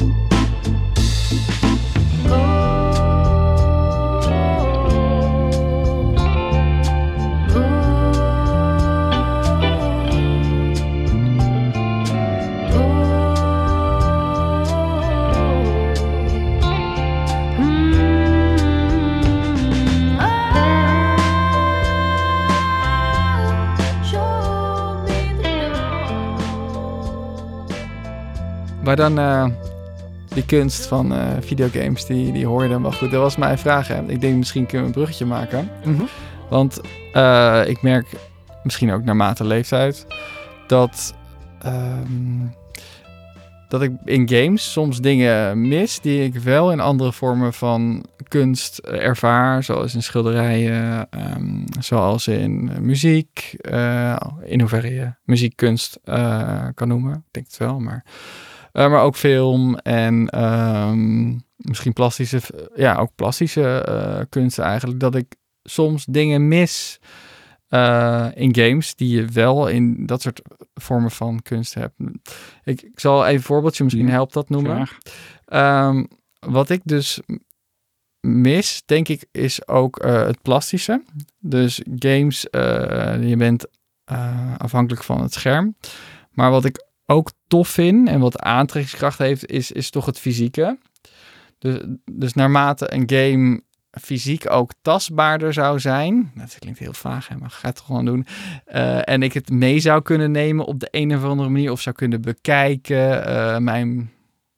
Maar dan uh, die kunst van uh, videogames, die, die hoor je dan wel goed. Dat was mijn vraag. Hè. Ik denk, misschien kunnen we een bruggetje maken. Mm-hmm. Want uh, ik merk, misschien ook naarmate leeftijd, dat, um, dat ik in games soms dingen mis die ik wel in andere vormen van kunst ervaar. Zoals in schilderijen, um, zoals in uh, muziek. Uh, in hoeverre je muziekkunst uh, kan noemen. Ik denk het wel, maar... Uh, maar ook film en um, misschien plastische, ja, ook plastische uh, kunsten eigenlijk. Dat ik soms dingen mis uh, in games die je wel in dat soort vormen van kunst hebt. Ik, ik zal even een voorbeeldje, misschien Ja, helpt dat noemen. Graag. Um, wat ik dus mis, denk ik, is ook uh, het plastische. Dus games, uh, je bent uh, afhankelijk van het scherm. Maar wat ik ook tof vind en wat aantrekkingskracht heeft, is, is toch het fysieke. Dus, dus naarmate een game fysiek ook tastbaarder zou zijn, dat klinkt heel vaag, hè, maar ga het gewoon doen. Uh, en ik het mee zou kunnen nemen op de een of andere manier, of zou kunnen bekijken, uh, mijn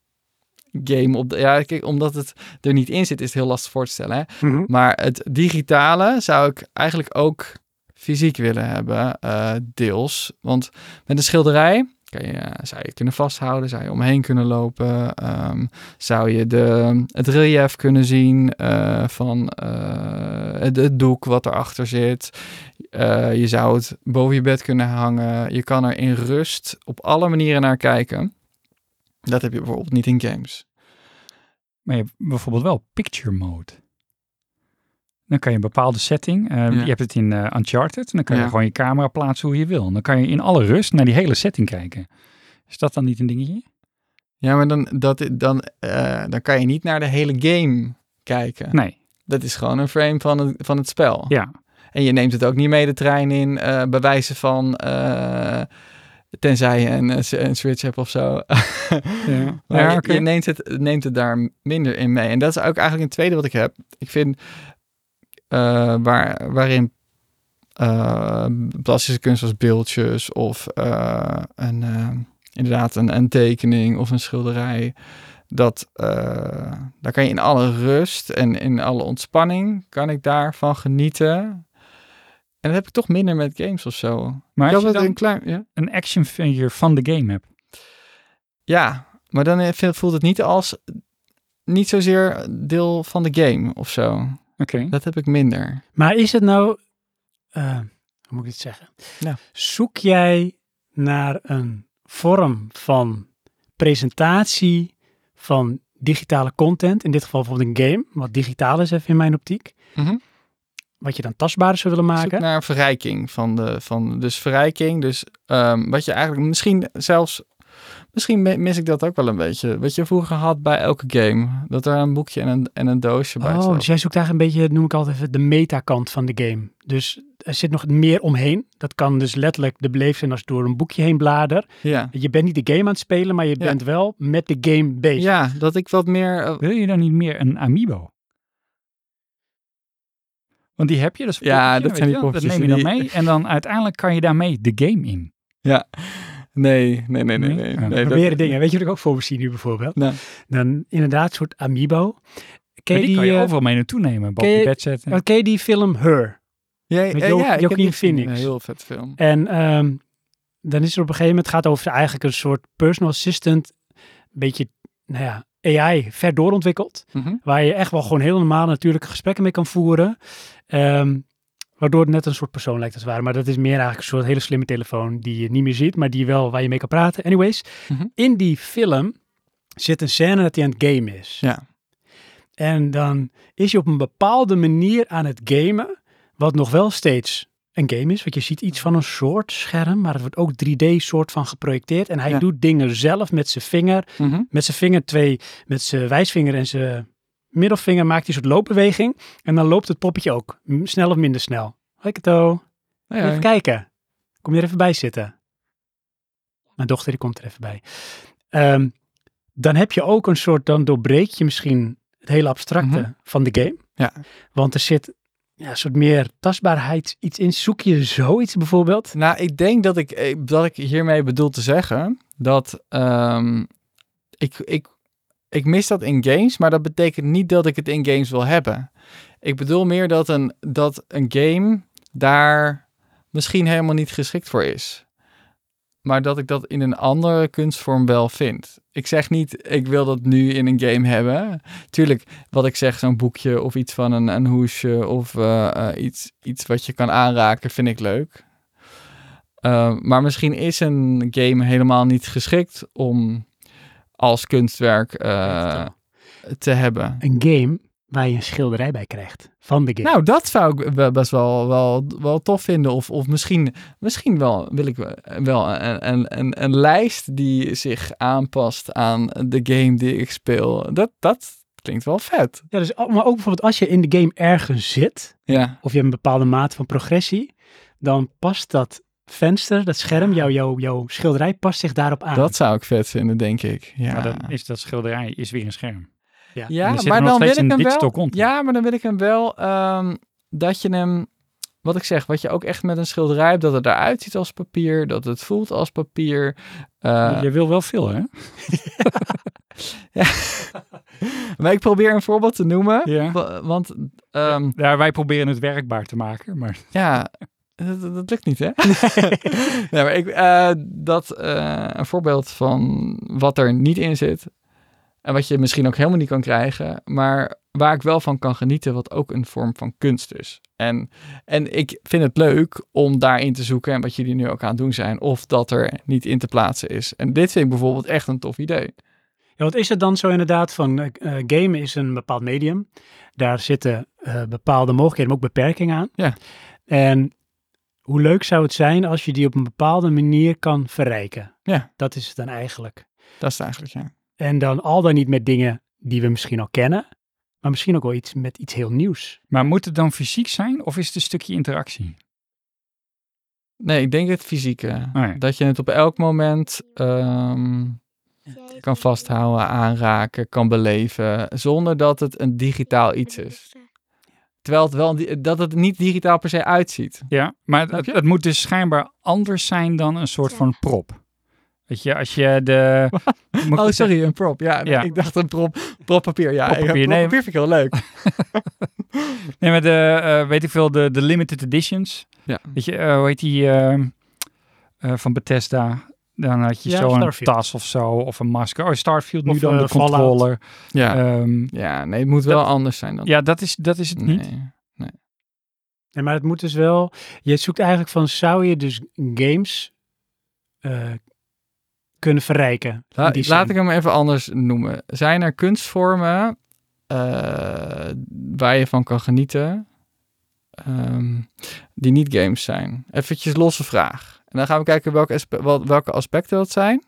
game op de, ja, kijk, omdat het er niet in zit, is het heel lastig voor te stellen. Hè? Mhm. Maar het digitale zou ik eigenlijk ook fysiek willen hebben, uh, deels. Want met een schilderij kan je, uh, zou je kunnen vasthouden, zou je omheen kunnen lopen, um, zou je de, het relief kunnen zien uh, van uh, het, het doek wat erachter zit. Uh, je zou het boven je bed kunnen hangen. Je kan er in rust op alle manieren naar kijken. Dat heb je bijvoorbeeld niet in games. Maar je hebt bijvoorbeeld wel picture mode. Dan kan je een bepaalde setting, uh, Ja. je hebt het in uh, Uncharted, en dan kan je Ja. gewoon je camera plaatsen hoe je wil. En dan kan je in alle rust naar die hele setting kijken. Is dat dan niet een dingetje? Ja, maar dan, dat, dan, uh, dan kan je niet naar de hele game kijken. Nee, Dat is gewoon een frame van het, van het spel. ja. En je neemt het ook niet mee de trein in, uh, bij wijze van, uh, tenzij je een, een Switch hebt of zo. ja. Maar ja je- oké. je neemt het, neemt het daar minder in mee. En dat is ook eigenlijk een tweede wat ik heb. Ik vind uh, waar, waarin uh, plastische kunst als beeldjes of uh, een, uh, inderdaad een, een tekening of een schilderij, dat uh, daar kan je in alle rust en in alle ontspanning kan ik daarvan genieten. En dat heb ik toch minder met games of zo. Maar Ik als had je het dan een klein, ja. een action figure van de game hebt. Ja, maar dan eh, vind- voelt het niet als niet zozeer deel van de game of zo. Oké. Dat heb ik minder. Maar is het nou, eh, hoe moet ik dit zeggen? Ja. Zoek jij naar een vorm van presentatie van digitale content, in dit geval bijvoorbeeld een game, wat digitaal is even in mijn optiek, Mhm. wat je dan tastbaarder zou willen Zoek maken? naar een verrijking van de, van, dus verrijking, dus um, wat je eigenlijk misschien zelfs, misschien mi- mis ik dat ook wel een beetje, wat je vroeger had bij elke game, dat er een boekje en een, en een doosje bij Oh, zat. dus jij zoekt eigenlijk een beetje, noem ik altijd even, de metakant van de game. Dus er zit nog meer omheen. Dat kan dus letterlijk de beleefd zijn als door een boekje heen blader. Ja. Je bent niet de game aan het spelen, maar je Ja. bent wel met de game bezig. ja, dat ik wat meer, uh, Wil je dan niet meer een amiibo? Want die heb je, dus Ja, dat zijn die Dat poppetjes neem je dan die- mee en dan uiteindelijk kan je daarmee de game in. ja, nee, nee, nee, nee, Nee? nee. Ja. nee dat- Proberen dingen. Weet je wat ik ook voor me zie nu bijvoorbeeld? Nou, Dan inderdaad een soort amiibo. Ken Maar je die kan je eh, overal mee naartoe nemen, boven ken je je- bed zetten. wat ken je die film Her? ja, Met ja, Jo- ja, ik heb Joaquin die gezien. Phoenix. Een heel vet film. En ehm, dan is er op een gegeven moment, het gaat over eigenlijk een soort personal assistant, een beetje, nou ja, A I ver doorontwikkeld. Mhm. Waar je echt wel gewoon heel normaal natuurlijke gesprekken mee kan voeren. Ehm, waardoor het net een soort persoon lijkt als het ware. Maar dat is meer eigenlijk een soort hele slimme telefoon die je niet meer ziet, maar die wel waar je mee kan praten. Anyways, Mhm. in die film zit een scène dat hij aan het gamen is. Ja. En dan is je op een bepaalde manier aan het gamen, wat nog wel steeds een game is. Want je ziet iets van een soort scherm, maar het wordt ook drie D soort van geprojecteerd. En hij Ja. doet dingen zelf met zijn vinger. Mhm. Met zijn vinger twee, met zijn wijsvinger en zijn middelvinger maakt hij een soort loopbeweging. En dan loopt het poppetje ook, m- snel of minder snel. Hoi Kato, Nou ja, even kijken. Kom je er even bij zitten? Mijn dochter die komt er even bij. Ehm, dan heb je ook een soort, dan doorbreek je misschien het hele abstracte Mhm. van de game. Ja. Want er zit ja, een soort meer tastbaarheid iets in. Zoek je zoiets bijvoorbeeld? Nou, ik denk dat ik, eh, dat ik hiermee bedoel te zeggen dat ehm, ik, ik, ik mis dat in games, maar dat betekent niet dat ik het in games wil hebben. Ik bedoel meer dat een, dat een game daar misschien helemaal niet geschikt voor is. Maar dat ik dat in een andere kunstvorm wel vind. Ik zeg niet, ik wil dat nu in een game hebben. Tuurlijk, wat ik zeg, zo'n boekje of iets van een, een hoesje of uh, uh, iets, iets wat je kan aanraken, vind ik leuk. Uh, maar misschien is een game helemaal niet geschikt om als kunstwerk uh, te hebben. Een game waar je een schilderij bij krijgt van de game. Nou, dat zou ik wel best wel, wel, wel tof vinden. Of, of misschien, misschien wel wil ik wel een, een, een, een lijst die zich aanpast aan de game die ik speel. Dat, dat klinkt wel vet. Ja, dus, maar ook bijvoorbeeld als je in de game ergens zit, Ja, of je hebt een bepaalde mate van progressie, dan past dat venster, dat scherm, jouw, jouw, jouw schilderij past zich daarop aan. dat zou ik vet vinden, denk ik. Ja, Maar dan is dat schilderij is weer een scherm. Ja. En ja er zit maar nog dan wil steeds ik een hem digital wel... content. Ja, maar dan wil ik hem wel ehm, dat je hem... Wat ik zeg, wat je ook echt met een schilderij hebt, dat het eruit ziet als papier, dat het voelt als papier. Eh, Je wil wel veel, hè? Maar ik probeer een voorbeeld te noemen, Ja. wa- want ehm, Ja, wij proberen het werkbaar te maken, maar ja, dat, dat lukt niet, hè? nee, maar ik, eh, dat eh, een voorbeeld van wat er niet in zit en wat je misschien ook helemaal niet kan krijgen, maar waar ik wel van kan genieten, wat ook een vorm van kunst is. En, en ik vind het leuk om daarin te zoeken en wat jullie nu ook aan het doen zijn, of dat er niet in te plaatsen is. En dit vind ik bijvoorbeeld echt een tof idee. Ja, want is het dan zo inderdaad van, eh eh, gamen is een bepaald medium. Daar zitten eh, bepaalde mogelijkheden, maar ook beperkingen aan. Ja. En hoe leuk zou het zijn als je die op een bepaalde manier kan verrijken? Ja. Dat is het dan eigenlijk. Dat is het eigenlijk, ja. En dan al dan niet met dingen die we misschien al kennen, maar misschien ook wel iets met iets heel nieuws. Maar moet het dan fysiek zijn of is het een stukje interactie? Nee, ik denk het fysieke. Oh ja. Dat je het op elk moment ehm, kan vasthouden, aanraken, kan beleven, zonder dat het een digitaal iets is. Terwijl het wel, een di- dat het niet digitaal per se uitziet. Ja, maar Snap het, je? het moet dus schijnbaar anders zijn dan een soort van prop. Weet je, als je de... moet ik Oh, het sorry, een prop. Ja, nee, Ja. ik dacht een prop, prop papier. Ja, Prop ik- papier, prop nee. papier vind ik heel leuk. Nee, maar de, eh, weet ik veel, de, de limited editions. Ja. Weet je, eh, hoe heet die eh, eh, van Bethesda? Dan had je Ja, zo een Starfield. tas of zo, of een masker. Oh, Starfield, nu Of, dan eh, de Fallout. controller. Ja. Ehm, ja, nee, het moet wel dat- anders zijn dan. ja, dat is, dat is het niet. Nee. Ja, maar het moet dus wel, je zoekt eigenlijk van, zou je dus games eh, kunnen verrijken? La- In die laat zin. ik hem even anders noemen. Zijn er kunstvormen eh, waar je van kan genieten, ehm, die niet games zijn? Eventjes losse vraag. En dan gaan we kijken welke, aspe- wel- welke aspecten dat zijn.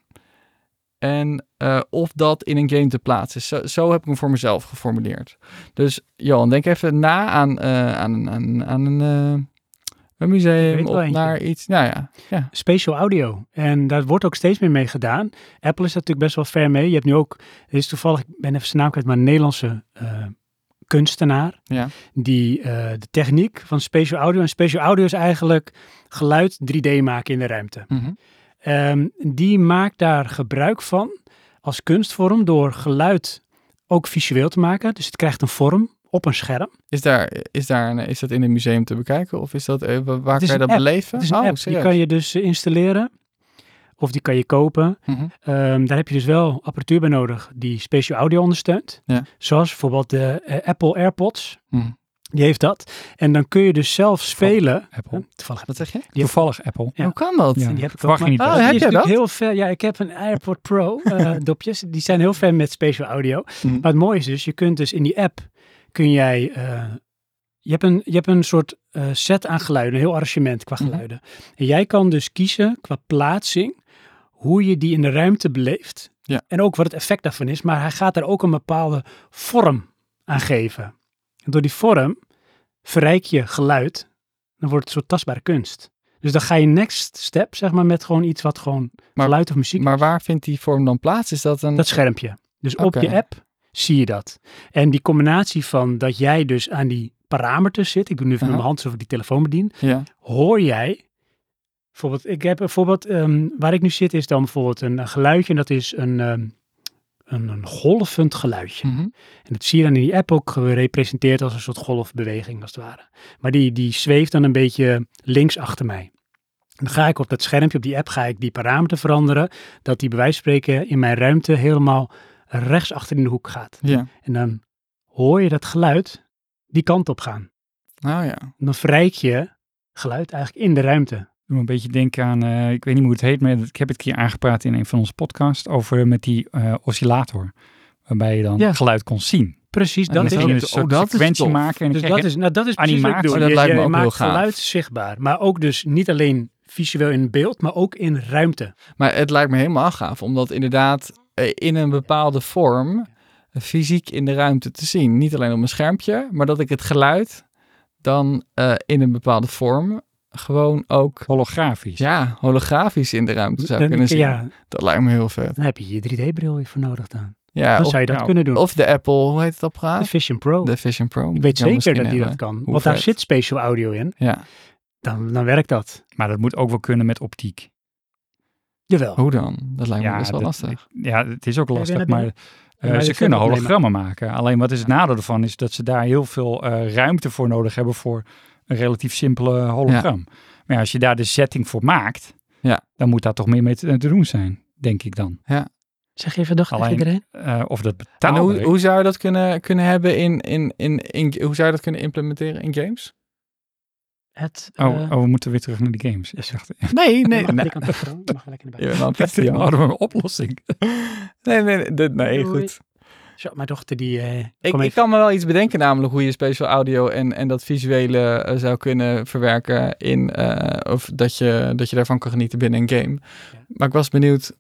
En eh, of dat in een game te plaatsen is. Zo, zo heb ik hem voor mezelf geformuleerd. Dus Johan, denk even na aan, eh, aan, aan, aan een, eh, een Ik museum weet wel of eentje. naar iets. Nou ja, ja. Spatial audio. En daar wordt ook steeds meer mee gedaan. Apple is daar natuurlijk best wel ver mee. Je hebt nu ook, er is toevallig, ik ben even zijn naam kwijt, maar een Nederlandse eh, kunstenaar. Ja. Die eh, de techniek van spatial audio. En spatial audio is eigenlijk geluid drie D maken in de ruimte. Mhm. Ehm, die maakt daar gebruik van als kunstvorm door geluid ook visueel te maken. Dus het krijgt een vorm op een scherm. Is, daar, is, daar een, is dat in een museum te bekijken? Of is dat, eh, wa- waar Het is kan je een dat app. beleven? Het is een oh, app. Die serieus? kan je dus eh, installeren. Of die kan je kopen. Mhm. Ehm, daar heb je dus wel apparatuur bij nodig die spatial audio ondersteunt. Ja. Zoals bijvoorbeeld de eh, Apple AirPods. Mhm. Die heeft dat. En dan kun je dus zelf spelen. Apple. Huh? Toevallig. Wat zeg je? Die heb- Toevallig Apple. Ja. Hoe kan dat? Ja. Die heb ik ook, Verwacht je maar- niet. Oh, best. heb Die is je natuurlijk dat? heel ver. Ja, ik heb een AirPod Pro eh, dopjes. Die zijn heel ver met spatial audio. Mhm. Maar het mooie is dus, je kunt dus in die app, kun jij, eh, je hebt een, je hebt een soort eh, set aan geluiden, een heel arrangement qua Mhm. geluiden. En jij kan dus kiezen qua plaatsing, hoe je die in de ruimte beleeft. Ja. En ook wat het effect daarvan is. Maar hij gaat daar ook een bepaalde vorm aan geven. En door die vorm verrijk je geluid. Dan wordt het een soort tastbare kunst. Dus dan ga je next step, zeg maar, met gewoon iets wat gewoon Maar- geluid of muziek. Maar waar vindt die vorm dan plaats? Is dat een... Dat schermpje. Dus op Oké. je app zie je dat. En die combinatie van dat jij dus aan die parameters zit. Ik doe nu even Aha. met mijn hand alsof ik die telefoon bedien. Ja. Hoor jij, bijvoorbeeld, ik heb bijvoorbeeld, ehm, waar ik nu zit is dan bijvoorbeeld een, een geluidje. En dat is een, ehm, een, een golvend geluidje. Mhm. En dat zie je dan in die app ook gerepresenteerd als een soort golfbeweging als het ware. Maar die, die zweeft dan een beetje links achter mij. Dan ga ik op dat schermpje, op die app, ga ik die parameter veranderen. Dat die bij wijze van spreken in mijn ruimte helemaal rechts achter in de hoek gaat. Ja. En dan hoor je dat geluid die kant op gaan. Nou ja. En dan verrijk je geluid eigenlijk in de ruimte. Doe me een beetje denken aan, eh, ik weet niet hoe het heet, maar ik heb het een keer aangepraat in een van onze podcasts over met die eh, oscillator. Waarbij je dan Ja. geluid kon zien. Precies, En dat Dan dat is kun je ook- een oh, soort dat is sequentie tof. maken. En dan Dus krijg dat je- is, nou, dat is precies wat ik animatie. bedoel. Oh, dat Je, lijkt me je ook maakt heel gaaf. geluid zichtbaar. Maar ook dus niet alleen visueel in beeld, maar ook in ruimte. Maar het lijkt me helemaal gaaf, omdat inderdaad eh, in een bepaalde vorm eh, fysiek in de ruimte te zien. Niet alleen op een schermpje, maar dat ik het geluid dan eh, in een bepaalde vorm gewoon ook holografisch. ja, holografisch in de ruimte zou Dan, kunnen zien. ja, Dat lijkt me heel vet. dan heb je je drie D-bril weer voor nodig dan. Ja, Dan of, zou je dat nou, kunnen doen. of de Apple, hoe heet het apparaat? de Vision Pro. De Vision Pro. Ik weet Ja, zeker misschien dat die dat hebben. kan. Hoe Want daar vet. zit spatial audio in. Ja, Dan, dan werkt dat. Maar dat moet ook wel kunnen met optiek. Jawel. hoe dan? Dat lijkt me Ja, best wel dat- lastig. Ja, het is ook je lastig, naar maar binnen? eh, maar ze je kunnen verder hologrammen maken. Alleen wat is het nadeel ervan is dat ze daar heel veel eh, ruimte voor nodig hebben voor een relatief simpele hologram. Maar ja, als je daar de setting voor maakt, Ja. dan moet daar toch meer mee te, te doen zijn, denk ik dan. Zeg even dag tegen Alleen- iedereen. Eh, of dat En betaalbaar hoe, is. hoe zou je dat kunnen, kunnen hebben in, in, in, in, hoe zou je dat kunnen implementeren in games? Het, Oh, eh, oh, we moeten weer terug naar die games. Ik dacht, Nee, nee. Nee. nee. Ik kan het gewoon. Je mag lekker naar Je buiten. bent wel een ja, petje, dan hadden we een oplossing. Nee, nee, nee, dit- nee Doei. goed. Zo, mijn dochter die... eh, Ik, kom ik even- kan me wel iets bedenken, namelijk hoe je spatial audio en, en dat visuele eh, zou kunnen verwerken in, eh, of dat je, dat je daarvan kan genieten binnen een game. Ja. Maar ik was benieuwd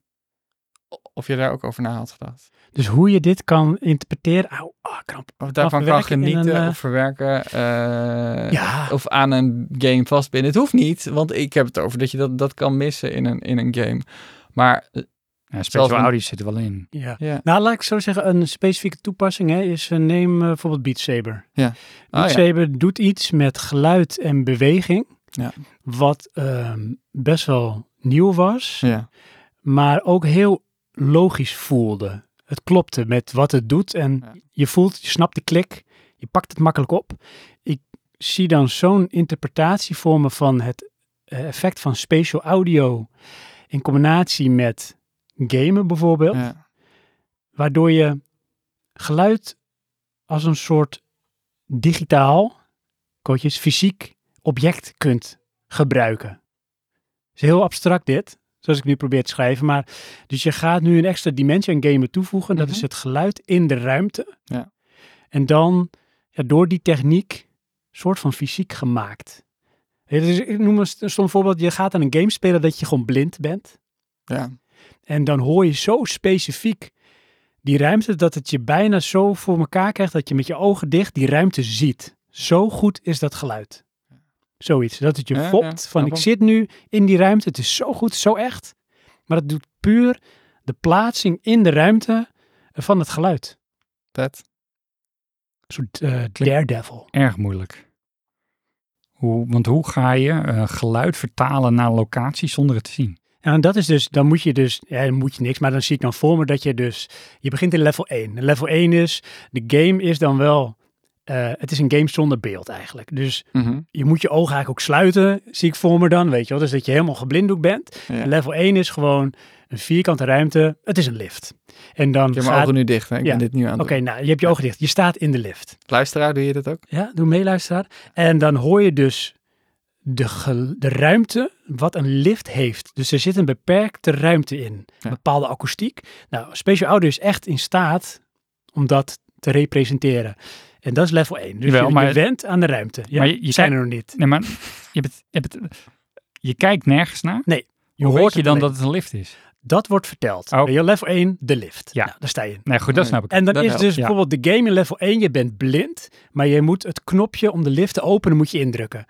of je daar ook over na had gedacht. Dus hoe je dit kan interpreteren. Auw, ah, kramp. Of daarvan kan verwerken in genieten een, eh, of verwerken. eh, Ja. Of aan een game vastbinden. Het hoeft niet, want ik heb het over dat je dat, dat kan missen in een, in een game. Maar eh, Ja, special Zelfs een- audio zit er wel in. Ja. ja. Nou, laat ik zo zeggen, een specifieke toepassing hè, is, uh, neem uh, bijvoorbeeld Beat Saber. Ja. Beat Oh, ja. Saber doet iets met geluid en beweging, Ja. wat ehm, best wel nieuw was, Ja. maar ook heel logisch voelde. Het klopte met wat het doet en Ja. je voelt, je snapt de klik, je pakt het makkelijk op. Ik zie dan zo'n interpretatie voor me van het eh, effect van spatial audio in combinatie met gamen bijvoorbeeld. Ja. Waardoor je geluid als een soort digitaal, kootjes, fysiek object kunt gebruiken. Het is heel abstract dit, zoals ik nu probeer te schrijven. Maar dus je gaat nu een extra dimensie aan gamen toevoegen. Dat Mhm. is het geluid in de ruimte. Ja. En dan ja, door die techniek soort van fysiek gemaakt. Ja, dus ik noem een st- stom voorbeeld. Je gaat aan een game spelen dat je gewoon blind bent. Ja. En dan hoor je zo specifiek die ruimte dat het je bijna zo voor elkaar krijgt dat je met je ogen dicht die ruimte ziet. Zo goed is dat geluid. Zoiets. Dat het je Ja, fopt ja, van snap ik hem. zit nu in die ruimte. Het is zo goed, zo echt. Maar het doet puur de plaatsing in de ruimte van het geluid. Vet. Een soort eh, daredevil. Erg moeilijk. Hoe, want hoe ga je eh, geluid vertalen naar locatie zonder het te zien? Ja, en dat is dus, dan moet je dus, ja, dan moet je niks, maar dan zie ik dan voor me dat je dus, je begint in level één. En level één is, de game is dan wel, eh, het is een game zonder beeld eigenlijk. Dus Mhm. je moet je ogen eigenlijk ook sluiten, zie ik voor me dan, weet je wel. Dus dat je helemaal geblinddoekt bent. Ja. En level één is gewoon een vierkante ruimte, het is een lift. En dan Ik heb mijn gaat, ogen nu dicht, hè? Ik Ja. ben dit nu aan het oké, doen. nou, je hebt je ogen dicht, je staat in de lift. Luisteraar, doe je dat ook? Ja, doe mee luisteraar. En dan hoor je dus de, ge- de ruimte wat een lift heeft. Dus er zit een beperkte ruimte in. Ja. Een bepaalde akoestiek. Nou, spatial audio is echt in staat om dat te representeren. En dat is level één. Dus Jawel, je, maar- je went aan de ruimte. Ja, Maar je- je zijn kijkt- er nog niet. Nee, maar je, hebt, je, hebt, je kijkt nergens naar. Je Hoe hoort hoort je het dan alleen. dat het een lift is? Dat wordt verteld. Oh. Weet je, level één, de lift. Ja. Nou, daar sta je. Nee, goed, dat Nee. snap ik. En dan Dat is helpt, dus ja. bijvoorbeeld de game in level één, je bent blind, maar je moet het knopje om de lift te openen, moet je indrukken.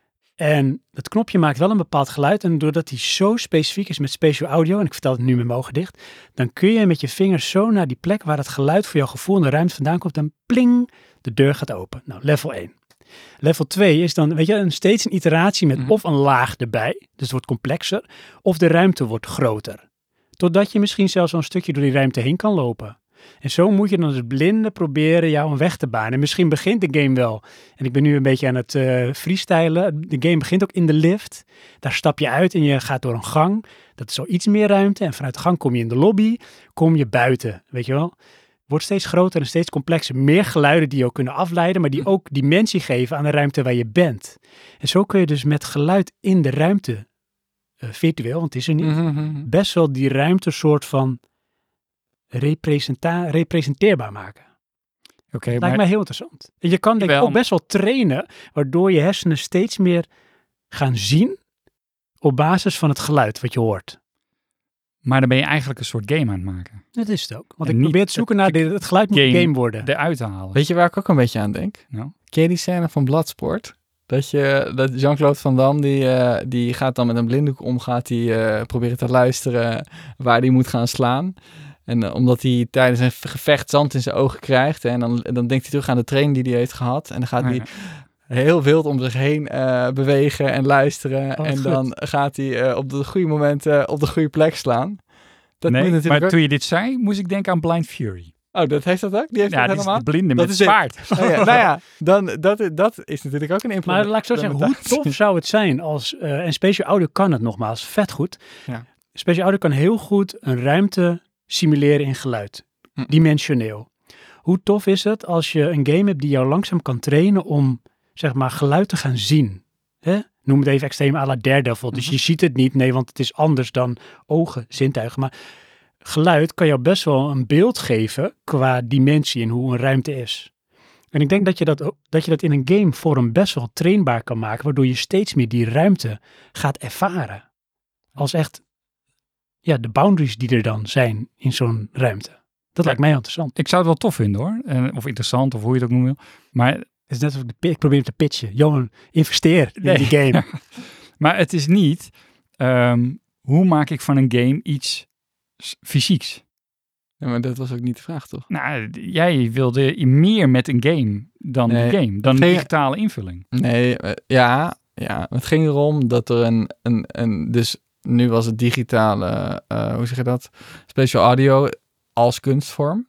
En dat knopje maakt wel een bepaald geluid en doordat hij zo specifiek is met spatial audio, en ik vertel het nu met mijn ogen dicht, dan kun je met je vingers zo naar die plek waar het geluid voor jouw gevoel in de ruimte vandaan komt en pling, de deur gaat open. Nou, level één. Level twee is dan, weet je, een, steeds een iteratie met Mhm. of een laag erbij, dus het wordt complexer, of de ruimte wordt groter. Totdat je misschien zelfs wel een stukje door die ruimte heen kan lopen. En zo moet je dan als blinde proberen jou een weg te banen. En misschien begint de game wel. En ik ben nu een beetje aan het eh freestylen. De game begint ook in de lift. Daar stap je uit en je gaat door een gang. Dat is zo iets meer ruimte. En vanuit de gang kom je in de lobby. Kom je buiten, weet je wel. Wordt steeds groter en steeds complexer. Meer geluiden die je ook kunnen afleiden. Maar die ook dimensie geven aan de ruimte waar je bent. En zo kun je dus met geluid in de ruimte, eh, virtueel, want het is er niet. Mhm. Best wel die ruimte soort van representa- representeerbaar maken. Oké, Lijkt maar mij heel interessant. En je kan denk ik Jawel. ook best wel trainen, waardoor je hersenen steeds meer gaan zien op basis van het geluid wat je hoort. Maar dan ben je eigenlijk een soort game aan het maken. Dat is het ook. Want En ik niet probeer te zoeken naar, het dit, het geluid moet game een game worden. Eruit te halen. Weet je waar ik ook een beetje aan denk? Nou, Ken je die scène van Bloodsport? Dat, je, dat Jean-Claude Van Damme, die, eh, die gaat dan met een blinddoek om, gaat hij eh, proberen te luisteren waar hij moet gaan slaan. En eh, omdat hij tijdens een gevecht zand in zijn ogen krijgt. En dan, en dan denkt hij terug aan de training die hij heeft gehad. En dan gaat ah, hij ja. heel wild om zich heen eh, bewegen en luisteren. wat en goed. dan gaat hij eh, op de goede momenten op de goede plek slaan. Dat nee, moet natuurlijk maar ook... toen je dit zei, moest ik denken aan Blind Fury. Oh, dat heeft dat ook? Die heeft Ja, dat dit is helemaal? de blinde Dat met is het het. zwaard. Oh ja, nou ja, dan, dat, dat is natuurlijk ook een Maar implementatie. laat ik zo zeggen, hoe tof zou het zijn als... eh, en Spatial Audio kan het nogmaals, vet goed. Ja. Spatial Audio kan heel goed een ruimte simuleren in geluid. Hm. Dimensioneel. Hoe tof is het als je een game hebt die jou langzaam kan trainen om, zeg maar, geluid te gaan zien. Hè? Noem het even extreem à la Daredevil. Dus Mhm. je ziet het niet, nee, want het is anders dan ogen, zintuigen. Maar geluid kan jou best wel een beeld geven qua dimensie en hoe een ruimte is. En ik denk dat je dat, ook- dat je dat in een game vorm best wel trainbaar kan maken, waardoor je steeds meer die ruimte gaat ervaren. Als echt, ja, de boundaries die er dan zijn in zo'n ruimte. Dat lijkt mij heel interessant. Ik zou het wel tof vinden hoor. En, of interessant, of hoe je het ook noemen wil. Maar, Het is net alsof ik, de pi- ik probeer te pitchen. Johan, investeer in Nee. die game. maar het is niet, ehm, hoe maak ik van een game iets s- fysieks? Ja, maar dat was ook niet de vraag, toch? Nou, d- jij wilde meer met een game dan Nee, die game. Dan het een ging- digitale invulling. Nee, eh, ja, ja. Het ging erom dat er een, een, een dus nu was het digitale, eh, hoe zeg je dat? Spatial audio als kunstvorm.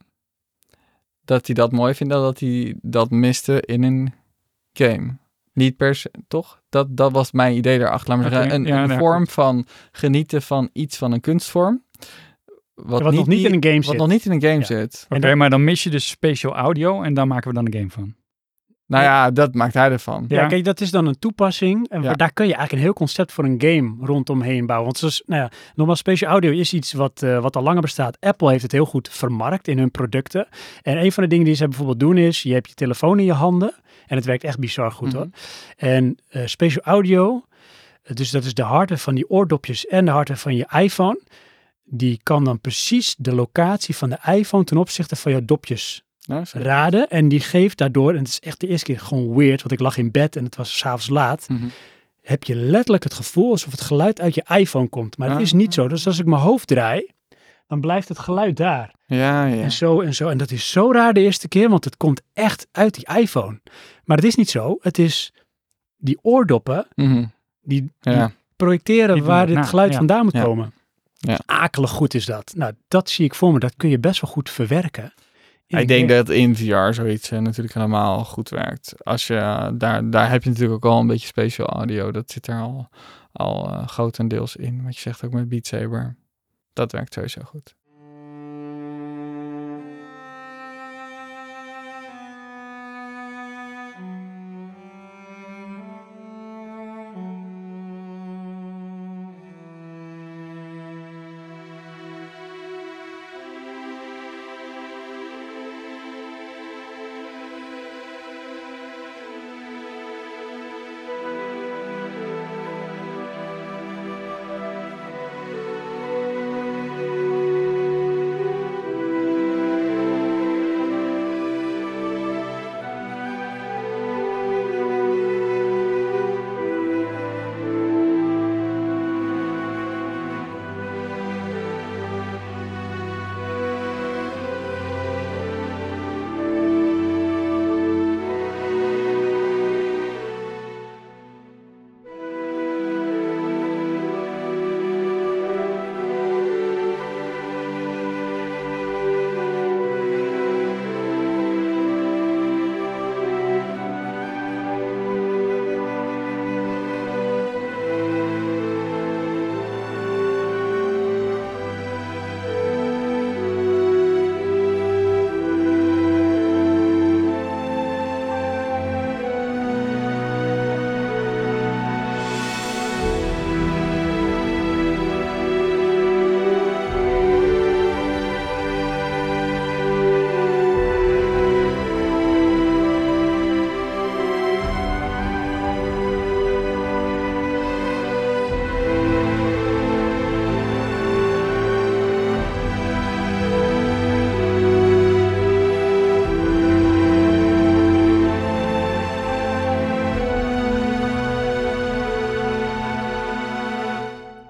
Dat hij dat mooi vindt, dat hij dat miste in een game. Niet per se, toch? Dat, dat was mijn idee daarachter. Laat maar Oké, zeggen, een, ja, een nou, vorm van genieten van iets van een kunstvorm. Wat, Wat nog niet in een game wat zit. nog niet in een game Ja. zit. Oké, dan- maar dan mis je dus spatial audio en daar maken we dan een game van. Nou ja, dat maakt hij ervan. Ja, Ja. kijk, dat is dan een toepassing. En Ja. daar kun je eigenlijk een heel concept voor een game rondomheen bouwen. Want zoals, nou ja, nogmaals, Spatial Audio is iets wat, eh, wat al langer bestaat. Apple heeft het heel goed vermarkt in hun producten. En een van de dingen die ze bijvoorbeeld doen is, je hebt je telefoon in je handen. En het werkt echt bizar goed Mhm. hoor. En eh Spatial Audio, eh, dus dat is de hardware van die oordopjes en de hardware van je iPhone. Die kan dan precies de locatie van de iPhone ten opzichte van jouw dopjes Nou, zo. raden. En die geeft daardoor, en het is echt de eerste keer gewoon weird, want ik lag in bed en het was 's avonds laat, Mhm. heb je letterlijk het gevoel alsof het geluid uit je iPhone komt. Maar het Ah. is niet zo. Dus als ik mijn hoofd draai, dan blijft het geluid daar. Ja, ja. En zo en zo. En dat is zo raar de eerste keer, want het komt echt uit die iPhone. Maar het is niet zo. Het is die oordoppen, Mhm. die, die Ja. projecteren Die doen waar het dit na, geluid ja. vandaan moet Ja. komen. Ja. Akelig goed is dat. Nou, dat zie ik voor me. Dat kun je best wel goed verwerken. in Ik een denk game. dat in V R zoiets eh, natuurlijk helemaal goed werkt. Als je, eh, daar, daar heb je natuurlijk ook al een beetje spatial audio. Dat zit er al, al eh, grotendeels in. Wat je zegt ook met Beat Saber. Dat werkt sowieso goed.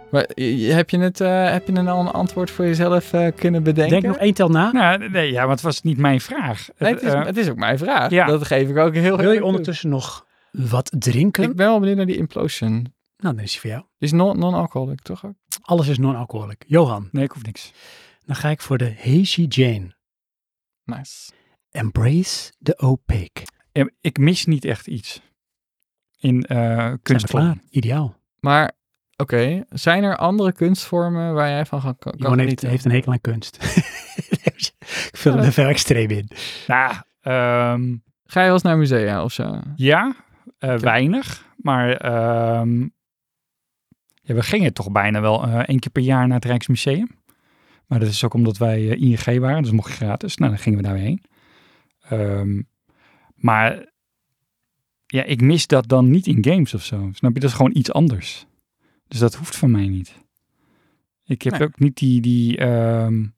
Maar, je- je- heb, je het, uh, heb je een, al een antwoord voor jezelf uh, kunnen bedenken? Denk nog één tel na. Nou, nee, ja, want het was niet mijn vraag. Nee, het, is, Eh, het is ook mijn vraag. ja. Dat geef ik ook heel Wil je eerlijk toe. ondertussen nog wat drinken? Ik ben wel benieuwd naar die Implosion. Nou, dan is hij voor jou. Die is non- non-alcoholic, toch ook? Alles is non-alcoholic. Johan, nee, ik hoef niks. dan ga ik voor de Hazy Jane. Nice. Embrace the opaque. Eh, Ik mis niet echt iets in uh, Zijn we kunstvorm. klaar? Ideaal. Maar, oké. Okay. Zijn er andere kunstvormen waar jij van kan, kan Johan heeft, genieten? heeft een hekel aan kunst. Ik vul hem Ja, even extreem in. Nou, ehm, Ga je wel eens naar musea of zo? ja, uh, weinig. Maar ehm, ja, we gingen toch bijna wel uh, één keer per jaar naar het Rijksmuseum. Maar dat is ook omdat wij uh, I N G waren, dus mocht je gratis. Nou, dan gingen we daar weer heen. Um, maar ja, ik mis dat dan niet in games of zo. Snap je? Dat is gewoon iets anders. Dus dat hoeft van mij niet. Ik heb Nee. ook niet die, die um,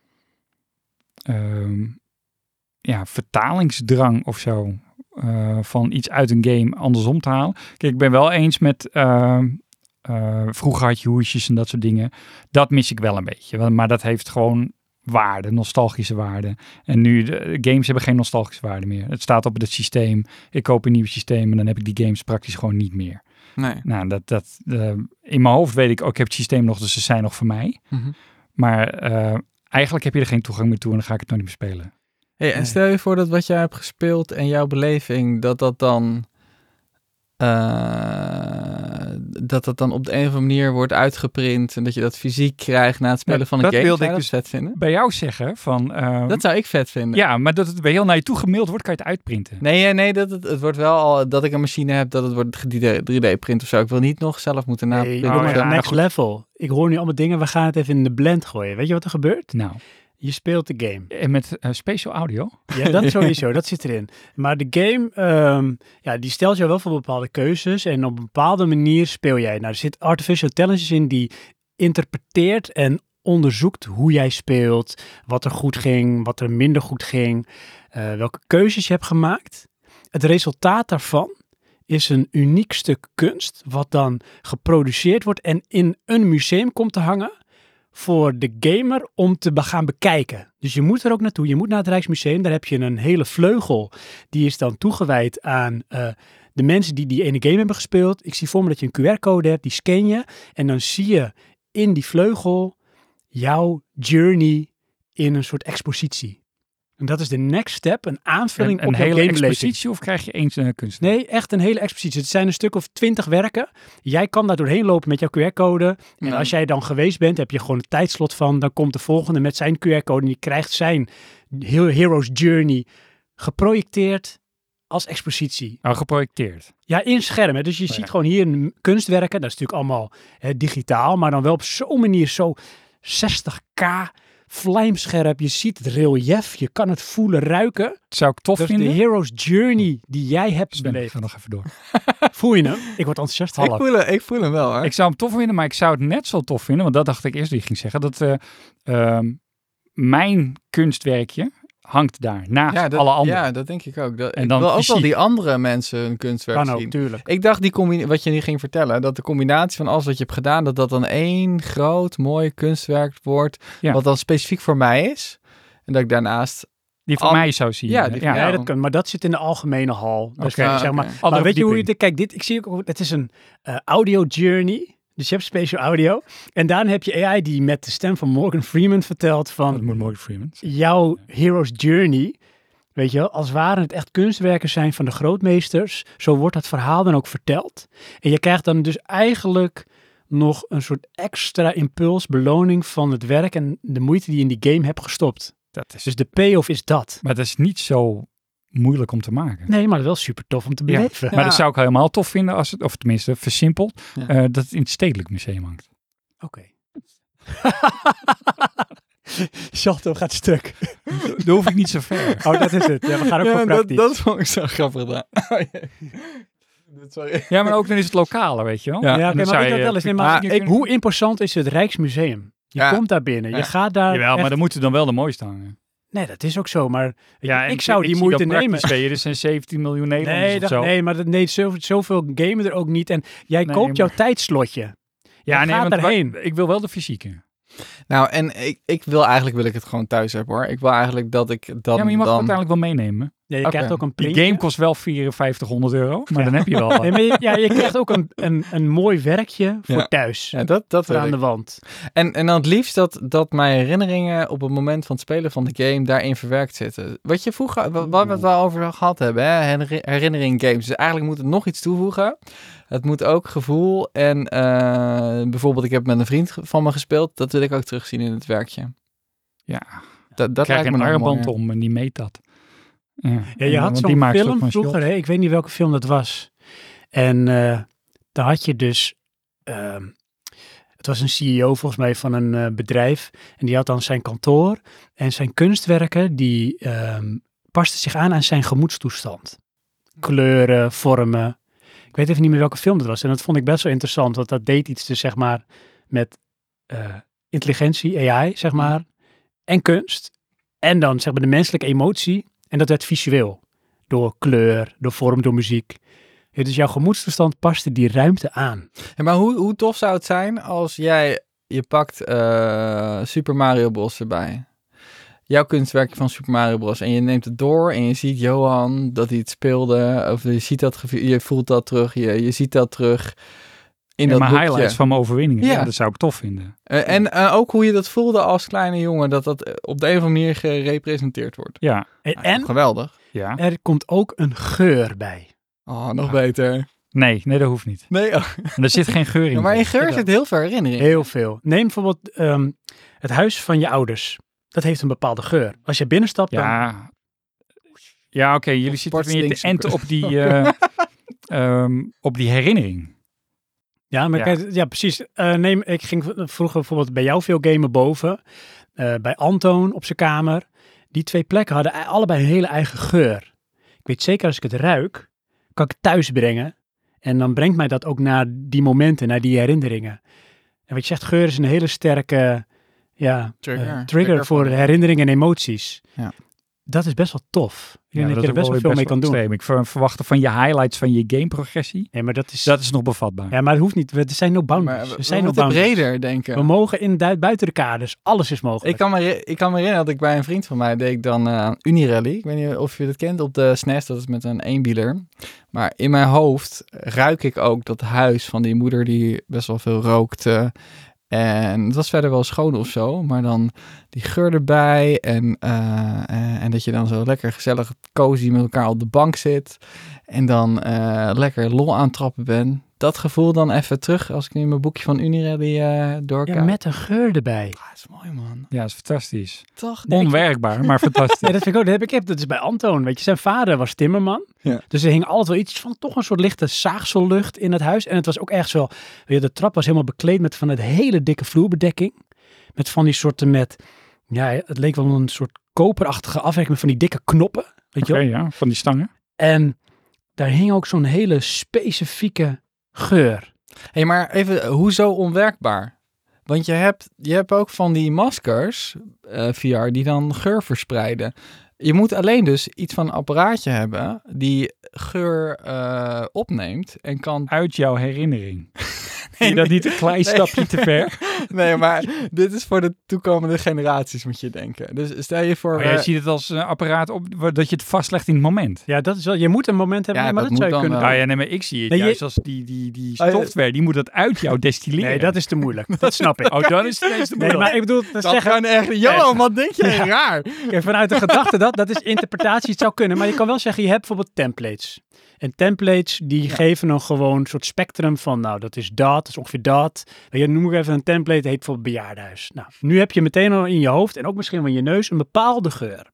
um, ja, vertalingsdrang of zo. Uh, van iets uit een game andersom te halen. Kijk, ik ben wel eens met... Uh, uh, vroeger had je hoesjes en dat soort dingen. Dat mis ik wel een beetje. Maar dat heeft gewoon waarde, nostalgische waarde. En nu, de games hebben geen nostalgische waarde meer. Het staat op het systeem. Ik koop een nieuw systeem en dan heb ik die games praktisch gewoon niet meer. Nee. Nou, dat, dat, uh, in mijn hoofd weet ik, ook, ik heb het systeem nog, dus ze zijn nog voor mij. Mm-hmm. Maar uh, eigenlijk heb je er geen toegang meer toe en dan ga ik het nog niet meer spelen. Hey, en stel je voor dat wat jij hebt gespeeld en jouw beleving, dat dat dan... Uh, dat dat dan op de een of andere manier wordt uitgeprint en dat je dat fysiek krijgt na het spelen Nee, van een dat game. wilde Zou ik je dat dus vet vinden? bij jou zeggen van... Uh, Dat zou ik vet vinden. Ja, maar dat het bij heel naar je toe gemaild wordt, kan je het uitprinten. Nee, nee, dat het, het wordt wel al dat ik een machine heb dat het wordt drie D-print of zo. Ik wil niet nog zelf moeten Nee, naprinten. doe Oh, maar ja, next goed. level. Ik hoor nu allemaal dingen, we gaan het even in de blend gooien. Weet je wat er gebeurt? Nou, Je speelt de game. en met uh, special audio. Ja, dat sowieso, dat zit erin. Maar de game, um, ja, die stelt jou wel voor bepaalde keuzes en op een bepaalde manier speel jij. Nou, er zit artificial intelligence in die interpreteert en onderzoekt hoe jij speelt, wat er goed ging, wat er minder goed ging, uh, welke keuzes je hebt gemaakt. Het resultaat daarvan is een uniek stuk kunst, wat dan geproduceerd wordt en in een museum komt te hangen voor de gamer om te be- gaan bekijken. Dus je moet er ook naartoe, je moet naar het Rijksmuseum, daar heb je een hele vleugel, die is dan toegewijd aan uh, de mensen die die ene game hebben gespeeld. Ik zie voor me dat je een Q R-code hebt, die scan je en dan zie je in die vleugel jouw journey in een soort expositie. En dat is de next step, een aanvulling Een, op een jouw hele gamebeleving. expositie of krijg je eens uh, kunst? Nee, echt een hele expositie. Het zijn een stuk of twintig werken. Jij kan daar doorheen lopen met jouw Q R-code. En Ja. als jij dan geweest bent, heb je gewoon een tijdslot van. Dan komt de volgende met zijn Q R-code. En die krijgt zijn Hero's Journey geprojecteerd als expositie. Oh, geprojecteerd. Ja, in schermen. Dus je Oh, ja. ziet gewoon hier een kunstwerken. Dat is natuurlijk allemaal hè, digitaal. Maar dan wel op zo'n manier zo zestig k vlijmscherp. Je ziet het relief. Je kan het voelen, ruiken. Dat zou ik tof Dat is de vinden. Hero's Journey die jij hebt Sven, beleefd. ga nog even door. Voel je hem? Ik word enthousiast. Ik Hallo. voel, hem, ik voel hem wel, hoor. Ik zou hem tof vinden, maar ik zou het net zo tof vinden, want dat dacht ik eerst dat je ging zeggen, dat uh, uh, mijn kunstwerkje hangt daar naast ja, dat, alle andere. ja, dat denk ik ook. Dat, En ik dan wil ook wel fysiek. die andere mensen hun kunstwerk Kan ook, zien. tuurlijk. Ik dacht, die combina- wat je nu ging vertellen, dat de combinatie van alles wat je hebt gedaan, dat dat dan één groot, mooi kunstwerk wordt, Ja. wat dan specifiek voor mij is. En dat ik daarnaast... Die voor Al- mij zou zien. Ja, die voor Ja, jou. dat kan, maar dat zit in de algemene hal. Dus Oké. zeg Ah, maar, oké. maar Andere weet je hoe je verdieping. dit... Kijk, dit, ik zie ook, het is een uh, audio journey. Dus je hebt spatial audio. En daarna heb je A I die met de stem van Morgan Freeman vertelt van Dat moet Morgan Freeman. jouw Hero's Journey. Weet je wel, als waren het echt kunstwerken zijn van de grootmeesters. Zo wordt dat verhaal dan ook verteld. En je krijgt dan dus eigenlijk nog een soort extra impuls, beloning van het werk en de moeite die je in die game hebt gestopt. Dat is, Dus de payoff is dat. maar dat is niet zo moeilijk om te maken. Nee, maar wel super tof om te Ja. beleven. Maar dat zou ik helemaal tof vinden als het, of tenminste versimpeld, Ja. uh, dat het in het Stedelijk Museum hangt. Oké. Salto gaat stuk. Daar hoef ik niet zo ver. Oh, dat is het. Ja, we gaan ook Ja, voor dat, praktisch. dat vond ik zo grappig gedaan. Oh, jee. Sorry. Ja, maar ook dan is het lokale, weet je wel. Ja. Ja, En oké, dan maar zou weet je je- wat wel is? Nee, Maar maar ik- hoe imposant is het Rijksmuseum? Je Ja. komt daar binnen. Je Ja. gaat daar Jawel, maar echt- dan moeten dan wel de mooiste hangen. Nee, dat is ook zo. Maar Ja, en ik zou die zie moeite dat praktisch nemen. ben je, er zijn zeventien miljoen Nederlanders Nee, of dat, zo. nee, maar dat, nee, zoveel, zoveel gamen er ook niet. En jij Nee, koopt jouw maar- tijdslotje. Ja, Je nee, gaat want erheen. wa- ik wil wel de fysieke. Nou, en ik, ik wil eigenlijk wil ik het gewoon thuis hebben hoor. Ik wil eigenlijk dat ik dan... ja, maar je mag dan... het uiteindelijk wel meenemen. Ja, je Oké. krijgt ook een Die printje. game kost wel vierenvijftighonderd euro, maar dan heb je wel wat. Nee, maar je, ja, je krijgt ook een, een, een mooi werkje voor Ja. thuis. Ja, dat, dat voor wil aan ik. de wand. En, en dan het liefst dat, dat mijn herinneringen op het moment van het spelen van de game daarin verwerkt zitten. Wat je vroeger, wa- waar we het wel over gehad hebben, hè? Herinner- herinnering games. Dus eigenlijk moet het nog iets toevoegen. Het moet ook gevoel en eh, bijvoorbeeld ik heb met een vriend van me gespeeld. Dat wil ik ook terugzien in het werkje. Ja, Dat, dat krijg lijkt je me een nog armband mooier. om en die meet dat. Ja, Ja, En, je eh, had want die zo'n maakt film soort van vroeger, shot. hè? Ik weet niet welke film dat was. En eh daar had je dus... ehm, het was een C E O volgens mij van een eh, bedrijf. En die had dan zijn kantoor. En zijn kunstwerken, die ehm pasten zich aan aan zijn gemoedstoestand. Kleuren, vormen. Ik weet even niet meer welke film dat was. En dat vond ik best wel interessant. Want dat deed iets dus, zeg maar, met eh, intelligentie, A I, zeg maar. En kunst. En dan, zeg maar, de menselijke emotie. En dat werd visueel. Door kleur, door vorm, door muziek. Ja, dus jouw gemoedstoestand paste die ruimte aan. Ja, maar hoe, hoe tof zou het zijn als jij, je pakt eh, Super Mario Bros. Erbij. Jouw kunstwerk van Super Mario Bros. En je neemt het door en je ziet Johan dat hij het speelde. Of je ziet dat, gevoel- je voelt dat terug, je, je ziet dat terug in En dat mijn boekje. highlights van mijn overwinningen. Ja. Ja. dat zou ik tof vinden. Eh, en eh, ook hoe je dat voelde als kleine jongen, dat dat eh, op de een of andere manier gerepresenteerd wordt. Ja, En, Ah, en geweldig. ja. er komt ook een geur bij. Oh, nog beter. Nee, nee, dat hoeft niet. Nee, oh. En er zit geen geur in. Ja, maar in geur zit heel veel herinnering. Heel veel. Neem bijvoorbeeld ehm, het huis van je ouders. Dat heeft een bepaalde geur. Als je binnenstapt, dan... Ja, ja oké. Jullie zitten Apart weer te stinkzoeken. enten op die, eh, ehm, op die herinnering. Ja, maar Ja. kijk, ja, precies. Eh, neem, ik ging v- vroeger bijvoorbeeld bij jou veel gamen boven. Eh, bij Antoon op zijn kamer. Die twee plekken hadden ei- allebei een hele eigen geur. Ik weet zeker als ik het ruik, kan ik het thuis brengen. En dan brengt mij dat ook naar die momenten, naar die herinneringen. En wat je zegt, geur is een hele sterke ja, Trigger. eh, trigger, Trigger voor van- herinneringen en emoties. Ja. Dat is best wel tof. Ik denk Ja, dat je er best wel veel mee kan doen. extreem. Ik ver- verwacht van je highlights van je gameprogressie. Nee, maar dat is... Dat is nog bevatbaar. Ja, maar het hoeft niet. We- Er zijn no boundaries. Maar we, er we zijn no moeten boundaries. breder denken. We mogen in du- buiten de kaders. Alles is mogelijk. Ik kan, me, heri- ik kan me herinneren dat ik bij een vriend van mij deed ik dan eh Unirally. Ik weet niet of je dat kent op de S N E S, dat is met een eenwieler. Maar in mijn hoofd ruik ik ook dat huis van die moeder die best wel veel rookte. En het was verder wel schoon of zo, maar dan die geur erbij en, eh, eh, en dat je dan zo lekker gezellig cozy met elkaar op de bank zit en dan eh, lekker lol aan het trappen ben. Dat gevoel dan even terug als ik nu mijn boekje van Unirally eh doorkijk. Ja, met een geur erbij. Ah, dat is mooi man. Ja, dat is fantastisch. Toch? Onwerkbaar, maar fantastisch. Ja, dat vind ik ook. Dat heb ik, heb, dat is bij Antoon. Weet je, zijn vader was timmerman. Ja. Dus er hing altijd wel iets van toch een soort lichte zaagsellucht in het huis. En het was ook echt zo. Weet je, de trap was helemaal bekleed met van het hele dikke vloerbedekking. Met van die soorten met. Ja, het leek wel een soort koperachtige afwerking van die dikke knoppen. Weet je Oké, wel? ja, van die stangen. En daar hing ook zo'n hele specifieke geur. Hé, hey, maar even, hoezo onwerkbaar? Want je hebt, je hebt ook van die maskers, eh V R, die dan geur verspreiden. Je moet alleen dus iets van een apparaatje hebben die geur eh, opneemt en kan... Uit jouw herinnering. Zie je dat niet een klein Nee. stapje te ver? Nee, maar dit is voor de toekomende generaties, moet je denken. Dus stel je voor... Maar jij eh, ziet het als een apparaat op, waar- dat je het vastlegt in het moment. Ja, dat is wel. Je moet een moment hebben, Ja, maar dat dat, zou moet je dan kunnen. wel. Nou ja, nee, maar ik zie het Nee, je- juist als die, die, die Oh, ja. software, die moet dat uit jou destilleren. Nee, dat is te moeilijk. Dat snap ik. Oh, dan is het ineens te Nee, moeilijk. maar ik bedoel, te dat zeggen, gaan echt... Johan, wat denk je? Ja. Raar. Kijk, vanuit de gedachte dat, dat is interpretatie, het zou kunnen. Maar je kan wel zeggen, je hebt bijvoorbeeld templates. En templates, die geven dan gewoon een soort spectrum van, nou, dat is dat, dat is ongeveer dat. Weet je, noem ik even een template, dat heet bijvoorbeeld bejaardenhuis. Nou, nu heb je meteen al in je hoofd en ook misschien wel in je neus een bepaalde geur.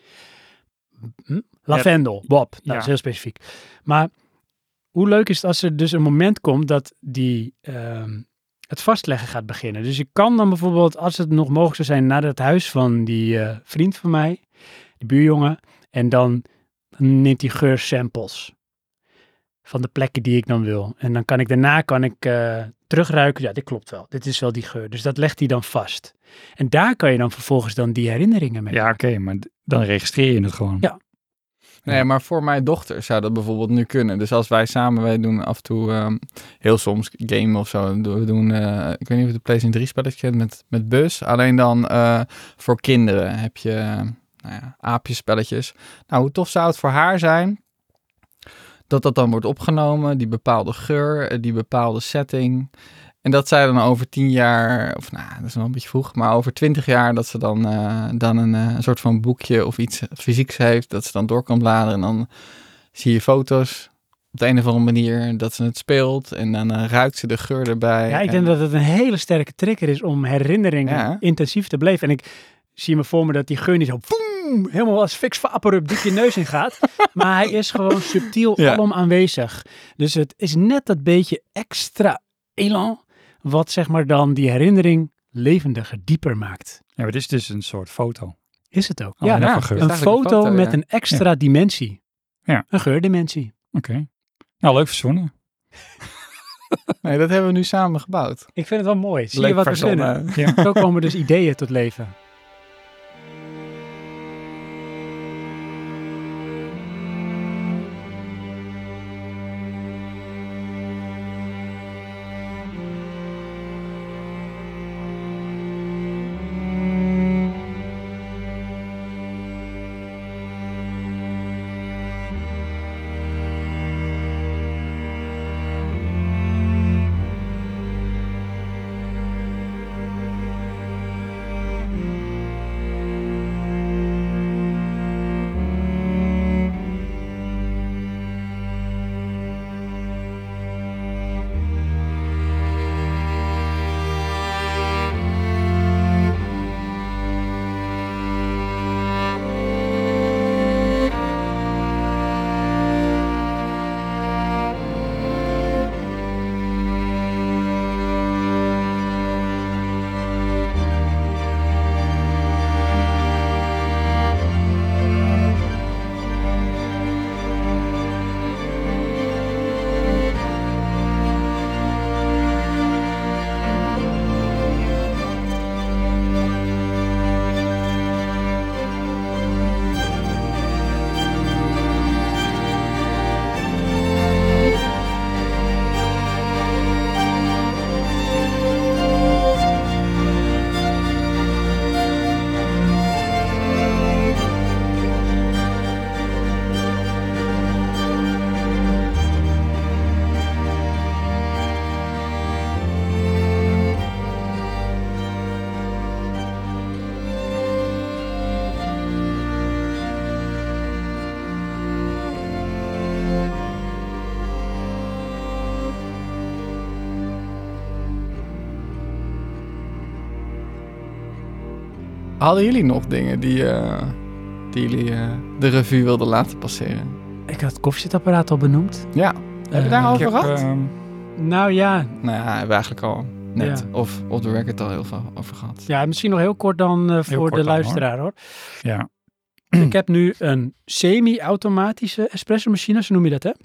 Hm? Lavendel, Bob, nou, dat is Ja. heel specifiek. Maar hoe leuk is het als er dus een moment komt dat die, ehm, het vastleggen gaat beginnen. Dus je kan dan bijvoorbeeld, als het nog mogelijk zou zijn, naar het huis van die eh, vriend van mij, die buurjongen, en dan neemt hij geursamples van de plekken die ik dan wil. En dan kan ik daarna kan ik eh, terugruiken. Ja, dit klopt wel. Dit is wel die geur. Dus dat legt hij dan vast. En daar kan je dan vervolgens dan die herinneringen mee. Ja, oké, maar d- dan registreer je het gewoon. Ja. Nee, maar voor mijn dochter zou dat bijvoorbeeld nu kunnen. Dus als wij samen, wij doen af en toe um, heel soms game of zo. We doen, uh, ik weet niet of je de PlayStation drie spelletje kent met, met Bus. Alleen dan uh, voor kinderen heb je uh, nou ja, aapjespelletjes. Nou, hoe tof zou het voor haar zijn dat dat dan wordt opgenomen, die bepaalde geur, die bepaalde setting. En dat zij dan over tien jaar, of nou, dat is wel een beetje vroeg, maar over twintig jaar dat ze dan, uh, dan een, uh, een soort van boekje of iets fysieks heeft, dat ze dan door kan bladeren en dan zie je foto's op de een of andere manier dat ze het speelt en dan uh, ruikt ze de geur erbij. Ja, ik en... denk dat het een hele sterke trigger is om herinneringen Ja. intensief te beleven. En ik zie me voor me dat die geur niet zo boem, helemaal als fix vaporub diep je neus in gaat. Maar hij is gewoon subtiel Ja. alom aanwezig. Dus het is net dat beetje extra elan wat zeg maar dan die herinnering levendiger, dieper maakt. Ja, maar dit is dus een soort foto. Is het ook? Oh, ja, en ja, even geur. het een is eigenlijk foto een foto, met ja. een extra dimensie. Ja. Een geurdimensie. Oké. Okay. Nou, leuk verzonnen. Nee, dat hebben we nu samen gebouwd. Ik vind het wel mooi. Zie je Leuk wat we verzonnen. kunnen? Ja. Zo komen dus ideeën tot leven. Hadden jullie nog dingen die, uh, die jullie uh, de revue wilden laten passeren? Ik had het koffiezetapparaat al benoemd. Ja, heb je Eh, daarover Ik heb, gehad? ehm, Nou ja, Nou ja, hebben we eigenlijk al net Ja. of op de record al heel veel over gehad. ja, misschien nog heel kort dan uh, voor kort de dan, luisteraar hoor. ja. Ik heb nu een semi-automatische espresso-machine, zo noem je dat, hè?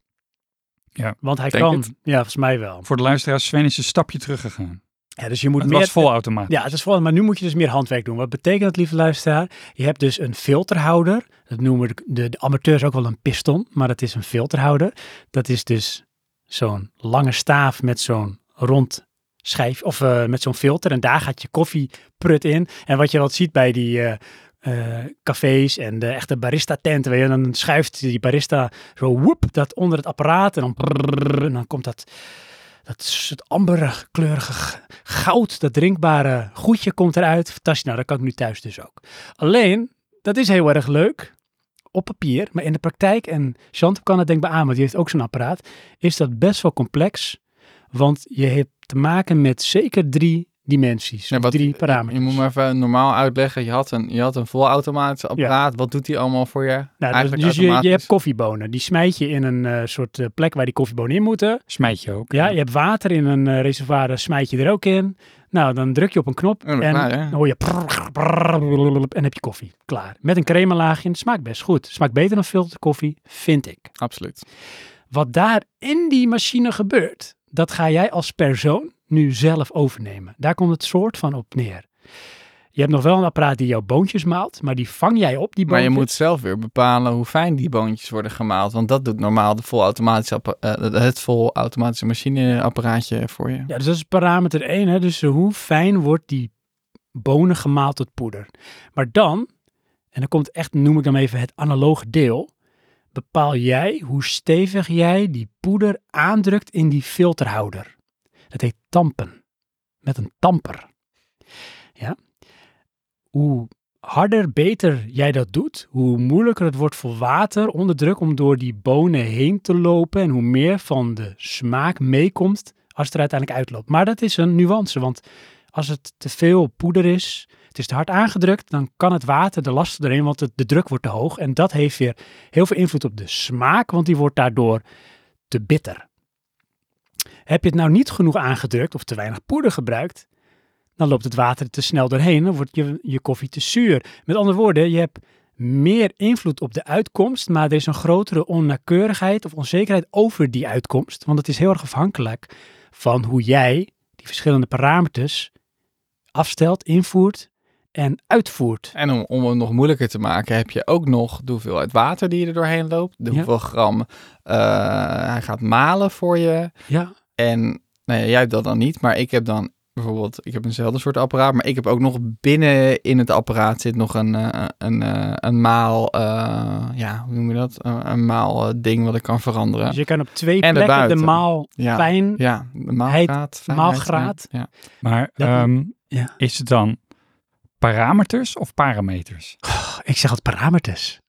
Ja, Want hij denk kan, het. ja, volgens mij wel. Voor de luisteraars, Sven is een stapje teruggegaan. Ja, dus je moet Het meer... was vol automatisch. Ja, het is vol, maar nu moet je dus meer handwerk doen. Wat betekent dat, lieve luisteraar? Je hebt dus een filterhouder. Dat noemen de, de, de amateurs ook wel een piston, maar dat is een filterhouder. Dat is dus zo'n lange staaf met zo'n rond schijf, of uh, met zo'n filter. En daar gaat je koffieprut in. En wat je wel ziet bij die uh, uh, cafés en de echte barista-tenten, weet je, dan schuift die barista zo woep, dat onder het apparaat en dan, brrr, en dan komt dat... Dat is het amberkleurige goud, dat drinkbare goedje komt eruit. Fantastisch, nou dat kan ik nu thuis dus ook. Alleen, dat is heel erg leuk op papier, maar in de praktijk, en Chantal kan het denk ik beamen, want die heeft ook zo'n apparaat, is dat best wel complex. Want je hebt te maken met zeker drie dimensies, Ja, of wat- drie parameters. Je moet maar even normaal uitleggen. Je had een, je had een volautomatisch apparaat. Wat doet die allemaal voor je? Nou, dus Eigenlijk dus je, je automatisch. hebt koffiebonen, die smijt je in een uh, soort uh, plek waar die koffiebonen in moeten. Smijt je ook. Ja, je hebt water in een uh, reservoir, daar smijt je er ook in. Nou, dan druk je op een knop Ja, dan en klaar, hè? dan hoor je prrr, prrr, en heb je koffie. Klaar. Met een cremelaagje. Het smaakt best goed. Het smaakt beter dan filterkoffie, vind ik. Absoluut. Wat daar in die machine gebeurt, dat ga jij als persoon nu zelf overnemen. Daar komt het soort van op neer. Je hebt nog wel een apparaat die jouw boontjes maalt, maar die vang jij op, die Maar boontjes. je moet zelf weer bepalen hoe fijn die boontjes worden gemaald. Want dat doet normaal de volautomatische appa- uh, het volautomatische machineapparaatje voor je. Ja, dus dat is parameter één. Hè? Dus hoe fijn wordt die bonen gemaald tot poeder. Maar dan, en dan komt echt, noem ik dan even het analoge deel, bepaal jij hoe stevig jij die poeder aandrukt in die filterhouder. Dat heet tampen. Met een tamper. Ja. Hoe harder, beter jij dat doet, hoe moeilijker het wordt voor water onder druk om door die bonen heen te lopen en hoe meer van de smaak meekomt als het er uiteindelijk uitloopt. Maar dat is een nuance, want als het te veel poeder is, het is te hard aangedrukt, dan kan het water de last erin, want het, de druk wordt te hoog. En dat heeft weer heel veel invloed op de smaak, want die wordt daardoor te bitter. Heb je het nou niet genoeg aangedrukt of te weinig poeder gebruikt, dan loopt het water er te snel doorheen, dan wordt je, je koffie te zuur. Met andere woorden, je hebt meer invloed op de uitkomst, maar er is een grotere onnauwkeurigheid of onzekerheid over die uitkomst, want het is heel erg afhankelijk van hoe jij die verschillende parameters afstelt, invoert en uitvoert. En om, om het nog moeilijker te maken, heb je ook nog de hoeveelheid water die er doorheen loopt. De Ja. hoeveel gram uh, hij gaat malen voor je. Ja, En nou ja, jij hebt dat dan niet, maar ik heb dan bijvoorbeeld, ik heb eenzelfde soort apparaat, maar ik heb ook nog binnen in het apparaat zit nog een, uh, een, uh, een maal, uh, ja, hoe noem je dat? Uh, een maal uh, ding wat ik kan veranderen. dus je kan op twee En plekken de erbuiten. maal Ja. fijn. Ja, de maalgraad. maalgraad. Ja. Maar Dat- ehm, ja. is het dan parameters of parameters? Oh, ik zeg altijd parameters.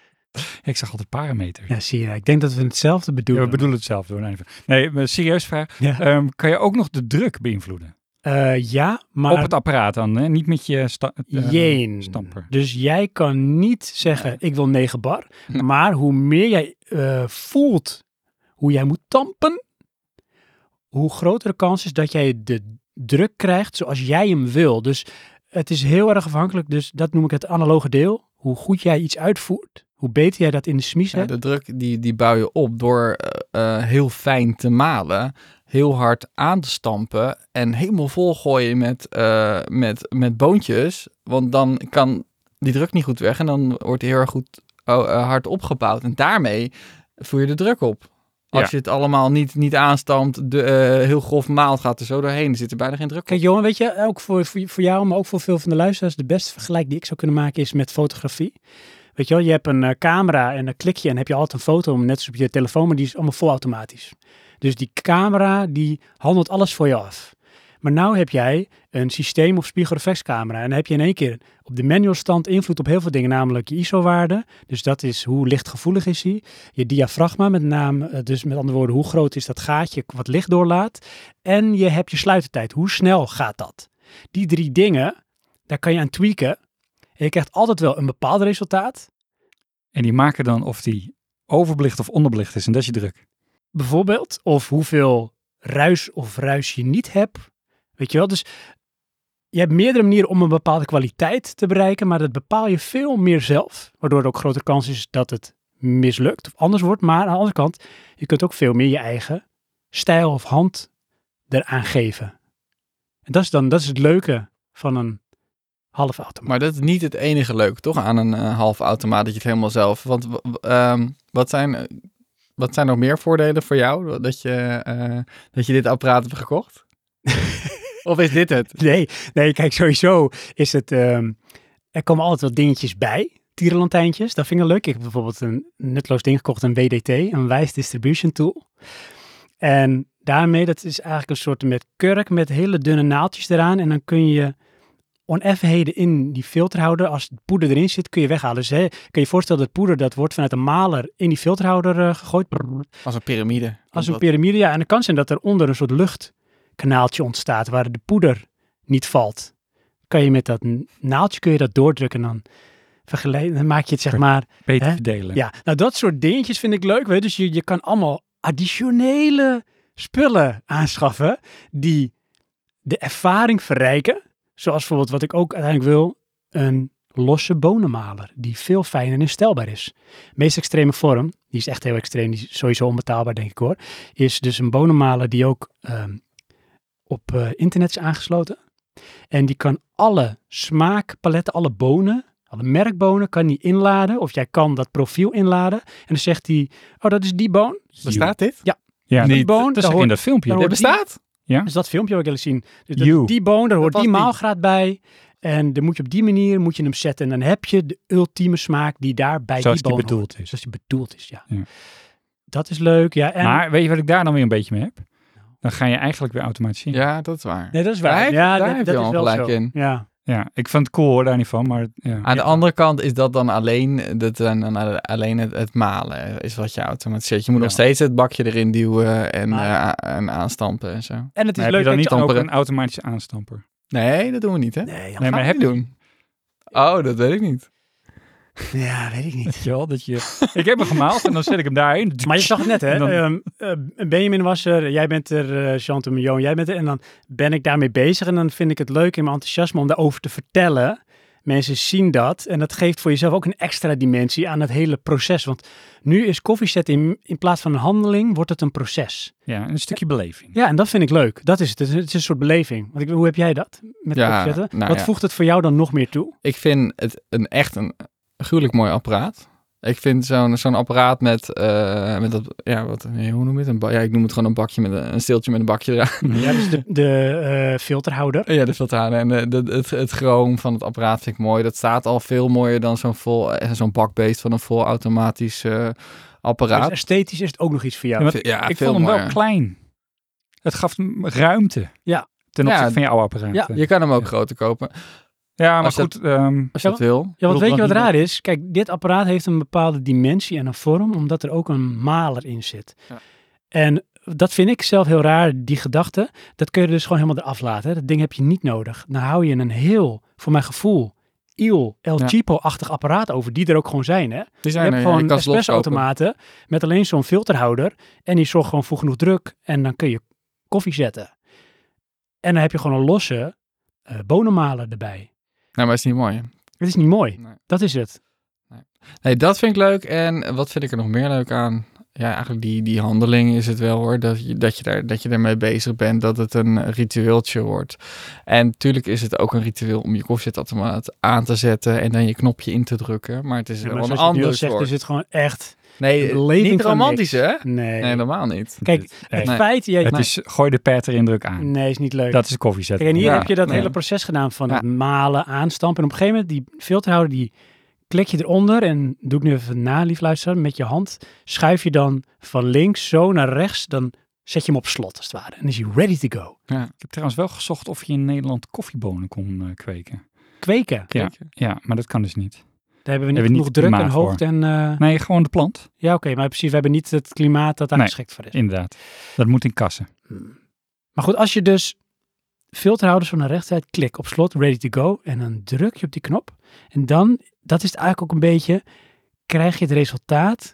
Ik zeg altijd parameters. Ja, zie je. Ik denk dat we hetzelfde Ja, bedoelen. we bedoelen hetzelfde. Hoor. Nee, Nee, maar serieus vraag. Ja, Ehm, kan je ook nog de druk beïnvloeden? Eh, ja maar Op het apparaat dan, hè? Niet met je sta- eh, Jeen. stamper. Dus jij kan niet zeggen, ik wil negen bar. Nee. Maar hoe meer jij eh, voelt hoe jij moet tampen, hoe grotere kans is dat jij de druk krijgt zoals jij hem wil. Dus het is heel erg afhankelijk. Dus dat noem ik het analoge deel. Hoe goed jij iets uitvoert, hoe beter jij dat in de smies Ja, hebt. de druk die, die bouw je op door uh, uh, heel fijn te malen, heel hard aan te stampen en helemaal vol gooien met, uh, met, met boontjes. Want dan kan die druk niet goed weg en dan wordt hij heel erg goed uh, uh, hard opgebouwd. En daarmee voer je de druk op. Als Ja. je het allemaal niet, niet aanstampt, de, uh, heel grof maalt, gaat er zo doorheen. Er zit er bijna geen druk op. Kijk Johan, weet je, ook voor, voor, voor jou, maar ook voor veel van de luisteraars, de beste vergelijk die ik zou kunnen maken is met fotografie. Weet je wel, je hebt een uh, camera en dan klik je en heb je altijd een foto, net als op je telefoon, maar die is allemaal volautomatisch. Dus die camera, die handelt alles voor je af. Maar nou heb jij een systeem of spiegelreflexcamera en dan heb je in één keer op de manual stand invloed op heel veel dingen, namelijk je I S O-waarde. Dus dat is hoe lichtgevoelig is hij. Je diafragma, met name, dus met andere woorden, hoe groot is dat gaatje wat licht doorlaat. En je hebt je sluitertijd. Hoe snel gaat dat? Die drie dingen, daar kan je aan tweaken. En je krijgt altijd wel een bepaald resultaat. En die maken dan of die overbelicht of onderbelicht is en dat is je druk. Bijvoorbeeld, of hoeveel ruis of ruis je niet hebt. Weet je wel, dus je hebt meerdere manieren om een bepaalde kwaliteit te bereiken, maar dat bepaal je veel meer zelf, waardoor er ook grotere kans is dat het mislukt of anders wordt. Maar aan de andere kant, je kunt ook veel meer je eigen stijl of hand eraan geven. En dat is dan, dat is het leuke van een half automaat. Maar dat is niet het enige leuke, toch? Aan een uh, half automaat, dat je het helemaal zelf... Want um, wat zijn... Uh, Wat zijn nog meer voordelen voor jou dat je, uh, dat je dit apparaat hebt gekocht? Of is dit het? Nee, nee, kijk, sowieso is het... Um, er komen altijd wat dingetjes bij, tierenlantijntjes. Dat vind ik leuk. Ik heb bijvoorbeeld een nutteloos ding gekocht, een W D T, een Wijs Distribution Tool. En daarmee, dat is eigenlijk een soort met kurk met hele dunne naaldjes eraan. En dan kun je oneffenheden in die filterhouder, als het poeder erin zit, kun je weghalen. Dus hè, kan je je voorstellen dat poeder, dat wordt vanuit een maler in die filterhouder uh, gegooid. Als een piramide. Als een piramide, ja. En dan kan zijn dat er onder een soort luchtkanaaltje ontstaat, waar de poeder niet valt. Kan je met dat naaldje, kun je dat doordrukken en dan, vergelijken, dan maak je het zeg maar... Beter hè? verdelen. Ja, nou dat soort dingetjes vind ik leuk. Weet? Dus je, je kan allemaal additionele spullen aanschaffen die de ervaring verrijken. Zoals bijvoorbeeld wat ik ook uiteindelijk wil, een losse bonenmaler die veel fijner en instelbaar is. De meest extreme vorm, die is echt heel extreem, die is sowieso onbetaalbaar denk ik hoor, is dus een bonenmaler die ook um, op uh, internet is aangesloten. En die kan alle smaakpaletten, alle bonen, alle merkbonen kan die inladen. Of jij kan dat profiel inladen. En dan zegt hij, oh dat is die boon. Bestaat dit? Ja, Die dat, boon, dat daar zag ik hoort- in dat filmpje. daar Dit hoort bestaat? Dus dat filmpje wil ik willen zien. Dus dat- You. die boon, daar hoort was die die. maalgraad bij. En dan moet je op die manier moet je hem zetten. En dan heb je de ultieme smaak die daar bij Zoals die die boon bedoeld hoort. is. Zoals die bedoeld is, ja. Ja. Dat is leuk, ja. En, Maar weet je wat ik daar dan weer een beetje mee heb? Dan ga je eigenlijk weer automatiseren. Ja, dat is waar. nee, dat is Daar waar. heb- ja, daar dat, heb dat je is al wel gelijk zo. in. Ja. Ja, ik vind het cool hoor, daar niet van. Maar ja. Aan de andere kant is dat dan alleen, dat dan dan alleen het, het malen is wat je automatiseert. Je moet Ja. nog steeds het bakje erin duwen en, Maar- eh, en aanstampen en zo. En het is Maar heb leuk je dan dat niet je... ook amperen. een automatische aanstamper? Nee, dat doen we niet, hè? Nee, Nee, Maar maar heb heb je doen? Oh, dat weet ik niet. ja, weet ik niet. Weet je wel, dat je... Ik heb hem gemaald en dan zet ik hem daarheen. Maar je zag het net, hè? En dan- Ehm, eh, Benjamin was er, jij bent er, uh, Chantum en Johan, jij bent er. En dan ben ik daarmee bezig en dan vind ik het leuk in mijn enthousiasme om daarover te vertellen. Mensen zien dat en dat geeft voor jezelf ook een extra dimensie aan het hele proces. Want nu is koffiezetten in, in plaats van een handeling, wordt het een proces. Ja, een stukje beleving. Ja, en dat vind ik leuk. Dat is het. Het is, het is een soort beleving. Want ik, hoe heb jij dat met Ja, koffiezetten? nou Wat ja. voegt het voor jou dan nog meer toe? Ik vind het een echt een gruwelijk mooi apparaat. Ik vind zo'n zo'n apparaat met, eh, met dat, ja, wat, nee, hoe noem je het? Een ba- ja, ik noem het gewoon een bakje met een, een steeltje met een bakje eraan. Ja, dus de, de eh, filterhouder. Ja, de filterhouder en de, de, het, het chroom van het apparaat vind ik mooi. Dat staat al veel mooier dan zo'n vol, eh, zo'n bakbeest van een vol automatisch eh, Dus apparaat. esthetisch is het ook nog iets voor jou. Ja, maar Ja, ik veel vond hem wel mooier. klein. Het gaf hem ruimte. Ja. Ten opzichte Ja, van je oude apparaat. ja, Je kan hem ook Ja. groter kopen Ja, maar Als dat- goed. ehm, als je Ja, dat wil. Ja, want bedoel, weet je dan wat niet raar is? Kijk, dit apparaat heeft een bepaalde dimensie en een vorm, omdat er ook een maler in zit. Ja. En dat vind ik zelf heel raar, die gedachte. Dat kun je dus gewoon helemaal eraf laten. Hè. Dat ding heb je niet nodig. Dan hou je een heel, voor mijn gevoel, Il El Ja. Cheapo-achtig apparaat over, die er ook gewoon zijn. Hè. Die Je zijn hebt er, ja, gewoon je kan ze loskopen. espresso-automaten met alleen zo'n filterhouder. En die zorgt gewoon voor genoeg druk. En dan kun je koffie zetten. En dan heb je gewoon een losse eh bonenmaler erbij. Nee, maar het is niet mooi. Het is niet mooi. Nee. Dat is het. Nee, dat vind ik leuk. En wat vind ik er nog meer leuk aan? Ja, eigenlijk die, die handeling is het wel hoor. Dat je, dat, je daar, dat je ermee bezig bent. Dat het een ritueeltje wordt. En natuurlijk is het ook een ritueel om je koffiezetautomaat aan te zetten. En dan je knopje in te drukken. Maar het is Ja, maar wel een zoals je nu al ander zegt, soort. is het gewoon echt... Nee, de beleving niet van romantisch niks. hè? Nee. Nee, helemaal niet. Kijk, Nee. het Nee. feit... Jij, het Nee. is, gooi de pet erin, druk aan. Nee, is niet leuk. Dat is koffie zetten. Kijk, en hier Ja, heb je dat nee. hele proces gedaan van Ja. het malen, aanstampen. En op een gegeven moment, die filterhouder, die klik je eronder. En doe ik nu even na, lief luisteraar. Met je hand schuif je dan van links zo naar rechts. Dan zet je hem op slot, als het ware. En dan is hij ready to go. Ja. Ik heb trouwens wel gezocht of je in Nederland koffiebonen kon eh, kweken. Kweken. Ja, ja, maar dat kan dus niet. Daar hebben we niet Hebben we genoeg niet druk en klimaat hoogte. En, eh, Nee, gewoon de plant. ja, oké. maar precies, we hebben niet het klimaat dat daar Nee. geschikt voor is. Inderdaad. Dat moet in kassen. Maar goed, als je dus filterhouders van de rechterzijde klik op slot, ready to go. En dan druk je op die knop. En dan, dat is het eigenlijk ook een beetje, krijg je het resultaat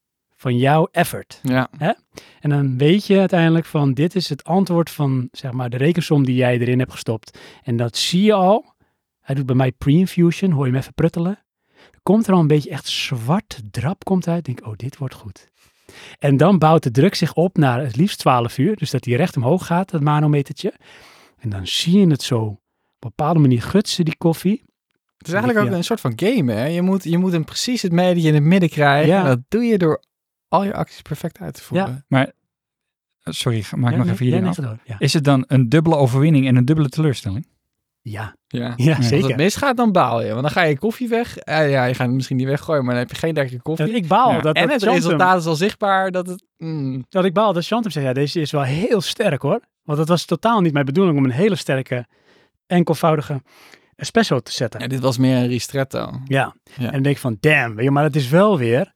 van jouw effort. Ja. En dan weet je uiteindelijk van, dit is het antwoord van, zeg maar, de rekensom die jij erin hebt gestopt. En dat zie je al. Hij doet bij mij pre-infusion, hoor je hem even pruttelen. Er komt er al een beetje echt zwart drap komt uit. Denk, oh, dit wordt goed. En dan bouwt de druk zich op naar het liefst twaalf uur. Dus dat die recht omhoog gaat, dat manometertje. En dan zie je het zo op een bepaalde manier gutsen, die koffie. Het is eigenlijk ook Ja. een soort van game hè. Je moet, je moet hem precies het medium in het midden krijgen. Ja. En dat doe je door al je acties perfect uit te voeren. Maar, eh, sorry, maak Ja, nog nee, even ja, hierin nee, af. ga door. Ja, Is het dan een dubbele overwinning en een dubbele teleurstelling? ja. Ja. ja Als zeker. het misgaat, dan baal je. Want dan ga je koffie weg. Eh, ja, je gaat het misschien niet weggooien, maar dan heb je geen lekkere koffie. Dat ik baal. Ja. Dat, en dat het Chantem- resultaat is al zichtbaar dat het... mm, Dat ik baal dat Chantem zegt, ja, deze is wel heel sterk hoor. Want het was totaal niet mijn bedoeling om een hele sterke, enkelvoudige espresso te zetten. ja, dit was meer een ristretto. Ja, Ja. en dan denk ik van, damn, weet je, maar het is wel weer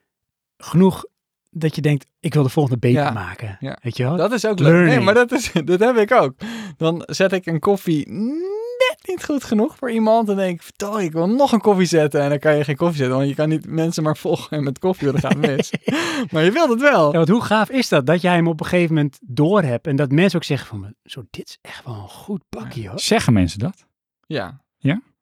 genoeg dat je denkt, ik wil de volgende beter Ja. maken. Ja. Weet je wel? Dat is ook leuk. Learning. Nee, maar dat, is, dat heb ik ook. Dan zet ik een koffie net niet goed genoeg voor iemand. En denk ik, vertel, ik wil nog een koffie zetten. En dan kan je geen koffie zetten, want je kan niet mensen maar volgen met koffie, want dan gaat het mis. Maar je wilt het wel. Ja, want hoe gaaf is dat, dat jij hem op een gegeven moment door hebt en dat mensen ook zeggen van, zo, dit is echt wel een goed bakje hoor. Zeggen mensen dat? Ja. Ja?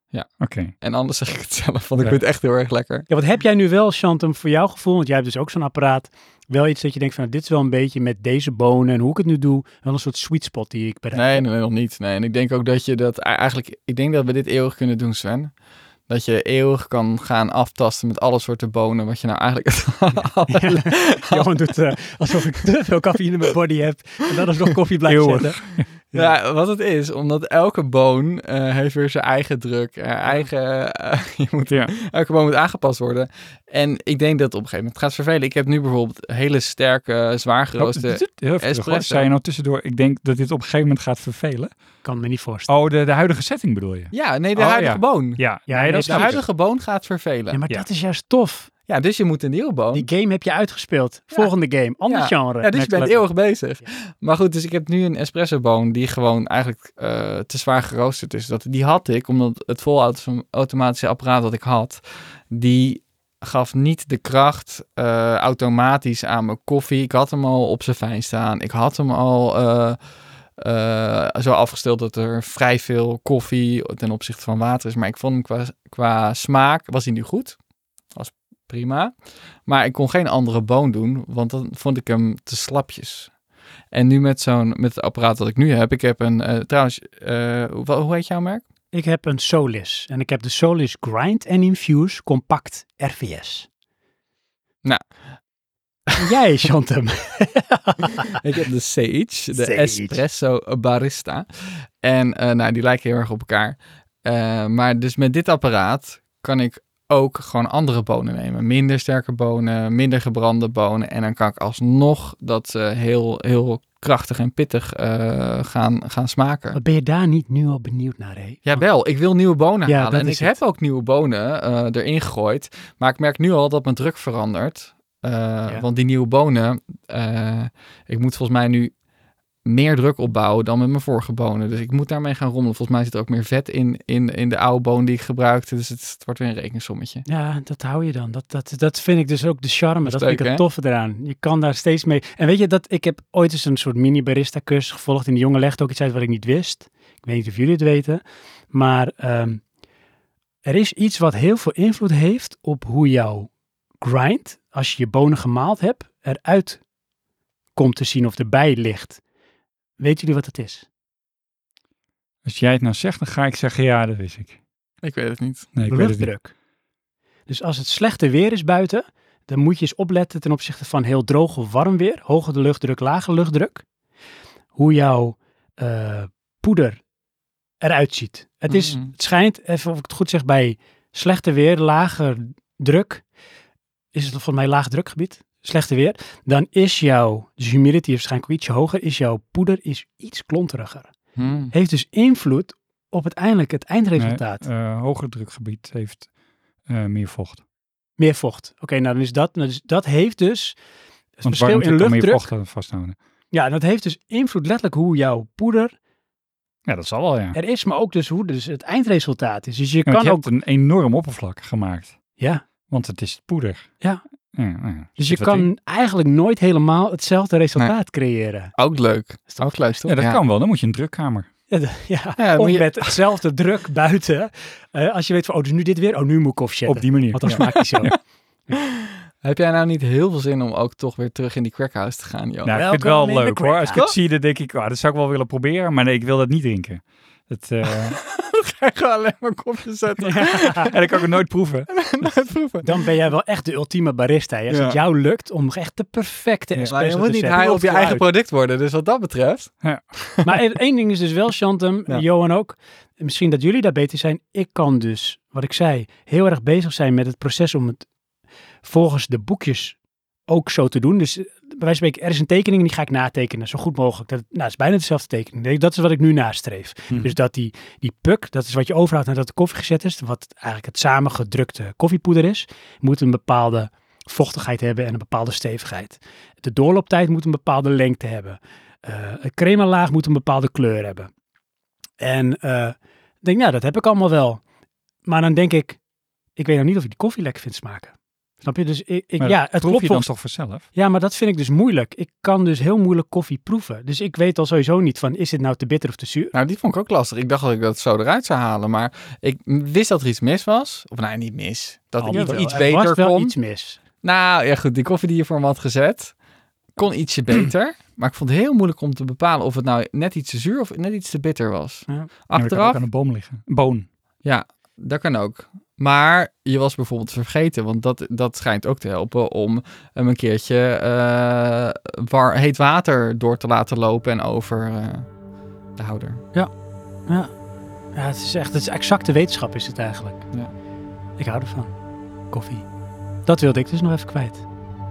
Oké. En anders zeg ik het zelf, want ik Ja. vind het echt heel erg lekker. Ja, wat heb jij nu wel, Chantem, voor jouw gevoel? Want jij hebt dus ook zo'n apparaat. Wel iets dat je denkt van, nou, dit is wel een beetje met deze bonen en hoe ik het nu doe. Wel een soort sweet spot die ik bereik. Nee, nee, nee, nog niet. Nee, en ik denk ook dat je dat e- eigenlijk... Ik denk dat we dit eeuwig kunnen doen, Sven. Dat je eeuwig kan gaan aftasten met alle soorten bonen. Wat je nou eigenlijk... Johan doet eh, alsof ik te veel cafeïne in mijn body heb. En dan alsnog koffie blijft Eeuwig. zetten. Ja, wat het is, omdat elke boon eh, heeft weer zijn eigen druk, eh, eigen, eh, je moet, Ja. elke boon moet aangepast worden. En ik denk dat op een gegeven moment het gaat vervelen. Ik heb nu bijvoorbeeld hele sterke, zwaar geroosterde Oh, dit- heel even terug, hoor. espresso. Zei je nou tussendoor, ik denk dat dit op een gegeven moment gaat vervelen. Kan me niet voorstellen. Oh, de, de huidige setting bedoel je? Ja, nee, de Oh, huidige ja. boon. Ja, Ja, nee, nee, dat De snap ik. huidige boon gaat vervelen. Ja, maar Ja. dat is juist tof. Ja, dus je moet een nieuwe boon. Die game heb je uitgespeeld. Volgende game. Ander Ja. genre. Ja, dus je bent Next eeuwig bezig. Ja. Maar goed, dus ik heb nu een espresso-boon die gewoon eigenlijk eh, te zwaar geroosterd is. Dat, die had ik, omdat het volautomatische apparaat dat ik had, die gaf niet de kracht eh, automatisch aan mijn koffie. Ik had hem al op zijn fijn staan. Ik had hem al eh, eh, zo afgesteld dat er vrij veel koffie ten opzichte van water is. Maar ik vond hem qua, qua smaak, was hij nu goed. Was prima. Maar ik kon geen andere boon doen, want dan vond ik hem te slapjes. En nu met zo'n met het apparaat dat ik nu heb, ik heb een, uh, trouwens, uh, hoe, hoe heet jouw merk? Ik heb een Solis. En ik heb de Solis Grind and Infuse Compact R V S. Nou. En jij, Chantem. Ik heb de Sage, de Sage. Espresso Barista. En uh, nou, die lijken heel erg op elkaar. Uh, maar dus met dit apparaat kan ik ook gewoon andere bonen nemen. Minder sterke bonen, minder gebrande bonen. En dan kan ik alsnog dat uh, heel, heel krachtig en pittig uh, gaan, gaan smaken. Wat ben je daar niet nu al benieuwd naar, hé? Jawel, ik wil nieuwe bonen Ja, halen. dat En ik is het. heb ook nieuwe bonen uh, erin gegooid. Maar ik merk nu al dat mijn druk verandert. Uh, ja. Want die nieuwe bonen, uh, ik moet volgens mij nu meer druk opbouwen dan met mijn vorige bonen. Dus ik moet daarmee gaan rommelen. Volgens mij zit er ook meer vet in, in, in de oude boon die ik gebruikte. Dus het, het wordt weer een rekensommetje. Ja, dat hou je dan. Dat, dat, dat vind ik dus ook de charme. Dat, Dat dat is vind ik leuk, het toffe eraan. Je kan daar steeds mee. En weet je, dat ik heb ooit eens een soort mini-barista cursus gevolgd. En die jongen legde ook iets uit wat ik niet wist. Ik weet niet of jullie het weten. Maar um, er is iets wat heel veel invloed heeft op hoe jouw grind, als je je bonen gemaald hebt, eruit komt te zien of erbij ligt. Weet jullie wat het is? Als jij het nou zegt, dan ga ik zeggen, ja, dat wist ik. Ik weet het niet. Nee, ik weet het niet. Luchtdruk. Dus als het slechte weer is buiten, dan moet je eens opletten ten opzichte van heel droog of warm weer. Hoge de luchtdruk, lage luchtdruk. Hoe jouw uh, poeder eruit ziet. Het, is, Mm-hmm. het schijnt, even of ik het goed zeg, bij slechte weer, lage druk, is het volgens mij laag drukgebied, slechte weer, dan is jouw, dus humidity is waarschijnlijk ook ietsje hoger, is jouw poeder is iets klonteriger. Hmm. Heeft dus invloed op uiteindelijk het eindresultaat. Nee, uh, hoger drukgebied heeft uh, meer vocht. Meer vocht. Oké, okay, nou dan is dat, nou dus dat heeft dus het Want verschil in kan meer luchtdruk. vocht vasthouden. Ja, dat heeft dus invloed letterlijk hoe jouw poeder Ja, dat zal wel, ja. er is, maar ook dus hoe dus het eindresultaat is. Dus je Ja, kan je ook... hebt een enorm oppervlak gemaakt. Ja. Want het is poeder. Ja. ja, ja. Dus je Zit kan wat in. eigenlijk nooit helemaal hetzelfde resultaat nee. creëren. Ook leuk. Ook leuk, toch? Ja, dat ja. kan wel. Dan moet je een drukkamer. Ja, de, ja. ja of je... met hetzelfde druk buiten. Uh, als je weet van, oh, dus nu dit weer. Oh, nu moet ik koffie zetten. Op die manier. Want dan ja. smaakt hij zo. Heb jij nou niet heel veel zin om ook toch weer terug in die crackhouse te gaan, Johan? Nou, ik vind het wel leuk hoor. Als ik het zie, dan denk ik, oh, dat zou ik wel willen proberen. Maar nee, ik wil dat niet drinken. Het, uh... dan ga je gewoon alleen maar koffie zetten. Ja. En dan kan ik het nooit proeven. nooit proeven. Dan ben jij wel echt de ultieme barista. Hè? Als ja. het jou lukt om echt de perfecte ja. espresso maar je moet niet high op je eigen uit. product worden. Dus wat dat betreft. Ja. Maar één ding is dus wel, Chantem, ja. Johan ook. Misschien dat jullie daar beter zijn. Ik kan dus, wat ik zei, heel erg bezig zijn met het proces om het volgens de boekjes ook zo te doen. Dus bij wijze van spreken, er is een tekening en die ga ik natekenen, zo goed mogelijk. Dat, nou, het is bijna dezelfde tekening. Dat is wat ik nu nastreef. Hmm. Dus dat die, die puk, dat is wat je overhoudt nadat de koffie gezet is, wat eigenlijk het samengedrukte koffiepoeder is, moet een bepaalde vochtigheid hebben en een bepaalde stevigheid. De doorlooptijd moet een bepaalde lengte hebben. Uh, een cremalaag moet een bepaalde kleur hebben. En uh, denk, nou, dat heb ik allemaal wel. Maar dan denk ik, ik weet nog niet of ik die koffie lekker vind smaken. Snap je? Dus ik, ik, Maar ja, dat het proef klopt je dan volgens- toch vanzelf? Ja, maar dat vind ik dus moeilijk. Ik kan dus heel moeilijk koffie proeven. Dus ik weet al sowieso niet van, is het nou te bitter of te zuur? Nou, die vond ik ook lastig. Ik dacht dat ik dat zo eruit zou halen. Maar ik wist dat er iets mis was. Of nee, niet mis. Dat ik Jawel, iets er beter was wel kon. iets mis. Nou, ja goed. Die koffie die je voor me had gezet, kon ietsje beter. Maar ik vond het heel moeilijk om te bepalen of het nou net iets te zuur of net iets te bitter was. Ja. Ja, dat kan Achteraf, ook aan de boom liggen. Boon. ja, dat kan ook. Maar je was bijvoorbeeld vergeten, want dat, dat schijnt ook te helpen om hem een keertje eh, war, heet water door te laten lopen en over eh, de houder. Ja, ja het is echt, het is exacte wetenschap is het eigenlijk. Ja. Ik hou ervan. Koffie. Dat wilde ik dus nog even kwijt.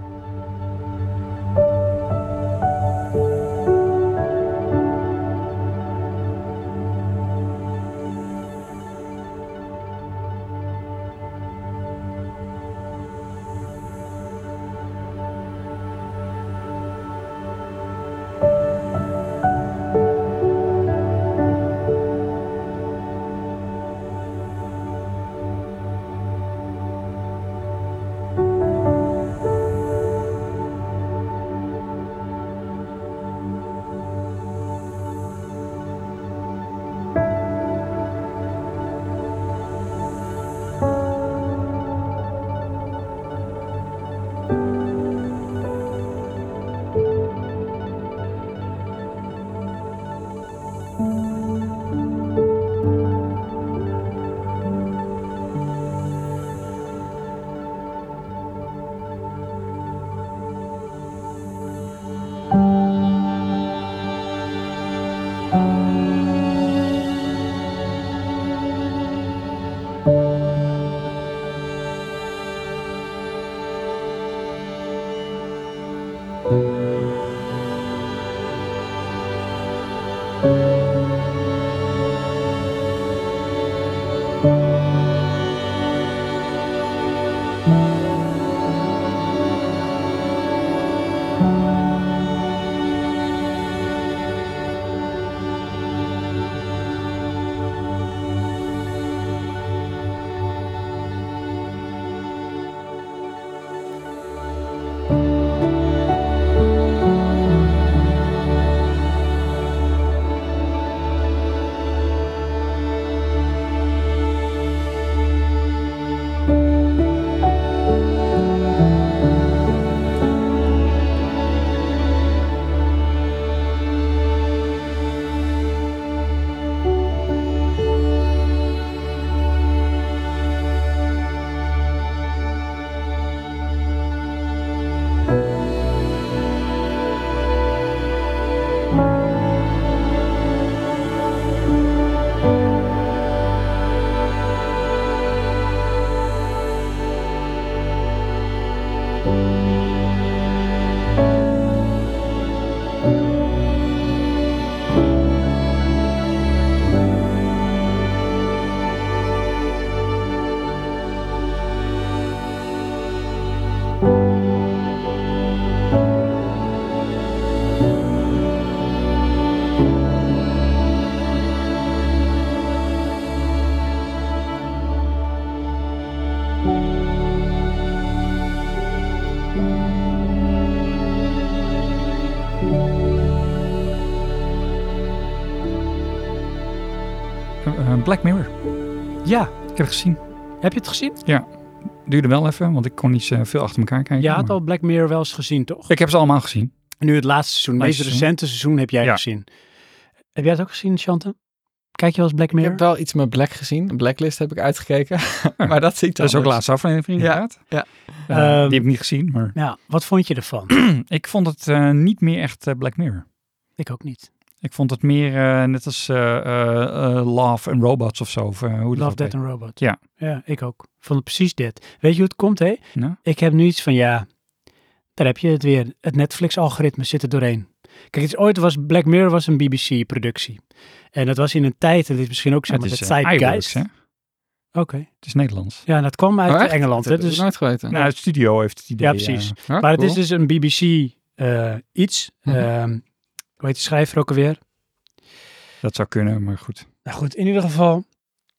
Uh, Black Mirror. Ja, Ik heb het gezien. heb je het gezien? Duurde wel even, want ik kon niet uh, veel achter elkaar kijken. Je had maar- al Black Mirror wel eens gezien, toch? Ik heb ze allemaal gezien. Nu het laatste seizoen, het meest Laatste seizoen. recente seizoen heb jij Ja. gezien. Heb jij het ook gezien, Chante? Kijk je wel eens Black Ik Mirror? heb wel iets met Black gezien. Blacklist heb ik uitgekeken. maar dat ziet Dat is ook de laatste aflevering Ja, inderdaad. ja. Uh, Ehm, die heb ik niet gezien, maar Ja, wat vond je ervan? ik vond het uh, niet meer echt uh, Black Mirror. Ik ook niet. Ik vond het meer uh, net als uh, uh, uh, Love and Robots of zo. Of, uh, hoe dat Love, ook Death heet. and Robot. Ja. Ja, ik ook. Ik vond het precies dit. Weet je hoe het komt, hé? Nou? Ik heb nu iets van, ja, daar heb je het weer. Het Netflix-algoritme zit er doorheen. Kijk, het is, ooit was Black Mirror was een B B C-productie. En dat was in een tijd, en dit is misschien ook zeg Ja, maar het de is uh, zeitgeist. iWorks, hè? Oké. Het is Nederlands. Ja, dat kwam uit Oh, echt? Engeland. Dat Hè? heb ik Dus, nooit geweten. Nou, het studio heeft het idee. ja, precies. uh, Ja, maar het cool. is dus een B B C uh, iets. Mhm. Ehm, hoe heet de schrijver ook alweer? dat zou kunnen, maar goed. Nou goed, in ieder geval,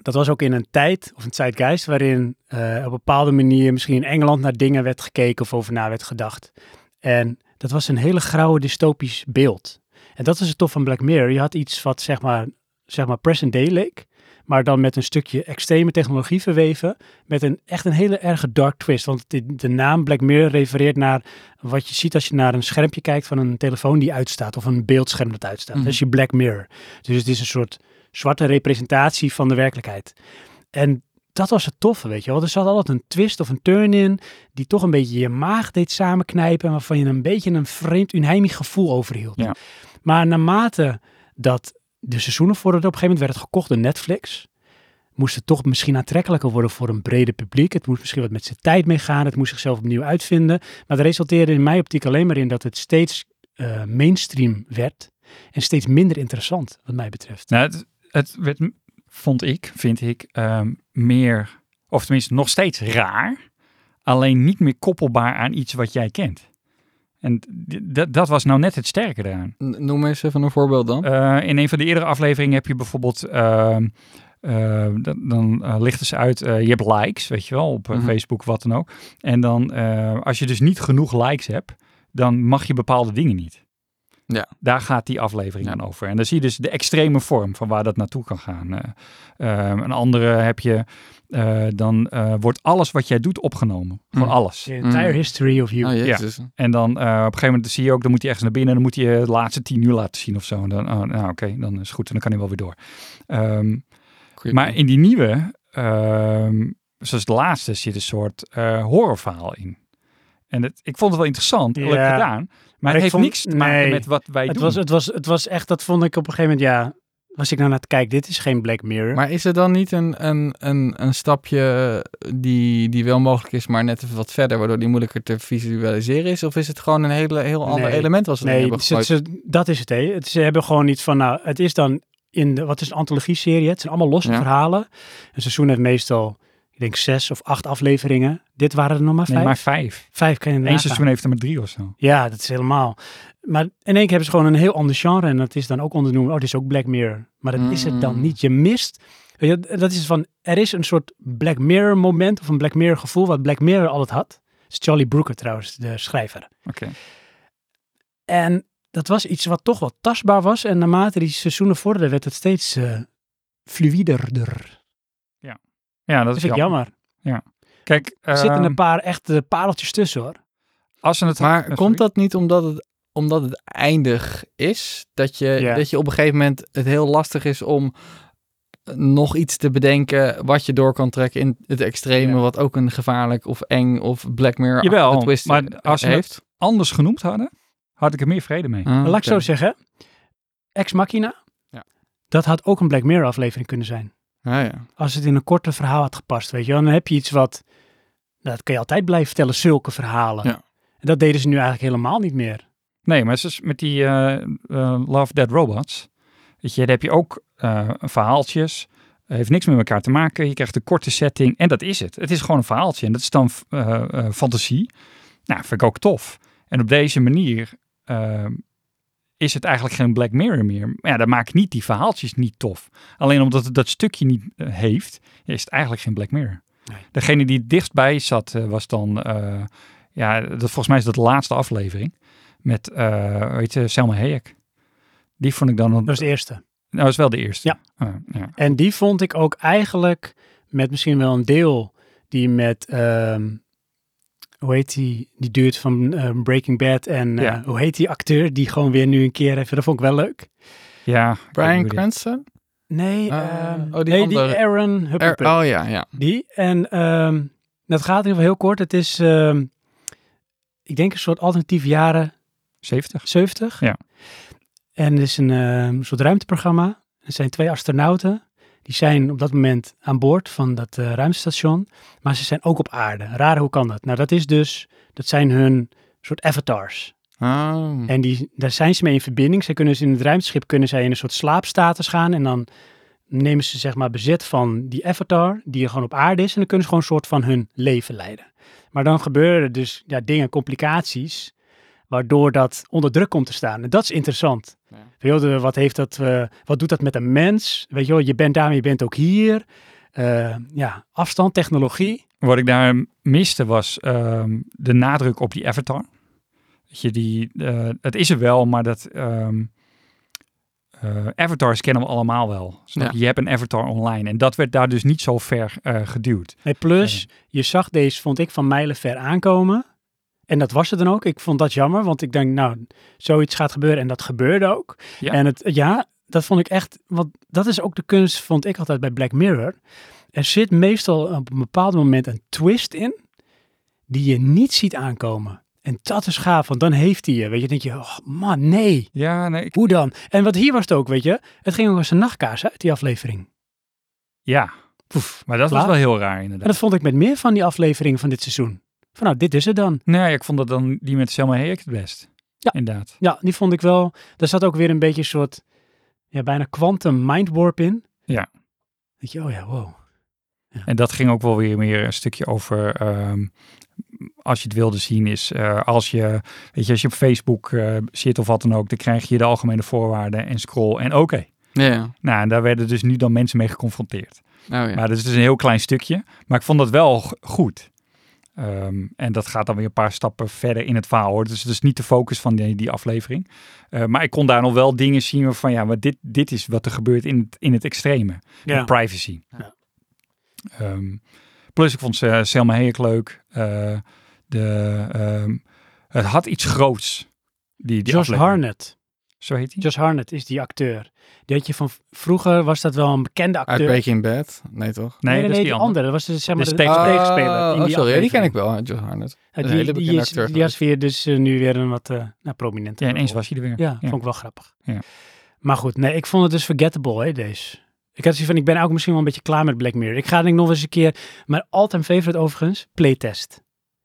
dat was ook in een tijd, of een zeitgeist, waarin uh, op een bepaalde manier misschien in Engeland naar dingen werd gekeken of over na werd gedacht. En dat was een hele grauwe dystopisch beeld. En dat is het tof van Black Mirror. Je had iets wat zeg maar, zeg maar present day leek, maar dan met een stukje extreme technologie verweven, met een echt een hele erge dark twist. Want de, de naam Black Mirror refereert naar wat je ziet als je naar een schermpje kijkt van een telefoon die uitstaat, of een beeldscherm dat uitstaat. Mhm. Dat is je Black Mirror. Dus het is een soort zwarte representatie van de werkelijkheid. En dat was het toffe, weet je wel. Er zat altijd een twist of een turn in, die toch een beetje je maag deed samenknijpen, waarvan je een beetje een vreemd, unheimig gevoel overhield. Ja. Maar naarmate dat de seizoenen vorderden, op een gegeven moment werd het gekocht door Netflix, moest het toch misschien aantrekkelijker worden voor een breder publiek. Het moest misschien wat met zijn tijd meegaan, het moest zichzelf opnieuw uitvinden. Maar dat resulteerde in mijn optiek alleen maar in dat het steeds uh, mainstream werd en steeds minder interessant, wat mij betreft. Nou, het, het werd, vond ik, vind ik, um, meer, of tenminste nog steeds raar, alleen niet meer koppelbaar aan iets wat jij kent. En d- dat was nou net het sterke eraan. N- Noem eens even een voorbeeld dan. Uh, in een van de eerdere afleveringen heb je bijvoorbeeld, uh, uh, dan, dan uh, lichten ze uit, uh, je hebt likes, weet je wel, op uh, Mhm. Facebook, wat dan ook. En dan, uh, als je dus niet genoeg likes hebt, dan mag je bepaalde dingen niet. Ja. Daar gaat die aflevering Ja. dan over. En dan zie je dus de extreme vorm van waar dat naartoe kan gaan. Uh, uh, een andere heb je, uh, dan uh, wordt alles wat jij doet opgenomen. Gewoon Mm. alles. The entire Mm. history of you. Oh, jezus. En dan uh, op een gegeven moment zie je ook, dan moet hij ergens naar binnen en dan moet hij de laatste tien uur laten zien of zo. En dan, oh, nou oké, okay, dan is het goed en dan kan hij wel weer door. Um, Creepy. maar in die nieuwe, um, zoals de laatste, zit een soort uh, horrorverhaal in. En het, ik vond het wel interessant, Ja. leuk gedaan. Maar ik het heeft vond- niks te maken nee. met wat wij Het doen. was, het, was, het was echt, dat vond ik op een gegeven moment, ja, was ik nou naar te kijken, dit is geen Black Mirror. Maar is er dan niet een, een, een, een stapje die, die wel mogelijk is, maar net even wat verder, waardoor die moeilijker te visualiseren is? Of is het gewoon een hele, heel ander Nee. element wat ze erin nee, hebben ze, gegooid? ze, dat is het, hè. Het, ze hebben gewoon iets van, nou, het is dan in de, wat is een antologie-serie? Het zijn allemaal losse Ja. verhalen. Een seizoen heeft meestal, ik denk, zes of acht afleveringen. Dit waren er nog maar vijf. Nee, maar vijf. Vijf kan je Eén nagaan. seizoen heeft er maar drie of zo. Ja, dat is helemaal. Maar in één keer hebben ze gewoon een heel ander genre. En dat is dan ook onder de noemer, oh, dit is ook Black Mirror. Maar dat is het dan Mm. niet. Je mist, weet je, dat is van, er is een soort Black Mirror moment of een Black Mirror gevoel wat Black Mirror altijd had. Dat is Charlie Brooker trouwens, de schrijver. Oké. En dat was iets wat toch wel tastbaar was. En naarmate die seizoenen vorderden, werd het steeds uh, fluiderder. Ja, dat Dat is vind ik jammer. Kijk, Er zitten ehm, een paar echte pareltjes tussen, hoor. als ze het Maar uh, sorry. komt dat niet omdat het, omdat het eindig is? Dat je, Ja. dat je op een gegeven moment het heel lastig is om nog iets te bedenken wat je door kan trekken in het extreme, Ja. wat ook een gevaarlijk of eng of Black Mirror Jawel, twist maar als ze heeft? het anders genoemd hadden, had ik er meer vrede mee. Ah, Maar laat ik oké. zo zeggen, Ex Machina, Ja. dat had ook een Black Mirror aflevering kunnen zijn. Ah, ja. Als het in een korter verhaal had gepast, weet je wel. Dan heb je iets wat, nou, dat kan je altijd blijven vertellen, zulke verhalen. Ja. En dat deden ze nu eigenlijk helemaal niet meer. Nee, maar zoals met die uh, uh, Love, Dead Robots, weet je, daar heb je ook uh, verhaaltjes, heeft niks met elkaar te maken. Je krijgt een korte setting en dat is het. Het is gewoon een verhaaltje en dat is dan uh, uh, fantasie. Nou, vind ik ook tof. En op deze manier uh, is het eigenlijk geen Black Mirror meer. Maar ja, dat maakt niet die verhaaltjes niet tof. Alleen omdat het dat stukje niet uh, heeft, is het eigenlijk geen Black Mirror. Nee. Degene die het dichtstbij zat uh, was dan, uh, ja, dat, volgens mij is dat de laatste aflevering met, uh, weet je, Selma Hayek. Die vond ik dan... Dat was de eerste. Nou, dat is wel de eerste. Ja. Uh, ja. En die vond ik ook eigenlijk met misschien wel een deel die met, um, hoe heet die, die duurt van uh, Breaking Bad en uh, Ja. hoe heet die acteur die gewoon weer nu een keer even, dat vond ik wel leuk. Ja. ik weet Brian niet hoe die- Cranston? Nee, Uh, um, oh, die nee die andere. Aaron Er, Hupperpup. oh ja, ja. Die. En um, dat gaat in ieder geval heel kort. Het is, um, ik denk een soort alternatief jaren zeventig. zeventig. Ja. En het is een um, soort ruimteprogramma. Er zijn twee astronauten. Die zijn op dat moment aan boord van dat uh, ruimtestation. Maar ze zijn ook op aarde. Raar, hoe kan dat? Nou, dat is dus, dat zijn hun soort avatars. Oh. En die, daar zijn ze mee in verbinding. Ze kunnen dus in het ruimteschip kunnen zij in een soort slaapstatus gaan. En dan nemen ze zeg maar bezit van die avatar die er gewoon op aarde is. En dan kunnen ze gewoon een soort van hun leven leiden. Maar dan gebeuren er dus ja, dingen, complicaties, waardoor dat onder druk komt te staan. En dat is interessant. Ja. Weet je wel, de- wat, heeft dat, eh, wat doet dat met een mens? Weet je wel, je bent daar, maar je bent ook hier. Eh, ja, afstand, technologie. Wat ik daar miste was ehm, de nadruk op die avatar. Dat je die, eh, het is er wel, maar dat ehm, eh, avatars kennen we allemaal wel. Snap je? Ja. Je hebt een avatar online en dat werd daar dus niet zo ver eh, geduwd. Nee, plus, je zag deze, vond ik, van mijlenver aankomen. En dat was het dan ook. Ik vond dat jammer, want ik denk, nou, zoiets gaat gebeuren. En dat gebeurde ook. Ja. En het, ja, dat vond ik echt, want dat is ook de kunst, vond ik altijd bij Black Mirror. Er zit meestal op een bepaald moment een twist in, die je niet ziet aankomen. En dat is gaaf, want dan heeft hij je. Weet je, denk je, oh man, nee. Ja, nee, ik- Hoe dan? En wat hier was het ook, weet je. Het ging ook als een nachtkaas uit, die aflevering. ja. Poef, Maar dat klaar. was wel heel raar En inderdaad. dat vond ik met meer van die afleveringen van dit seizoen. Van nou, dit is het dan. Nee, ik vond dat dan die met Selma Hayek het best. Ja. Inderdaad. Ja, die vond ik wel. Daar zat ook weer een beetje een soort, ja, bijna quantum mind warp in. Ja. Weet je, oh ja, wow. En dat ging ook wel weer meer een stukje over, ehm, als je het wilde zien, is eh, als je, weet je, als je op Facebook eh, zit of wat dan ook, dan krijg je de algemene voorwaarden en scroll en oké. Ja, ja. Nou, en daar werden dus nu dan mensen mee geconfronteerd. Oh, ja. Maar dat is dus een heel klein stukje. Maar ik vond dat wel g- goed. Ehm, en dat gaat dan weer een paar stappen verder in het verhaal, hoor. Dus het is niet de focus van die, die aflevering. Eh, maar ik kon daar nog wel dingen zien waarvan, ja, maar dit, dit is wat er gebeurt in het, in het extreme. Ja. De privacy. Ja. Ehm, plus ik vond uh, Selma Hayek leuk. Eh, de, ehm, het had iets groots. Die, die Josh aflevering. Hartnett. Zo heet hij? Josh Hartnett is die acteur. Die had je van v- vroeger, was dat wel een bekende Uit acteur. Breaking Bad? Nee, toch? Nee, nee, dat is nee, die die andere. andere. Dat was de, zeg maar, De de, de steeds- tegenspeler. in oh, die sorry, ja, die ken aflevering. ik wel, Josh Hartnett. Ja, Een die, hele die, bekende is, acteur die is weer dus eh, nu weer een wat uh, nou, prominente Ja, ineens rol. was hij er weer. Ja, Ja. vond ik wel grappig. Ja. Maar goed, nee, ik vond het dus forgettable, hè, deze. Ik had zoiets van, ik ben ook misschien wel een beetje klaar met Black Mirror. Ik ga denk ik nog eens een keer, mijn all-time favorite overigens, Playtest.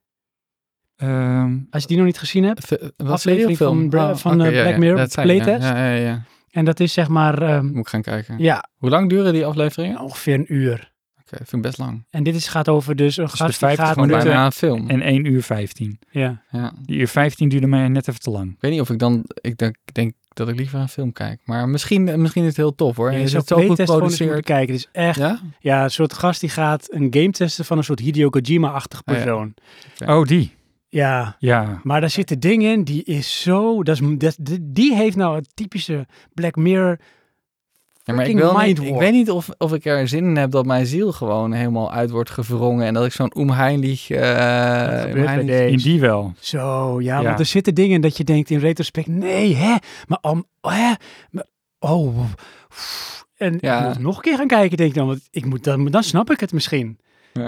Ehm, Als je die nog niet gezien hebt. F- wat Aflevering serie of film? van Bra- Oh, van, oké, eh, ja, Black ja, Mirror, dat zei je, Playtest. Ja, ja, ja, ja. En dat is zeg maar, ehm, Moet ik gaan kijken. ja, Hoe lang duren die afleveringen? Oké, ongeveer een uur. vind ik best lang. En dit is, gaat over dus een Dus de gast die vijftig gaat... Gewoon minuten. met, bijna een film. en één uur vijftien. ja. Ja. Die uur vijftien duurde mij net even te lang. Ik weet niet of ik dan... Ik denk, ik denk dat ik liever een film kijk. Maar misschien, misschien is het heel tof, hoor. Je En is zou het zo goed Playtest gewoon eens moeten geproduceerd? kijken. Het is echt, ja? Ja? een soort gast die gaat een game testen van een soort Hideo Kojima-achtig Oh ja. persoon. Ja. Oh, die. Ja, Ja. maar daar zitten dingen in, die is zo... Dat is, dat, die- die heeft nou het typische Black Mirror... Ja, maar ik, Fucking wil niet, mind ik warp. weet niet of, of ik er zin in heb dat mijn ziel gewoon helemaal uit wordt gewrongen. En dat ik zo'n onheilig... Uh, Dat gebeurt bij onheilig- In deze. die wel. Zo, ja, Ja. want er zitten dingen in dat je denkt in retrospect... Nee, hè? Maar om... Hè? Maar, oh... pff. En Ja. ik moet nog een keer gaan kijken, denk ik dan. Want ik moet, dan, dan snap ik het misschien.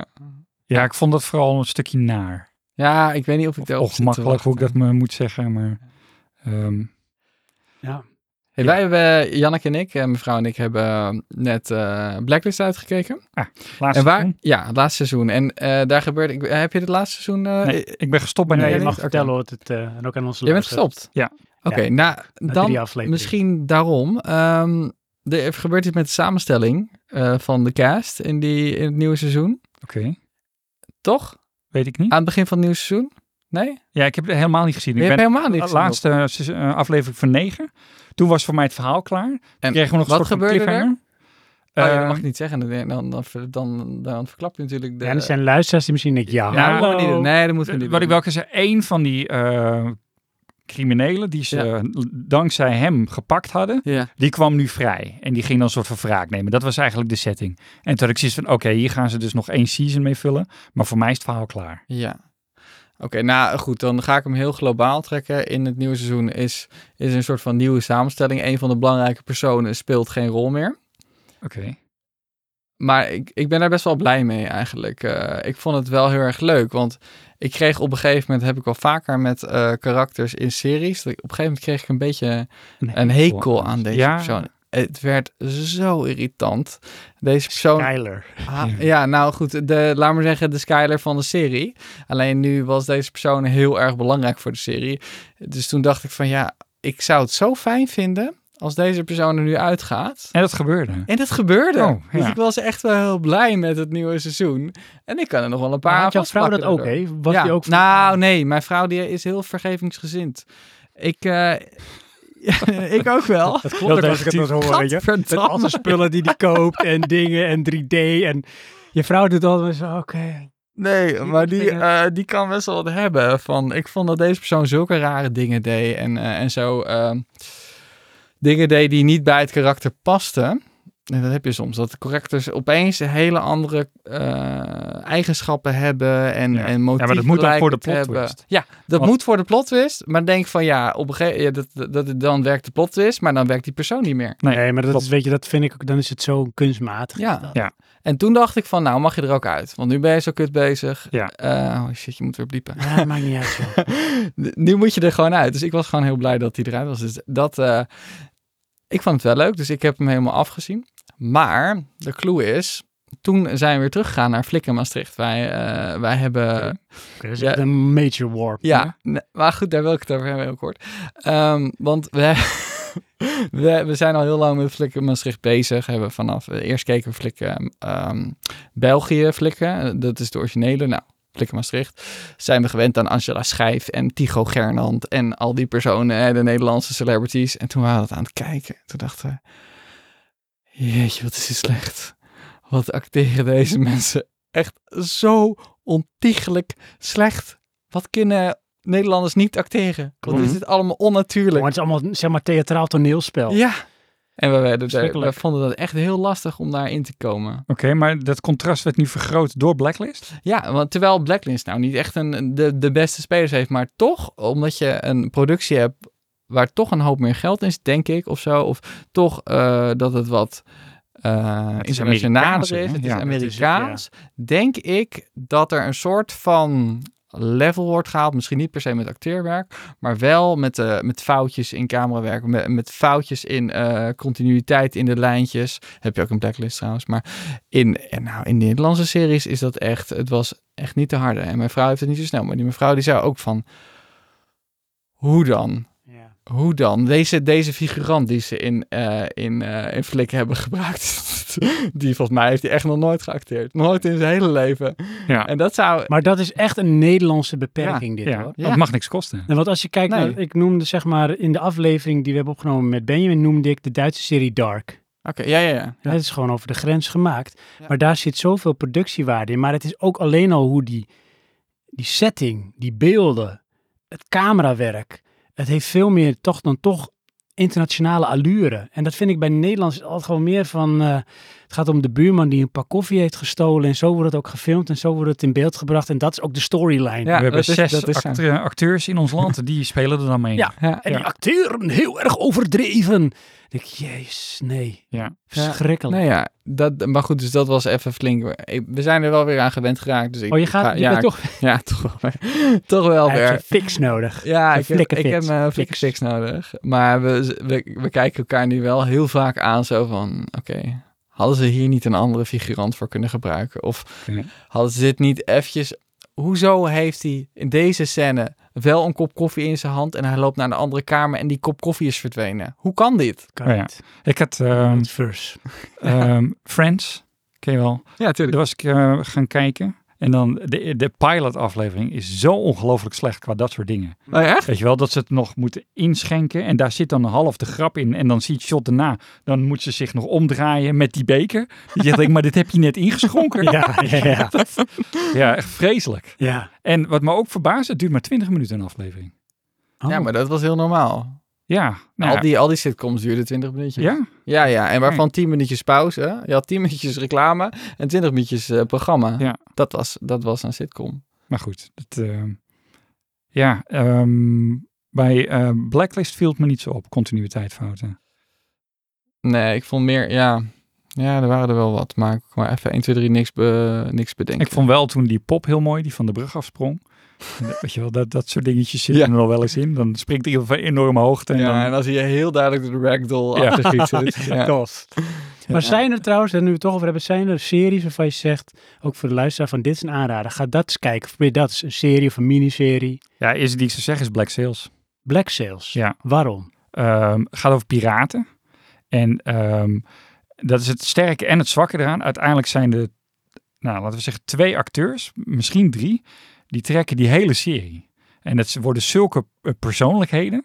Ja, ik vond dat vooral een stukje naar. Ja, ik weet niet of ik Of daarop zit te ongemakkelijk, hoe ik dat wachten. me moet zeggen. Maar ehm, Ja. Hey, wij hebben, Janneke en ik, en mijn vrouw en ik, hebben net eh, Blacklist uitgekeken. laatste En waar? seizoen. Ja, het laatste seizoen. En eh, daar gebeurde... Ik, heb je het laatste seizoen... eh, Nee, ik ben gestopt bij Nee, je Nederland. mag Oké. vertellen hoor, het, eh, en ook aan onze Jij bent luisteraars. gestopt? Ja. Oké, Ja. nou, Na dan drie afleveringen. misschien daarom. Ehm, er gebeurt iets met de samenstelling eh, van de cast in, die, in het nieuwe seizoen. Oké, Toch? weet ik niet. Aan het begin van het nieuwe seizoen? Nee? Ja, ik heb het helemaal niet gezien. Je Ik hebt ben helemaal niet de gezien, laatste eh, seizoen- eh, aflevering van negen. Toen was voor mij het verhaal klaar. Toen En kregen we nog een wat soort van gebeurde er? cliffhanger. Oh, ja, Eh, dat mag ik niet zeggen. Dan, dan, dan, dan, dan verklap je natuurlijk de... Ja, er zijn luisteraars die misschien denken, ja, Ja, dat moeten we hallo. niet doen. Nee, dat moeten we niet Wat ik doen. wel kan zeggen, één van die eh, criminelen die ze Ja. eh, dankzij hem gepakt hadden, Ja. die kwam nu vrij. En die ging dan een soort van wraak nemen. Dat was eigenlijk de setting. En toen had ik zoiets van, oké, hier gaan ze dus nog één season mee vullen. Maar voor mij is het verhaal klaar. Ja. Oké, nou goed, dan ga ik hem heel globaal trekken. In het nieuwe seizoen is, is een soort van nieuwe samenstelling. Een van de belangrijke personen speelt geen rol meer. Oké. Maar ik, ik ben daar best wel blij mee eigenlijk. Eh, ik vond het wel heel erg leuk, want ik kreeg op een gegeven moment, heb ik wel vaker met eh, karakters in series, dat ik, op een gegeven moment kreeg ik een beetje een hekel aan deze Ja. persoon. Het werd zo irritant. Deze persoon... Tyler. Ah, ja, nou goed, de, laat maar zeggen de Skyler van de serie. Alleen nu was deze persoon heel erg belangrijk voor de serie. Dus toen dacht ik van ja, ik zou het zo fijn vinden als deze persoon er nu uitgaat. En dat gebeurde. En dat gebeurde. Oh, ja. Dus ik was echt wel heel blij met het nieuwe seizoen. En ik kan er nog wel een paar Maar aan had jouw vrouw dat vastplakken ook, daardoor. hè? Was ja. die ook van- Nou, nee, mijn vrouw die is heel vergevingsgezind. Ik, eh, ik ook wel. Dat klopt ook als ik het dan hoor, weet je. Met al zijn spullen die hij koopt en dingen en drie D. En je vrouw doet altijd zo, oké. Nee, maar die, dingen. eh, die kan best wel wat hebben. Van, ik vond dat deze persoon zulke rare dingen deed. En, eh, en zo eh, dingen deed die niet bij het karakter pasten. En dat heb je soms. Dat de karakters opeens hele andere eh, eigenschappen hebben. En, Ja. en motieven Ja, maar dat moet dan voor de lijken te hebben. plot twist. Ja, dat Want- moet voor de plot twist. Maar denk van ja, op een gegeven ja, dat, dat, dat, dan werkt de plot twist. Maar dan werkt die persoon niet meer. Nee, Nee, maar dat klopt. is, weet je, dat vind ik ook, dan is het zo kunstmatig. Ja. Dat. Ja. En toen dacht ik van nou mag je er ook uit. Want nu ben je zo kut bezig. Ja. Eh, oh shit, je moet weer bliepen. Ja, maakt niet uit, joh. Nu moet je er gewoon uit. Dus ik was gewoon heel blij dat hij eruit was. Dus dat, eh, ik vond het wel leuk. Dus ik heb hem helemaal afgezien. Maar de clue is, toen zijn we weer teruggegaan naar Flikken Maastricht. Wij, eh, wij hebben... Oké. Dat is Ja. echt een major warp. Ja, nee, maar goed, daar wil ik het over hebben heel kort. Ehm, want we, we, we zijn al heel lang met Flikken Maastricht bezig. Hebben vanaf, eerst keken we Flikken ehm, België Flikken. Dat is de originele. Nou, Flikken Maastricht. Zijn we gewend aan Angela Schijf en Tycho Gernand en al die personen, hè, de Nederlandse celebrities. En toen waren we dat aan het kijken. Toen dachten we, jeetje, wat is dit slecht. Wat acteren deze mensen echt zo ontiegelijk slecht. Wat kunnen Nederlanders niet acteren? Wat is Mhm. dit allemaal onnatuurlijk? Maar het is allemaal, zeg maar, theatraal toneelspel. Ja. En we, we, we, we Verschrikkelijk. vonden dat echt heel lastig om daarin te komen. Oké, maar dat contrast werd nu vergroot door Blacklist? Ja, want terwijl Blacklist nou niet echt een, de, de beste spelers heeft, maar toch, omdat je een productie hebt waar toch een hoop meer geld in zit, denk ik, of zo. Of toch eh, dat het wat uh, Het is internationaler Amerikaans, is. hè? Het Ja, is het Amerikaans. Denk ik dat er een soort van level wordt gehaald. Misschien niet per se met acteerwerk, maar wel met, uh, met foutjes in camerawerk. Met, met foutjes in uh, continuïteit in de lijntjes. Heb je ook een Blacklist trouwens. Maar in, nou, in de Nederlandse series is dat echt... Het was echt niet te harde. En mijn vrouw heeft het niet zo snel. Maar die mevrouw die zei ook van... Hoe dan? Ja. Hoe dan? Deze, deze figurant die ze in, uh, in, uh, in Flik hebben gebruikt. Die volgens mij heeft hij echt nog nooit geacteerd. Nooit in zijn hele leven. Ja. En dat zou... Maar dat is echt een Nederlandse beperking, dit Ja, hoor. Ja. dat mag niks kosten. En want als je kijkt Nee. naar, ik noemde zeg maar in de aflevering die we hebben opgenomen met Benjamin, noemde ik de Duitse serie Dark. Oké, okay, ja, ja, ja. Ja. Het is gewoon over de grens gemaakt. Ja. Maar daar zit zoveel productiewaarde in. Maar het is ook alleen al hoe die, die setting, die beelden, het camerawerk. Het heeft veel meer toch dan toch internationale allure. En dat vind ik bij Nederlands altijd gewoon meer van... Uh, het gaat om de buurman die een pak koffie heeft gestolen. En zo wordt het ook gefilmd en zo wordt het in beeld gebracht. En dat is ook de storyline. Ja, We hebben dat is- zes dat is zo. acte- acteurs in ons land, die spelen er dan mee. Ja. Ja. En die Ja. acteren heel erg overdreven. Dan denk ik, jezus, nee. Ja. Verschrikkelijk. Nee, ja. Dat, maar goed, dus dat was even flink. Ik- We zijn er wel weer aan gewend geraakt. Dus ik, Oh, je gaat ga- je ja, bent toch... ja, toch wel weer. toch wel Hij heeft weer. een fix nodig. Ja, Een ik heb, ik flikkenfix. heb een flikkenfix nodig. Maar we, we, we kijken elkaar nu wel heel vaak aan zo van... Oké, hadden ze hier niet een andere figurant voor kunnen gebruiken? Of Oké. hadden ze dit niet eventjes... Hoezo heeft hij in deze scène wel een kop koffie in zijn hand... en hij loopt naar de andere kamer en die kop koffie is verdwenen? Hoe kan dit? Kan Oh ja. niet. Ik had ehm, Het verse. ehm, Friends, ken je wel? Ja, Daar tuurlijk. was ik eh, gaan kijken. En dan de, de pilot aflevering is zo ongelooflijk slecht qua dat soort dingen. Oh, echt? Weet je wel, dat ze het nog moeten inschenken. En daar zit dan een half de grap in. En dan zie je het shot daarna. Dan moet ze zich nog omdraaien met die beker. Je denkt, maar dit heb je net ingeschonken. Ja, ja, ja. Ja, echt vreselijk. ja. En wat me ook verbaast, het duurt maar twintig minuten een aflevering. Oh. Ja, maar dat was heel normaal. Ja, nou, al, die, al die sitcoms duurden twintig minuutjes. ja, Ja, ja. En waarvan tien minuutjes pauze. Je had tien minuutjes reclame en twintig minuutjes uh, programma. Ja. Dat, was, dat was een sitcom. maar goed. Het, eh, ja, ehm, bij eh, Blacklist viel het me niet zo op, continuïteitfouten. Nee, ik vond meer... Ja, ja er waren er wel wat. Maar ik kon maar even één, twee, drie niks, be, niks bedenken. Ik vond wel toen die pop heel mooi, die van de brug afsprong. En dat- weet je wel, dat, dat soort dingetjes zitten Ja. er nog wel eens in. Dan springt hij op een enorme hoogte. En ja, dan, en dan zie je heel duidelijk de ragdoll Ja. achter iets zit. Ja. Tof. Maar zijn er trouwens, en nu we het toch over hebben, zijn er series waarvan je zegt, ook voor de luisteraar, van dit is een aanrader. Ga dat eens kijken. Of probeer dat eens, een serie of een miniserie. ja, eerst die ik zou zeggen is Black Sails. Black Sails. Ja. Waarom? Ehm, het gaat over piraten. En ehm, dat is het sterke en het zwakke eraan. Uiteindelijk zijn er, nou, laten we zeggen, twee acteurs, misschien drie, die trekken die hele serie. En het worden zulke eh, persoonlijkheden.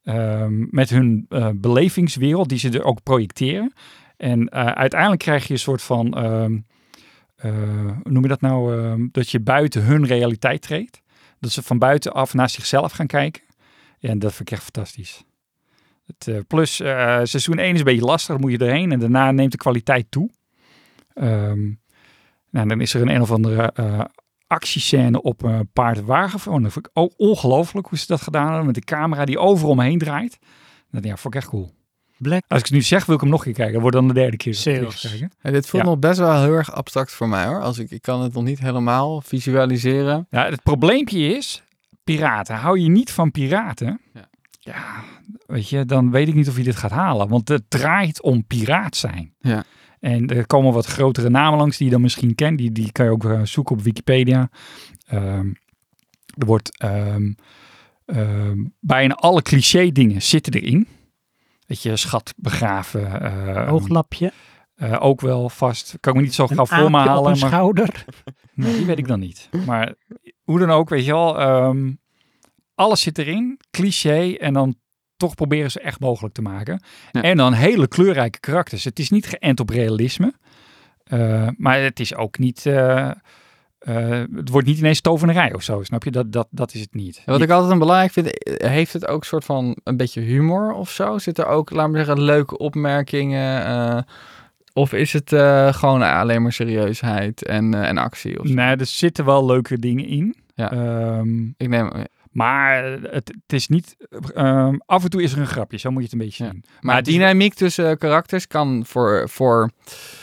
ehm, met hun eh, belevingswereld die ze er ook projecteren. En eh, uiteindelijk krijg je een soort van, ehm, eh, hoe noem je dat nou, Ehm, dat je buiten hun realiteit treedt. Dat ze van buitenaf naar zichzelf gaan kijken. Ja, en dat vind ik echt fantastisch. Het, eh, plus, eh, seizoen één is een beetje lastig, dan moet je erheen. En daarna neemt de kwaliteit toe. Ehm, nou, dan is er een een of andere eh, actiescène op een paardwagen. Oh, dat vind ik ook ongelooflijk hoe ze dat gedaan hebben. Met de camera die overal omheen draait. Dat ja, vond ik echt cool. Black Als ik het nu zeg, wil ik hem nog een keer kijken. Dat wordt dan de derde keer. Sales. Kijken. Hey, dit voelt Ja. nog best wel heel erg abstract voor mij hoor. Als ik, ik kan het nog niet helemaal visualiseren. Ja, het probleempje is, piraten. Hou je niet van piraten? Ja. Ja, weet je, dan weet ik niet of je dit gaat halen. Want het draait om piraat zijn. Ja. En er komen wat grotere namen langs die je dan misschien kent. Die, die kan je ook uh, zoeken op Wikipedia. Um, er wordt um, um, bijna alle cliché dingen zitten erin. Weet je, schat begraven. Uh, ooglapje. uh, ook wel vast. Kan ik me niet zo Een gauw voor me aapje op halen. een Maar, schouder. nee, die weet ik dan niet. Maar hoe dan ook, weet je wel. Um, alles zit erin. Cliché. En dan toch proberen ze echt mogelijk te maken. Ja. En dan hele kleurrijke karakters. Het is niet geënt op realisme. Uh, maar het is ook niet... Uh, uh, het wordt niet ineens tovenarij of zo. Snap je? Dat, dat, dat is het niet. Ja, wat ik altijd een belangrijk vind, heeft het ook een soort van een beetje humor of zo? Zit er ook, laat maar zeggen, leuke opmerkingen? Uh, of is het uh, gewoon alleen maar serieusheid en, uh, en actie? Of zo? Nee, er zitten wel leuke dingen in. Ja. Um, Ik neem... Maar het, het is niet... Um, af en toe is er een grapje, zo moet je het een beetje Ja. zien. Maar, Maar maar het is- dynamiek tussen uh, karakters kan voor, voor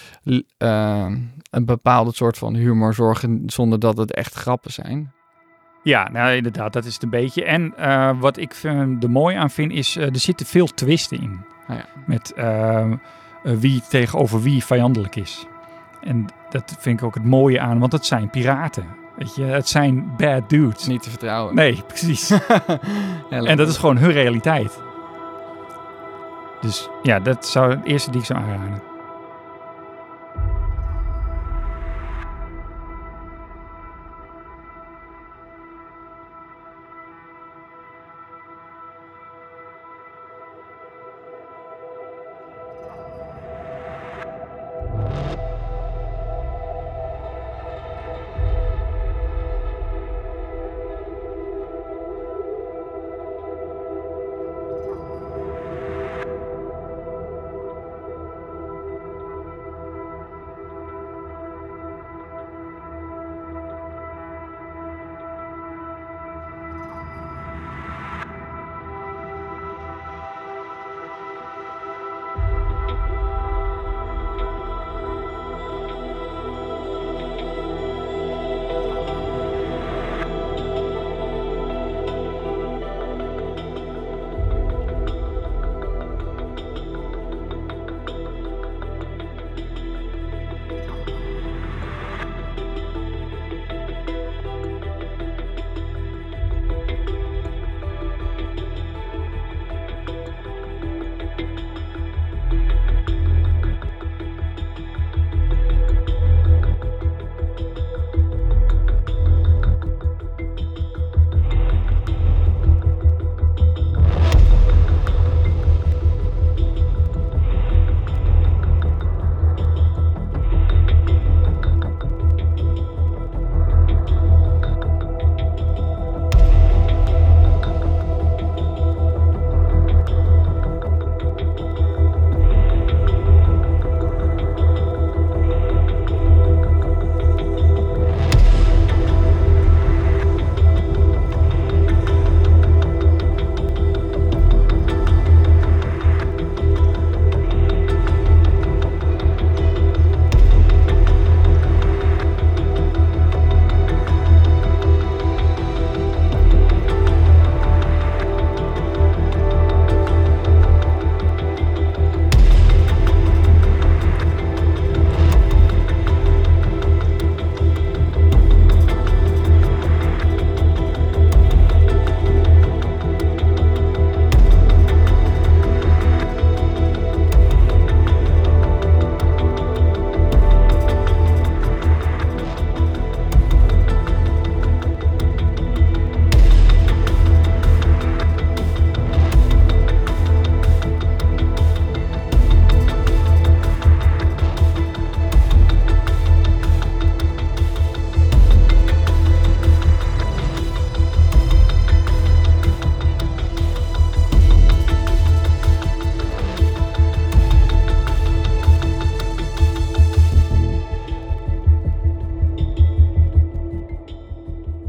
uh, een bepaalde soort van humor zorgen zonder dat het echt grappen zijn. Ja, nou inderdaad, dat is het een beetje. En uh, wat ik vind, er mooi aan vind, is uh, er zitten veel twisten in. Ah, ja. Met uh, uh, wie tegenover wie vijandelijk is. En dat vind ik ook het mooie aan, want het zijn piraten. Weet je, het zijn bad dudes. Niet te vertrouwen. Nee, precies. Ja, En dat is gewoon hun realiteit. Dus ja, dat zou het eerste die ik zou aanraden.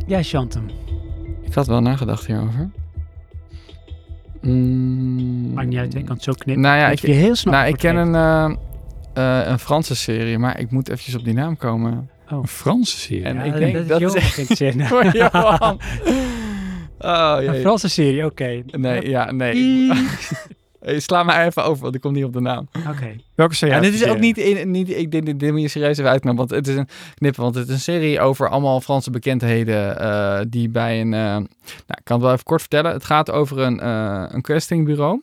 Ja, Chantem. Ik had wel nagedacht hierover. Mm, Maakt niet uit, hè? Ik kan het zo knippen. Nou ja, Dat ik, je heel snel nou, ik antwoord ken geeft. een, eh, eh, een Franse serie, maar ik moet eventjes op die naam komen. Een Franse serie. En Ja, ik denk dat Johan is echt vindt zin. voor Johan. Oh, Een jee. Franse serie, oké. Nee, ja, nee. Hey, sla mij even over, want ik kom niet op de naam. Oké. Welke zou Ja, jij dit is ook adviseren? niet, in, niet ik dit, dit, dit moet je serieus even uitknappen, want het is een knippen, want het is een serie over allemaal Franse bekendheden eh, die bij een, eh, nou, ik kan het wel even kort vertellen. Het gaat over een, eh, een castingbureau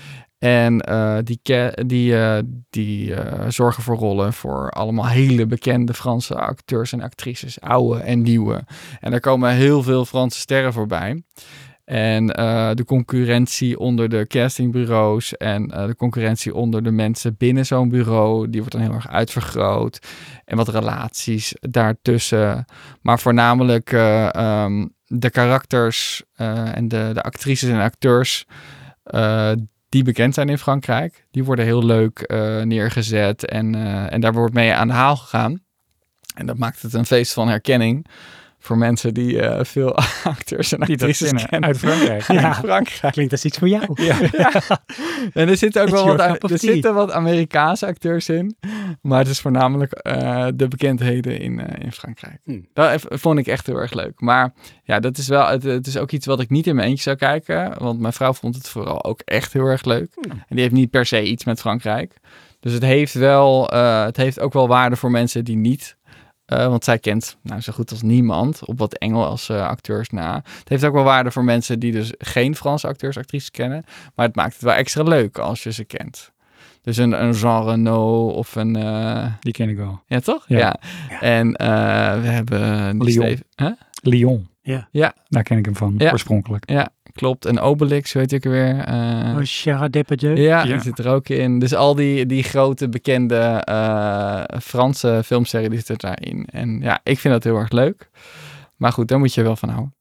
en eh, die, ca- die, eh, die eh, zorgen voor rollen voor allemaal hele bekende Franse acteurs en actrices, oude en nieuwe. En er komen heel veel Franse sterren voorbij. En uh, de concurrentie onder de castingbureaus en uh, de concurrentie onder de mensen binnen zo'n bureau, die wordt dan heel erg uitvergroot. En wat relaties daartussen. Maar voornamelijk uh, um, de karakters uh, en de, de actrices en acteurs uh, die bekend zijn in Frankrijk. Die worden heel leuk uh, neergezet en, uh, en daar wordt mee aan de haal gegaan. En dat maakt het een feest van herkenning. Voor mensen die uh, veel acteurs en Die dat actrices kennen, kennen. uit Frankrijk. Ja, Ja. Frankrijk. Klinkt als iets voor jou. Ja. Ja. En er zitten ook It's wel your wat, cup of er tea. zitten wat Amerikaanse acteurs in. Maar het is voornamelijk uh, de bekendheden in, uh, in Frankrijk. Hmm. Dat vond ik echt heel erg leuk. Maar ja, dat is wel, het, het is ook iets wat ik niet in mijn eentje zou kijken. Want mijn vrouw vond het vooral ook echt heel erg leuk. Hmm. En die heeft niet per se iets met Frankrijk. Dus het heeft wel, uh, het heeft ook wel waarde voor mensen die niet... Uh, want zij kent nou, zo goed als niemand op wat Engelse uh, acteurs na. Het heeft ook wel waarde voor mensen die dus geen Franse acteurs, actrices kennen. Maar het maakt het wel extra leuk als je ze kent. Dus een, een Jean Reno of een... Uh... Die ken ik wel. Ja, toch? Ja. Ja. Ja. En uh, we hebben... die Lyon. Steve- Huh? Lyon. Ja. Ja. Daar ken ik hem van, Ja. oorspronkelijk. Ja, klopt. En Obelix, weet ik weer. Uh... Oh, Gerard Depardieu. Ja, Ja. die zit er ook in. Dus al die, die grote bekende uh, Franse filmserie die zit daarin. En ja, ik vind dat heel erg leuk. Maar goed, daar moet je wel van houden.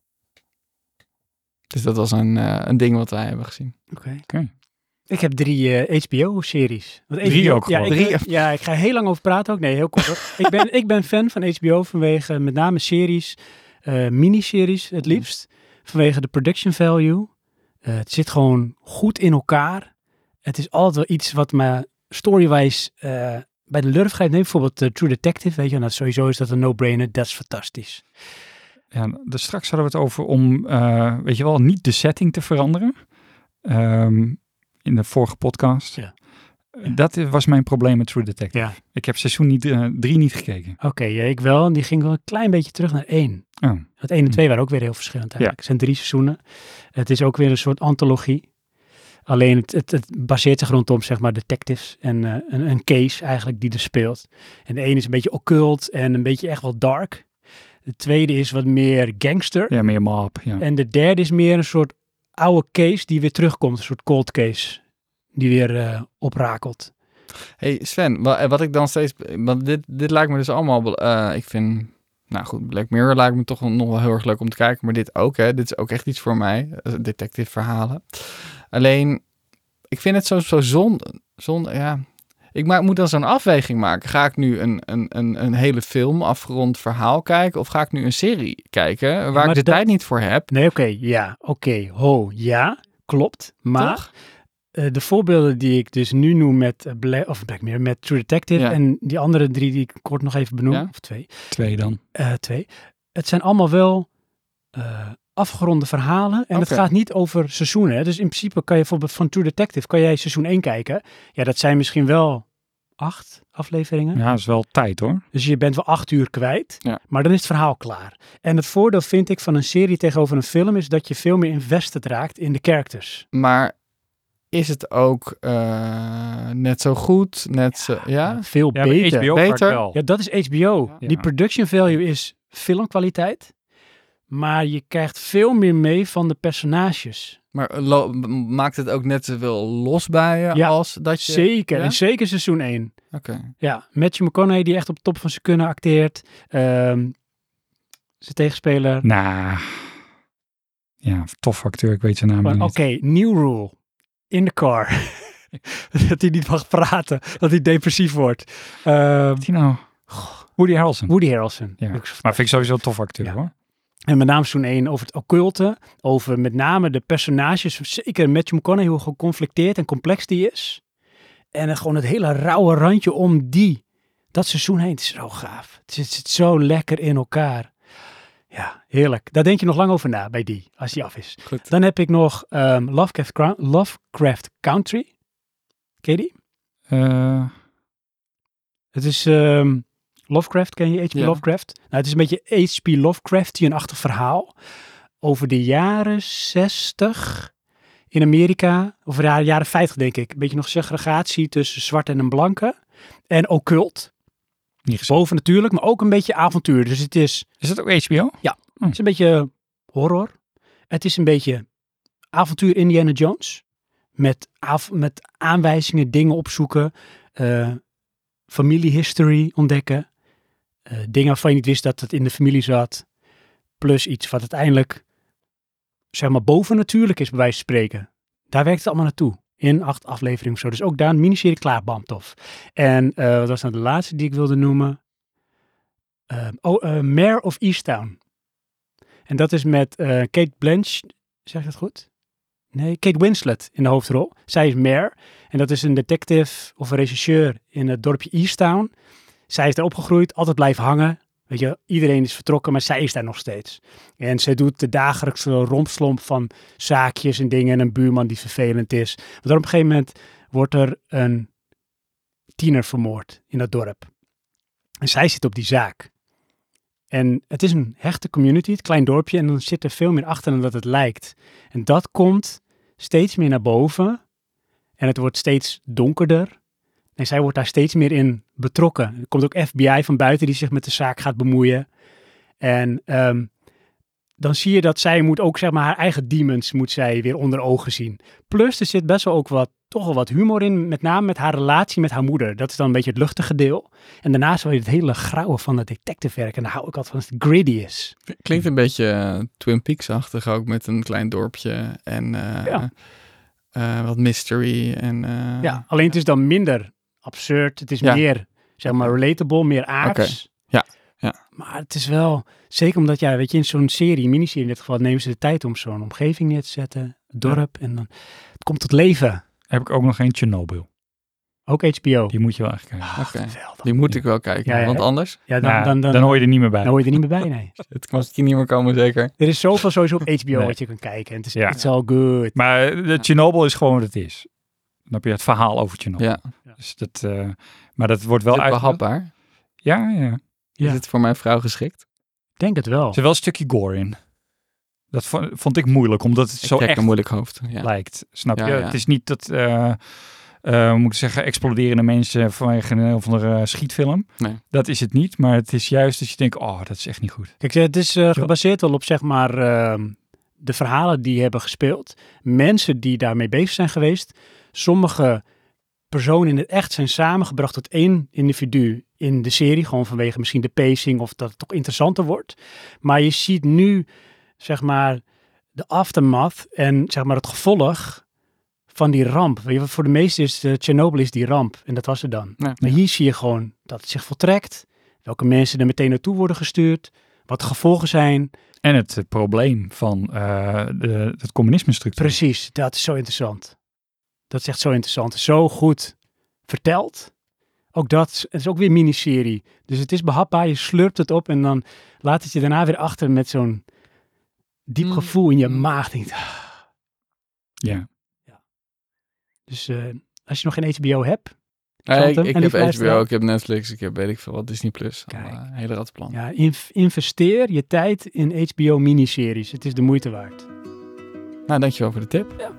Dus dat was een, uh, een ding wat wij hebben gezien. Oké. Oké. Ik heb drie uh, H B O-series. Want Drie H B O ook ja, gewoon. ik, Drie. ja, ik ga heel lang over praten ook. Nee, heel kort hoor. ik, ben, ik ben fan van H B O vanwege met name series, uh, miniseries het liefst. Vanwege de production value. Uh, het zit gewoon goed in elkaar. Het is altijd wel iets wat me storywise uh, bij de lurf grijpt. Neem bijvoorbeeld uh, True Detective. Weet je, nou, sowieso is dat een no-brainer. Dat is fantastisch. Ja, dus straks hadden we het over om, uh, weet je wel, niet de setting te veranderen. Um, in de vorige podcast. Ja. Uh, dat was mijn probleem met True Detective. Ja. Ik heb seizoen niet, uh, drie niet gekeken. Oké, okay, ja, ik wel. En die ging wel een klein beetje terug naar één. Oh. Want één en twee waren ook weer heel verschillend eigenlijk. Het zijn drie seizoenen. Het is ook weer een soort antologie. Alleen het, het, het baseert zich rondom, zeg maar, detectives en uh, een, een case eigenlijk die er speelt. En de ene is een beetje occult en een beetje echt wel dark. De tweede is wat meer gangster. Ja, meer mob. Ja. En de derde is meer een soort oude case die weer terugkomt. Een soort cold case die weer uh, oprakelt. Hey Sven, wat, wat ik dan steeds... Want dit, dit lijkt me dus allemaal... Uh, ik vind... Nou goed, Black Mirror lijkt me toch nog wel heel erg leuk om te kijken. Maar dit ook, hè. Dit is ook echt iets voor mij. Detective verhalen. Alleen, ik vind het zo, zo zonde. zonde ja. Ik ma- moet dan zo'n afweging maken. Ga ik nu een, een, een, een hele film, afgerond verhaal kijken? Of ga ik nu een serie kijken waar Ja, ik de dat... tijd niet voor heb? Nee, oké. Okay, ja, oké. Okay, ho, ja. Klopt. Maar... Uh, de voorbeelden die ik dus nu noem met, uh, Black, of Black Mirror, met True Detective ja. en die andere drie die ik kort nog even benoem, ja? of twee. Twee dan. Uh, twee. Het zijn allemaal wel uh, afgeronde verhalen en okay. Het gaat niet over seizoenen. Hè? Dus in principe kan je bijvoorbeeld van True Detective, kan jij seizoen één kijken. Ja, dat zijn misschien wel acht afleveringen. Ja, dat is wel tijd hoor. Dus je bent wel acht uur kwijt, ja. maar dan is het verhaal klaar. En het voordeel vind ik van een serie tegenover een film is dat je veel meer invested raakt in de characters. Maar... Is het ook uh, net zo goed? Net zo, ja? ja? Veel ja, beter. H B O beter. Wel. Ja, dat is H B O. Ja. Die production value is filmkwaliteit. Maar je krijgt veel meer mee van de personages. Maar lo- maakt het ook net zoveel los bij je ja, als dat je... Zeker. Ja? En zeker seizoen één. Oké. Okay. Ja, Matthew McConaughey die echt op de top van zijn kunnen acteert. Um, zijn tegenspeler. Nou... Ja, tof acteur, ik weet zijn naam niet. Oké, okay, new rule. In the car. Dat hij niet mag praten. Dat hij depressief wordt. Uh, Wat is nou? Woody Harrelson. Woody Harrelson. Ja. Maar vind ik sowieso een tof acteur ja. hoor. En met name seizoen één over het occulte. Over met name de personages. Zeker Matthew McConaughey, hoe geconflicteerd en complex die is. En gewoon het hele rauwe randje om die. Dat seizoen heen. Het is zo gaaf. Het zit, het zit zo lekker in elkaar. Ja, heerlijk. Daar denk je nog lang over na bij die. Als die af is. Goed. Dan heb ik nog um, Lovecraft, Cra- Lovecraft Country. Ken je die? Eh, Het is um, Lovecraft, ken je H P Ja. Lovecraft? Nou, het is een beetje H P Lovecraftian-achtig verhaal over de jaren zestig in Amerika, of de jaren, jaren vijftig denk ik. Een beetje nog segregatie tussen zwart en een blanke. En occult, niet gezien. boven natuurlijk, maar ook een beetje avontuur. Dus het is, Is dat ook H B O? het is een beetje horror. Het is een beetje avontuur Indiana Jones. Met, av- met aanwijzingen, dingen opzoeken, uh, familiehistory ontdekken. Uh, dingen waarvan je niet wist dat het in de familie zat. Plus iets wat uiteindelijk, zeg maar, bovennatuurlijk is, bij wijze van spreken. Daar werkt het allemaal naartoe. In acht afleveringen of zo. Dus ook daar een miniserie klaar, bam, tof. En uh, wat was nou de laatste die ik wilde noemen? Uh, oh, uh, Mayor of Easttown. En dat is met uh, Kate Blanchett, zeg ik dat goed? Nee, Kate Winslet in de hoofdrol. Zij is mayor. En dat is een detective of een rechercheur in het dorpje Easttown. Zij is daar opgegroeid, altijd blijven hangen. Weet je, iedereen is vertrokken, maar zij is daar nog steeds. En zij doet de dagelijkse rompslomp van zaakjes en dingen en een buurman die vervelend is. Maar dan op een gegeven moment wordt er een tiener vermoord in dat dorp. En zij zit op die zaak. En het is een hechte community, het klein dorpje. En dan zit er veel meer achter dan dat het lijkt. En dat komt steeds meer naar boven. En het wordt steeds donkerder. En zij wordt daar steeds meer in betrokken. Er komt ook F B I van buiten die zich met de zaak gaat bemoeien. En um, dan zie je dat zij moet ook, zeg maar, haar eigen demons moet zij weer onder ogen zien. Plus er zit best wel ook wat, toch wel wat humor in. Met name met haar relatie met haar moeder. Dat is dan een beetje het luchtige deel. En daarnaast wil je het hele grauwe van het detectivewerk. En daar hou ik altijd van als het gritty is. Klinkt een beetje uh, Twin Peaks-achtig ook met een klein dorpje en uh, Ja. uh, wat mystery. En, uh, Ja, alleen het is dan minder absurd. Het is Ja. meer, zeg maar, relatable, meer aards. Oké. Ja, ja. Maar het is wel, zeker omdat, ja, weet je, in zo'n serie, miniserie in dit geval, nemen ze de tijd om zo'n omgeving neer te zetten, het dorp, en dan, het komt tot leven. Heb ik ook nog een Chernobyl. Ook H B O. Die moet je wel echt kijken. Ah, Oké. geweldig. Die moet ik wel kijken, Ja, ja. want anders Ja, dan, Ja, dan, dan, dan hoor je er niet meer bij. dan hoor je er niet meer bij, nee. het kan misschien niet meer komen, zeker. Er is zoveel sowieso op H B O Nee. wat je kan kijken. En het is, Ja. it's all good. Maar de Chernobyl is gewoon wat het is. Dan heb je het verhaal over Chernobyl. Ja, Dus dat, uh, maar dat wordt wel is het uit. behapbaar? Ja, ja. Ja. Is het voor mijn vrouw geschikt? Ik denk het wel. Er zit wel een stukje gore in. Dat vo- vond ik moeilijk, omdat het Ik zo trek echt een moeilijk hoofd. Ja. lijkt. Snap Ja, je? ja. Het is niet dat, uh, uh, moet ik zeggen, exploderende mensen vanwege een of andere schietfilm. Nee. Dat is het niet, maar het is juist dat je denkt, oh, dat is echt niet goed. Kijk, het is uh, gebaseerd wel op, zeg maar, uh, de verhalen die hebben gespeeld. Mensen die daarmee bezig zijn geweest. Sommige personen in het echt zijn samengebracht tot één individu in de serie. Gewoon vanwege misschien de pacing of dat het toch interessanter wordt. Maar je ziet nu, zeg maar, de aftermath en, zeg maar, het gevolg van die ramp. Weet je, voor de meesten is uh, Chernobyl is die ramp. En dat was het dan. Ja. Maar hier zie je gewoon dat het zich voltrekt. Welke mensen er meteen naartoe worden gestuurd. Wat de gevolgen zijn. En het uh, probleem van uh, de, het communisme-structuur. Precies, dat is zo interessant. Dat is echt zo interessant. Zo goed verteld. Ook dat het is ook weer een miniserie. Dus het is behapbaar, je slurpt het op en dan laat het je daarna weer achter met zo'n diep Mm. gevoel in je Mm. maag. Denkt, ah. Ja. Dus uh, als je nog geen H B O hebt. Nee, ik Chantem, ik en heb lieve H B O, luisteraar. ik heb Netflix, ik heb weet ik veel wat, Disney Plus. Kijk. Allemaal, uh, hele rattenplan. Ja, inv- investeer je tijd in H B O miniseries. Het is de moeite waard. Nou, dankjewel voor de tip.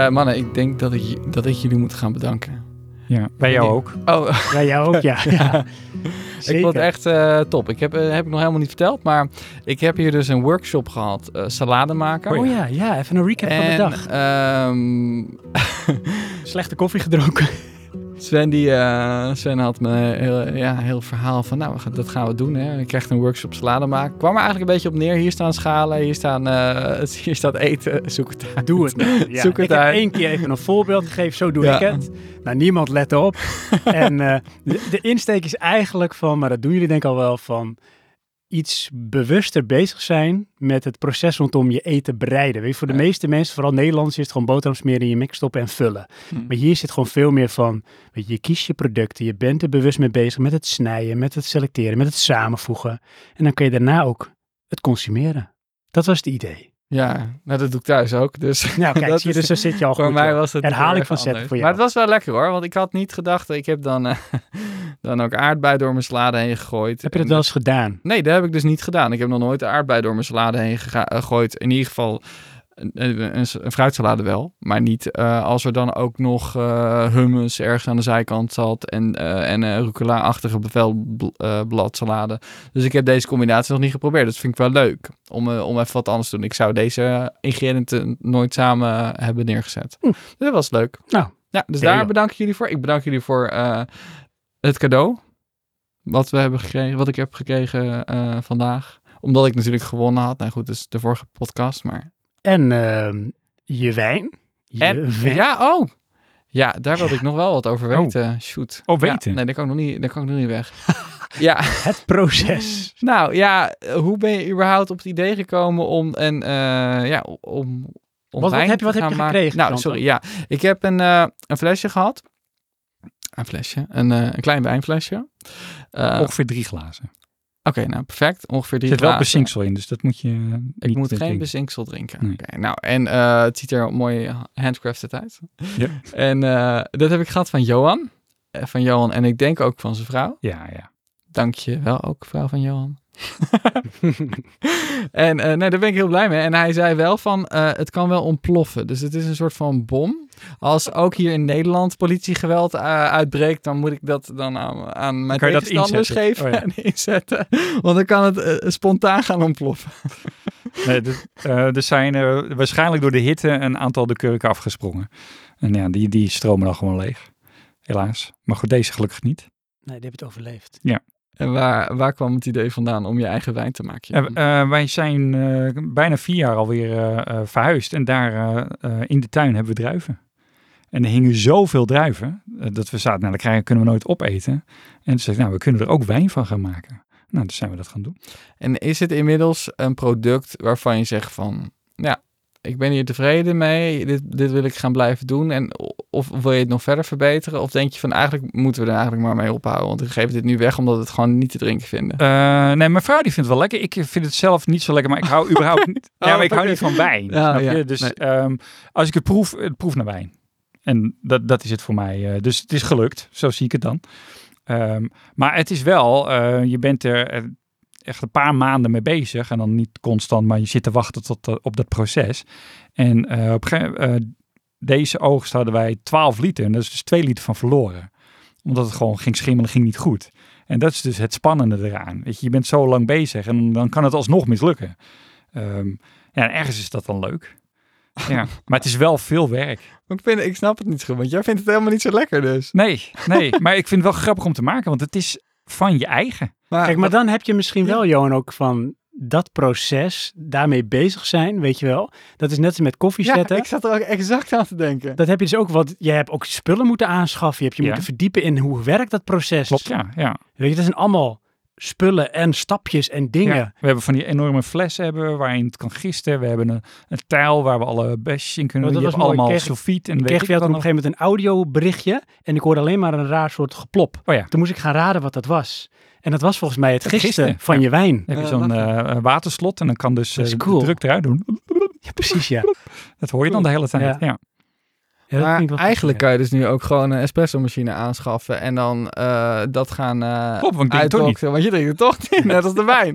mannen, ik denk dat ik, dat ik jullie moet gaan bedanken. Ja, bij jou ook. Oh, Bij jou ook, ja. ja. ik vond het echt uh, top. Ik heb, uh, heb ik nog helemaal niet verteld, maar ik heb hier dus een workshop gehad, uh, salade maken. Oh ja, ja, even een recap van de en, dag. Um, Slechte koffie gedronken. Sven, die, uh, Sven had me heel, ja, heel verhaal van, nou, dat gaan we doen. Hè. Je krijgt een workshop salade maken. Kwam er eigenlijk een beetje op neer. Hier staan schalen, hier, staan, uh, hier staat eten. Zoek het uit. Doe het nou. Ja, Zoek het ik uit. heb één keer even een voorbeeld gegeven. Zo doe Ja. ik het. Nou, niemand let op. en uh, de, de insteek is eigenlijk van, maar dat doen jullie denk ik al wel, van iets bewuster bezig zijn met het proces rondom je eten bereiden. Weet je, voor de Ja. meeste mensen, vooral Nederlanders, is het gewoon boterham smeren in je mix stoppen en vullen. Hm. Maar hier zit gewoon veel meer van, weet je, je kiest je producten, je bent er bewust mee bezig met het snijden, met het selecteren, met het samenvoegen. En dan kun je daarna ook het consumeren. Dat was het idee. Ja, nou, dat doe ik thuis ook. Dus Nou kijk, dat zie je, is- dus zo zit je al voor goed. mij joh. was het Herhaling heel erg van zetten anders. voor jou. Maar het was wel lekker hoor, want ik had niet gedacht, ik heb dan, uh, dan ook aardbei door mijn salade heen gegooid. Heb je dat wel eens gedaan? Nee, dat heb ik dus niet gedaan. Ik heb nog nooit de aardbei door mijn salade heen gega- uh, gegooid. In ieder geval een, een, een, een fruitsalade wel. Maar niet uh, als er dan ook nog uh, hummus ergens aan de zijkant zat. En, uh, en uh, rucola-achtige bevelbladsalade. Dus ik heb deze combinatie nog niet geprobeerd. Dat vind ik wel leuk. Om, uh, om even wat anders te doen. Ik zou deze ingrediënten nooit samen hebben neergezet. Hm. Dat was leuk. Nou, Ja, dus delen. daar bedank ik jullie voor. Ik bedank jullie voor uh, het cadeau. Wat we hebben gekregen, wat ik heb gekregen uh, vandaag. Omdat ik natuurlijk gewonnen had. Nou goed, dus de vorige podcast, maar... En uh, je wijn. Je En, wijn. ja, oh. Ja, daar wilde ik nog wel wat over Oh. weten. Shoot. Oh, weten? Ja, nee, daar kan ik nog niet, daar kan ik nog niet weg. ja, Het proces. nou ja, hoe ben je überhaupt op het idee gekomen om en uh, ja, om, om wat wijn heb je- wat te heb gaan je maken? gekregen, Nou, Chantal? sorry, ja. Ik heb een, uh, een flesje gehad. Een flesje, een, uh, een klein wijnflesje. Uh, Ongeveer drie glazen. Oké, nou perfect. Ongeveer Er drie zit wel glazen. bezinksel in, dus dat moet je uh, Ik niet moet uh, geen drinken. bezinksel drinken. Nee. Oké, nou, en uh, het ziet er mooi handcrafted uit. Ja. En uh, dat heb ik gehad van Johan. Uh, van Johan en ik denk ook van zijn vrouw. Ja, ja. Dank je wel ook, vrouw van Johan. en uh, nee, daar ben ik heel blij mee. En hij zei wel van, uh, het kan wel ontploffen. Dus het is een soort van bom. Als ook hier in Nederland politiegeweld uh, uitbreekt, dan moet ik dat dan aan, aan mijn kan je dat tegenstanders inzetten. geven Oh ja. en inzetten. Want dan kan het uh, spontaan gaan ontploffen. Nee, dit, uh, er zijn uh, waarschijnlijk door de hitte een aantal de kurken afgesprongen. En ja, die, die stromen dan gewoon leeg. Helaas. Maar goed, deze gelukkig niet. Nee, die heb het overleefd. En waar, waar kwam het idee vandaan om je eigen wijn te maken? Uh, uh, wij zijn uh, bijna vier jaar alweer uh, uh, verhuisd. En daar uh, uh, in de tuin hebben we druiven. En er hingen zoveel druiven, uh, dat we zaten, nou, dat krijgen, kunnen we nooit opeten. En toen zei ik, nou, we kunnen er ook wijn van gaan maken. Nou, dus zijn we dat gaan doen. En is het inmiddels een product waarvan je zegt van, ja, ik ben hier tevreden mee, dit, dit wil ik gaan blijven doen. En, of wil je het nog verder verbeteren? Of denk je van, eigenlijk moeten we er eigenlijk maar mee ophouden, want we geven dit nu weg omdat we het gewoon niet te drinken vinden. Uh, nee, mijn vrouw die vindt het wel lekker. Ik vind het zelf niet zo lekker, maar ik hou überhaupt niet, ja, maar ik hou niet van wijn. Ja, snap je? ja, Dus nee. um, als ik het proef, het proef naar wijn. En dat, dat is het voor mij. Uh, dus het is gelukt, zo zie ik het dan. Um, maar het is wel, uh, je bent er uh, echt een paar maanden mee bezig. En dan niet constant, maar je zit te wachten tot, uh, op dat proces. En uh, op uh, deze oogst hadden wij twaalf liter. En dat is dus twee liter van verloren. Omdat het gewoon ging schimmelen, ging niet goed. En dat is dus het spannende eraan. Weet je, je bent zo lang bezig en dan kan het alsnog mislukken. Um, ja, en ergens is dat dan leuk. Ja, maar het is wel veel werk. Ik, vind, ik snap het niet zo, want jij vindt het helemaal niet zo lekker dus. Nee, nee, maar ik vind het wel grappig om te maken, want het is van je eigen. Maar, Kijk, maar dan heb je misschien wel, Johan, ook van dat proces, daarmee bezig zijn, weet je wel. Dat is net als met koffie ja, zetten. ik zat er ook exact aan te denken. Dat heb je dus ook, wat je hebt ook spullen moeten aanschaffen. Je hebt je Ja. moeten verdiepen in hoe werkt dat proces. Klopt, ja. ja. Weet je, dat zijn allemaal spullen en stapjes en dingen. Ja, we hebben van die enorme flessen hebben, waarin het kan gisten. We hebben een, een tijl waar we alle besjes in kunnen. Oh, dat Je was hebt mooi. allemaal Ik kreeg- sulfiet en Ik weet kreeg ik via op wat een nog. gegeven moment een audioberichtje en ik hoorde alleen maar een raar soort geplop. Oh ja, Toen moest ik gaan raden wat dat was. En dat was volgens mij het Het gisten, gisten, van ja. je wijn. dan heb je Ja, zo'n lachen. uh, waterslot en dan kan dus Dat is uh, cool. de druk eruit doen. Ja, precies, ja. Dat hoor je dan de hele tijd. Ja. Ja. Ja, dat maar vind ik wel eigenlijk goed, kan je dus nu ook gewoon een espresso machine aanschaffen en dan uh, dat gaan uh, Klopt, want ik drink het toch niet. uitboksen, want je drinkt het toch niet, net als de wijn. ja.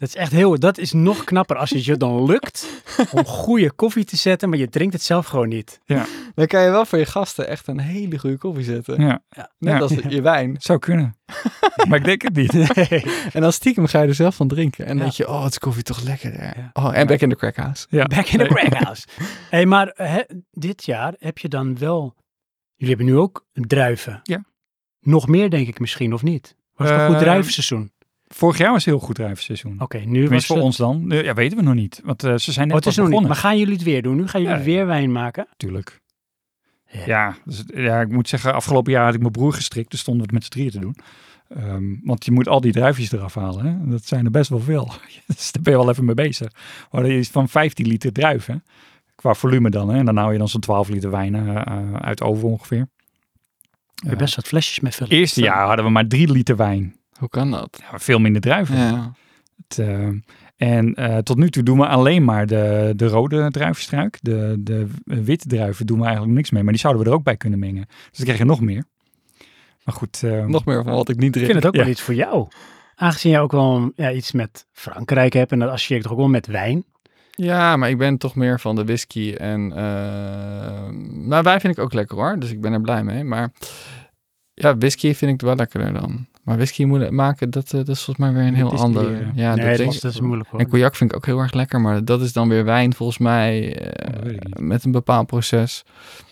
Dat is echt heel, dat is nog knapper als het je dan lukt om goede koffie te zetten, maar je drinkt het zelf gewoon niet. Dan kan je wel voor je gasten echt een hele goede koffie zetten. Ja, Net Ja. als je wijn. zou kunnen. Maar ik denk het niet. Nee. En dan stiekem ga je er zelf van drinken. En dan Ja. denk je, oh, het is koffie toch lekker. Hè? Ja. Oh, en back in the crack house. Ja. Back in the Nee. crack house. Hey, maar hè, dit jaar heb je dan wel, jullie hebben nu ook druiven. Ja. Nog meer denk ik misschien, of niet? Was het een Eh, goed druivenseizoen? Vorig jaar was het een heel goed druivenseizoen. Oké, nu was Tenminste voor het... ons dan. Eh, Ja, weten we nog niet. Want eh, ze zijn Oh, net het is pas nog niet. begonnen. Maar gaan jullie het weer doen? Nu gaan jullie Ja. weer wijn maken? Natuurlijk. Ja. Ja, dus, ja, ik moet zeggen, afgelopen jaar had ik mijn broer gestrikt. Dus stonden we het met z'n drieën te doen. Ehm, want je moet al die druifjes eraf halen. Hè? Dat zijn er best wel veel. Dus daar ben je wel even mee bezig. We hadden iets van vijftien liter druiven. Qua volume dan. Hè? En dan hou je dan zo'n twaalf liter wijn uh, uit de oven ongeveer. Je hebt best wat flesjes met vullen. Het eerste jaar hadden we maar drie liter wijn. Hoe kan dat? Ja, veel minder druiven. Ja. Het, uh, en uh, tot nu toe doen we alleen maar de, de rode druivenstruik. De, de witte druiven doen we eigenlijk niks mee. Maar die zouden we er ook bij kunnen mengen. Dus dan krijg je nog meer. Maar goed. Uh, Nog meer van wat ik niet Ik drink. vind het ook Ja. wel iets voor jou. Aangezien jij ook wel ja, iets met Frankrijk hebt en dat associeer ik toch ook wel met wijn. Ja, maar ik ben toch meer van de whisky. En uh, nou, wijn vind ik ook lekker hoor. Dus ik ben er blij mee. Maar ja, whisky vind ik wel lekkerder dan. Maar whisky moet maken, dat, uh, dat is volgens mij weer een heel ander. Distilleren. Ja, nee, dat dat, denk is, ik. dat is moeilijk hoor. En cognac vind ik ook heel erg lekker. Maar dat is dan weer wijn volgens mij. Uh, Oh, dat weet ik niet. met een bepaald proces.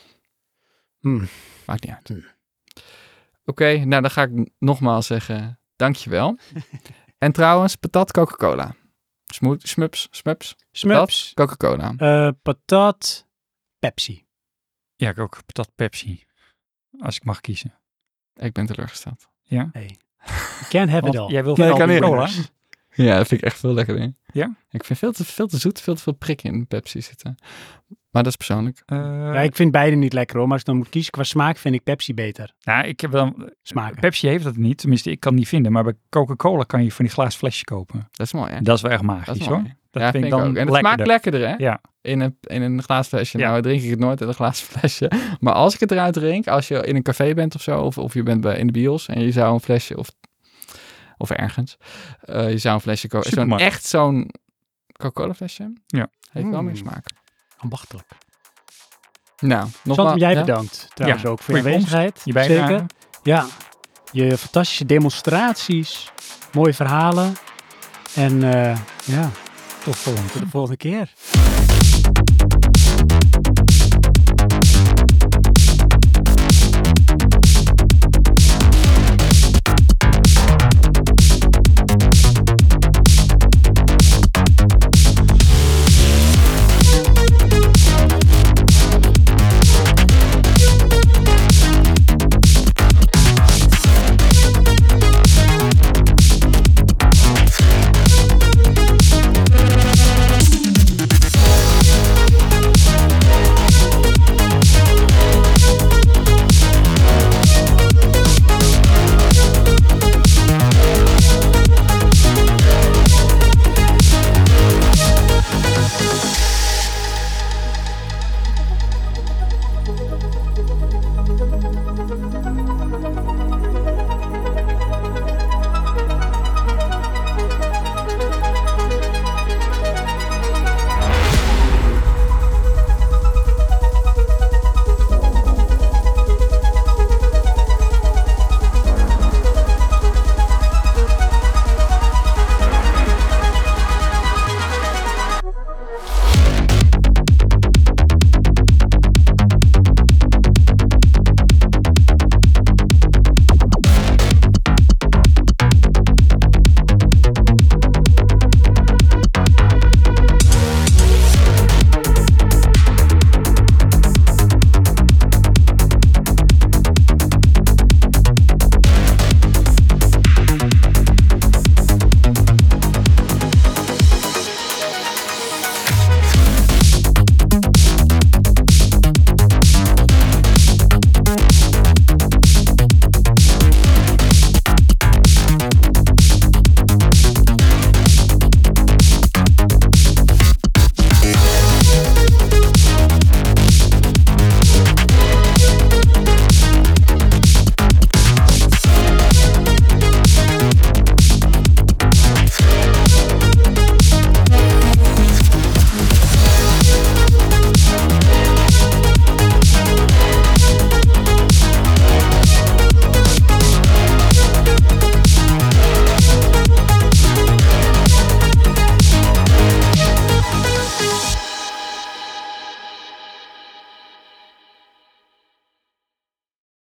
Hmm. Maakt niet uit. Hmm. Oké, okay, nou dan ga ik nogmaals zeggen, dankjewel. En trouwens, patat Coca-Cola. Smoot, smups, smups, Smups, patat, Coca-Cola. uh, patat, Pepsi. ja, ik ook patat Pepsi. Als ik mag kiezen. Ik ben teleurgesteld. Ja. Hey. You can't have it Want all. jij wil Nee, vooral kan niet. cola. Ja, dat vind ik echt veel lekkerder. Ja? Ik vind veel te, veel te zoet, veel te veel prik in Pepsi zitten. Maar dat is persoonlijk. Uh, Ja, ik vind beide niet lekker hoor, maar als ik dan moet kiezen qua smaak vind ik Pepsi beter. nou, ik heb dan... Smaken. Pepsi heeft dat niet. Tenminste, ik kan het niet vinden. Maar bij Coca-Cola kan je van die glazen flesjes kopen. Dat is mooi, hè? Dat is wel echt Dat magisch is hoor. mooi. Dat ja, vind ik dan ook. En het lekkerder. smaakt lekkerder, hè? Ja. In een, in een glazen flesje. Ja. Nou, drink ik het nooit in een glazen flesje. Maar als ik het eruit drink, als je in een café bent of zo, of, of je bent bij, in de bios en je zou een flesje, of, of ergens, uh, je zou een flesje kopen. Zo'n, Supermarkt. echt zo'n Coca-Cola flesje. Ja. Heeft wel Mm. meer smaak. Ambachtelijk. Nou, Santam, nogmaals. jij ja? bedankt trouwens Ja, ook voor je voor je komst, aanwezigheid. Je bijdrage. Zeker. Ja, je fantastische demonstraties, mooie verhalen. En uh, ja, Tot volgende tot de volgende keer.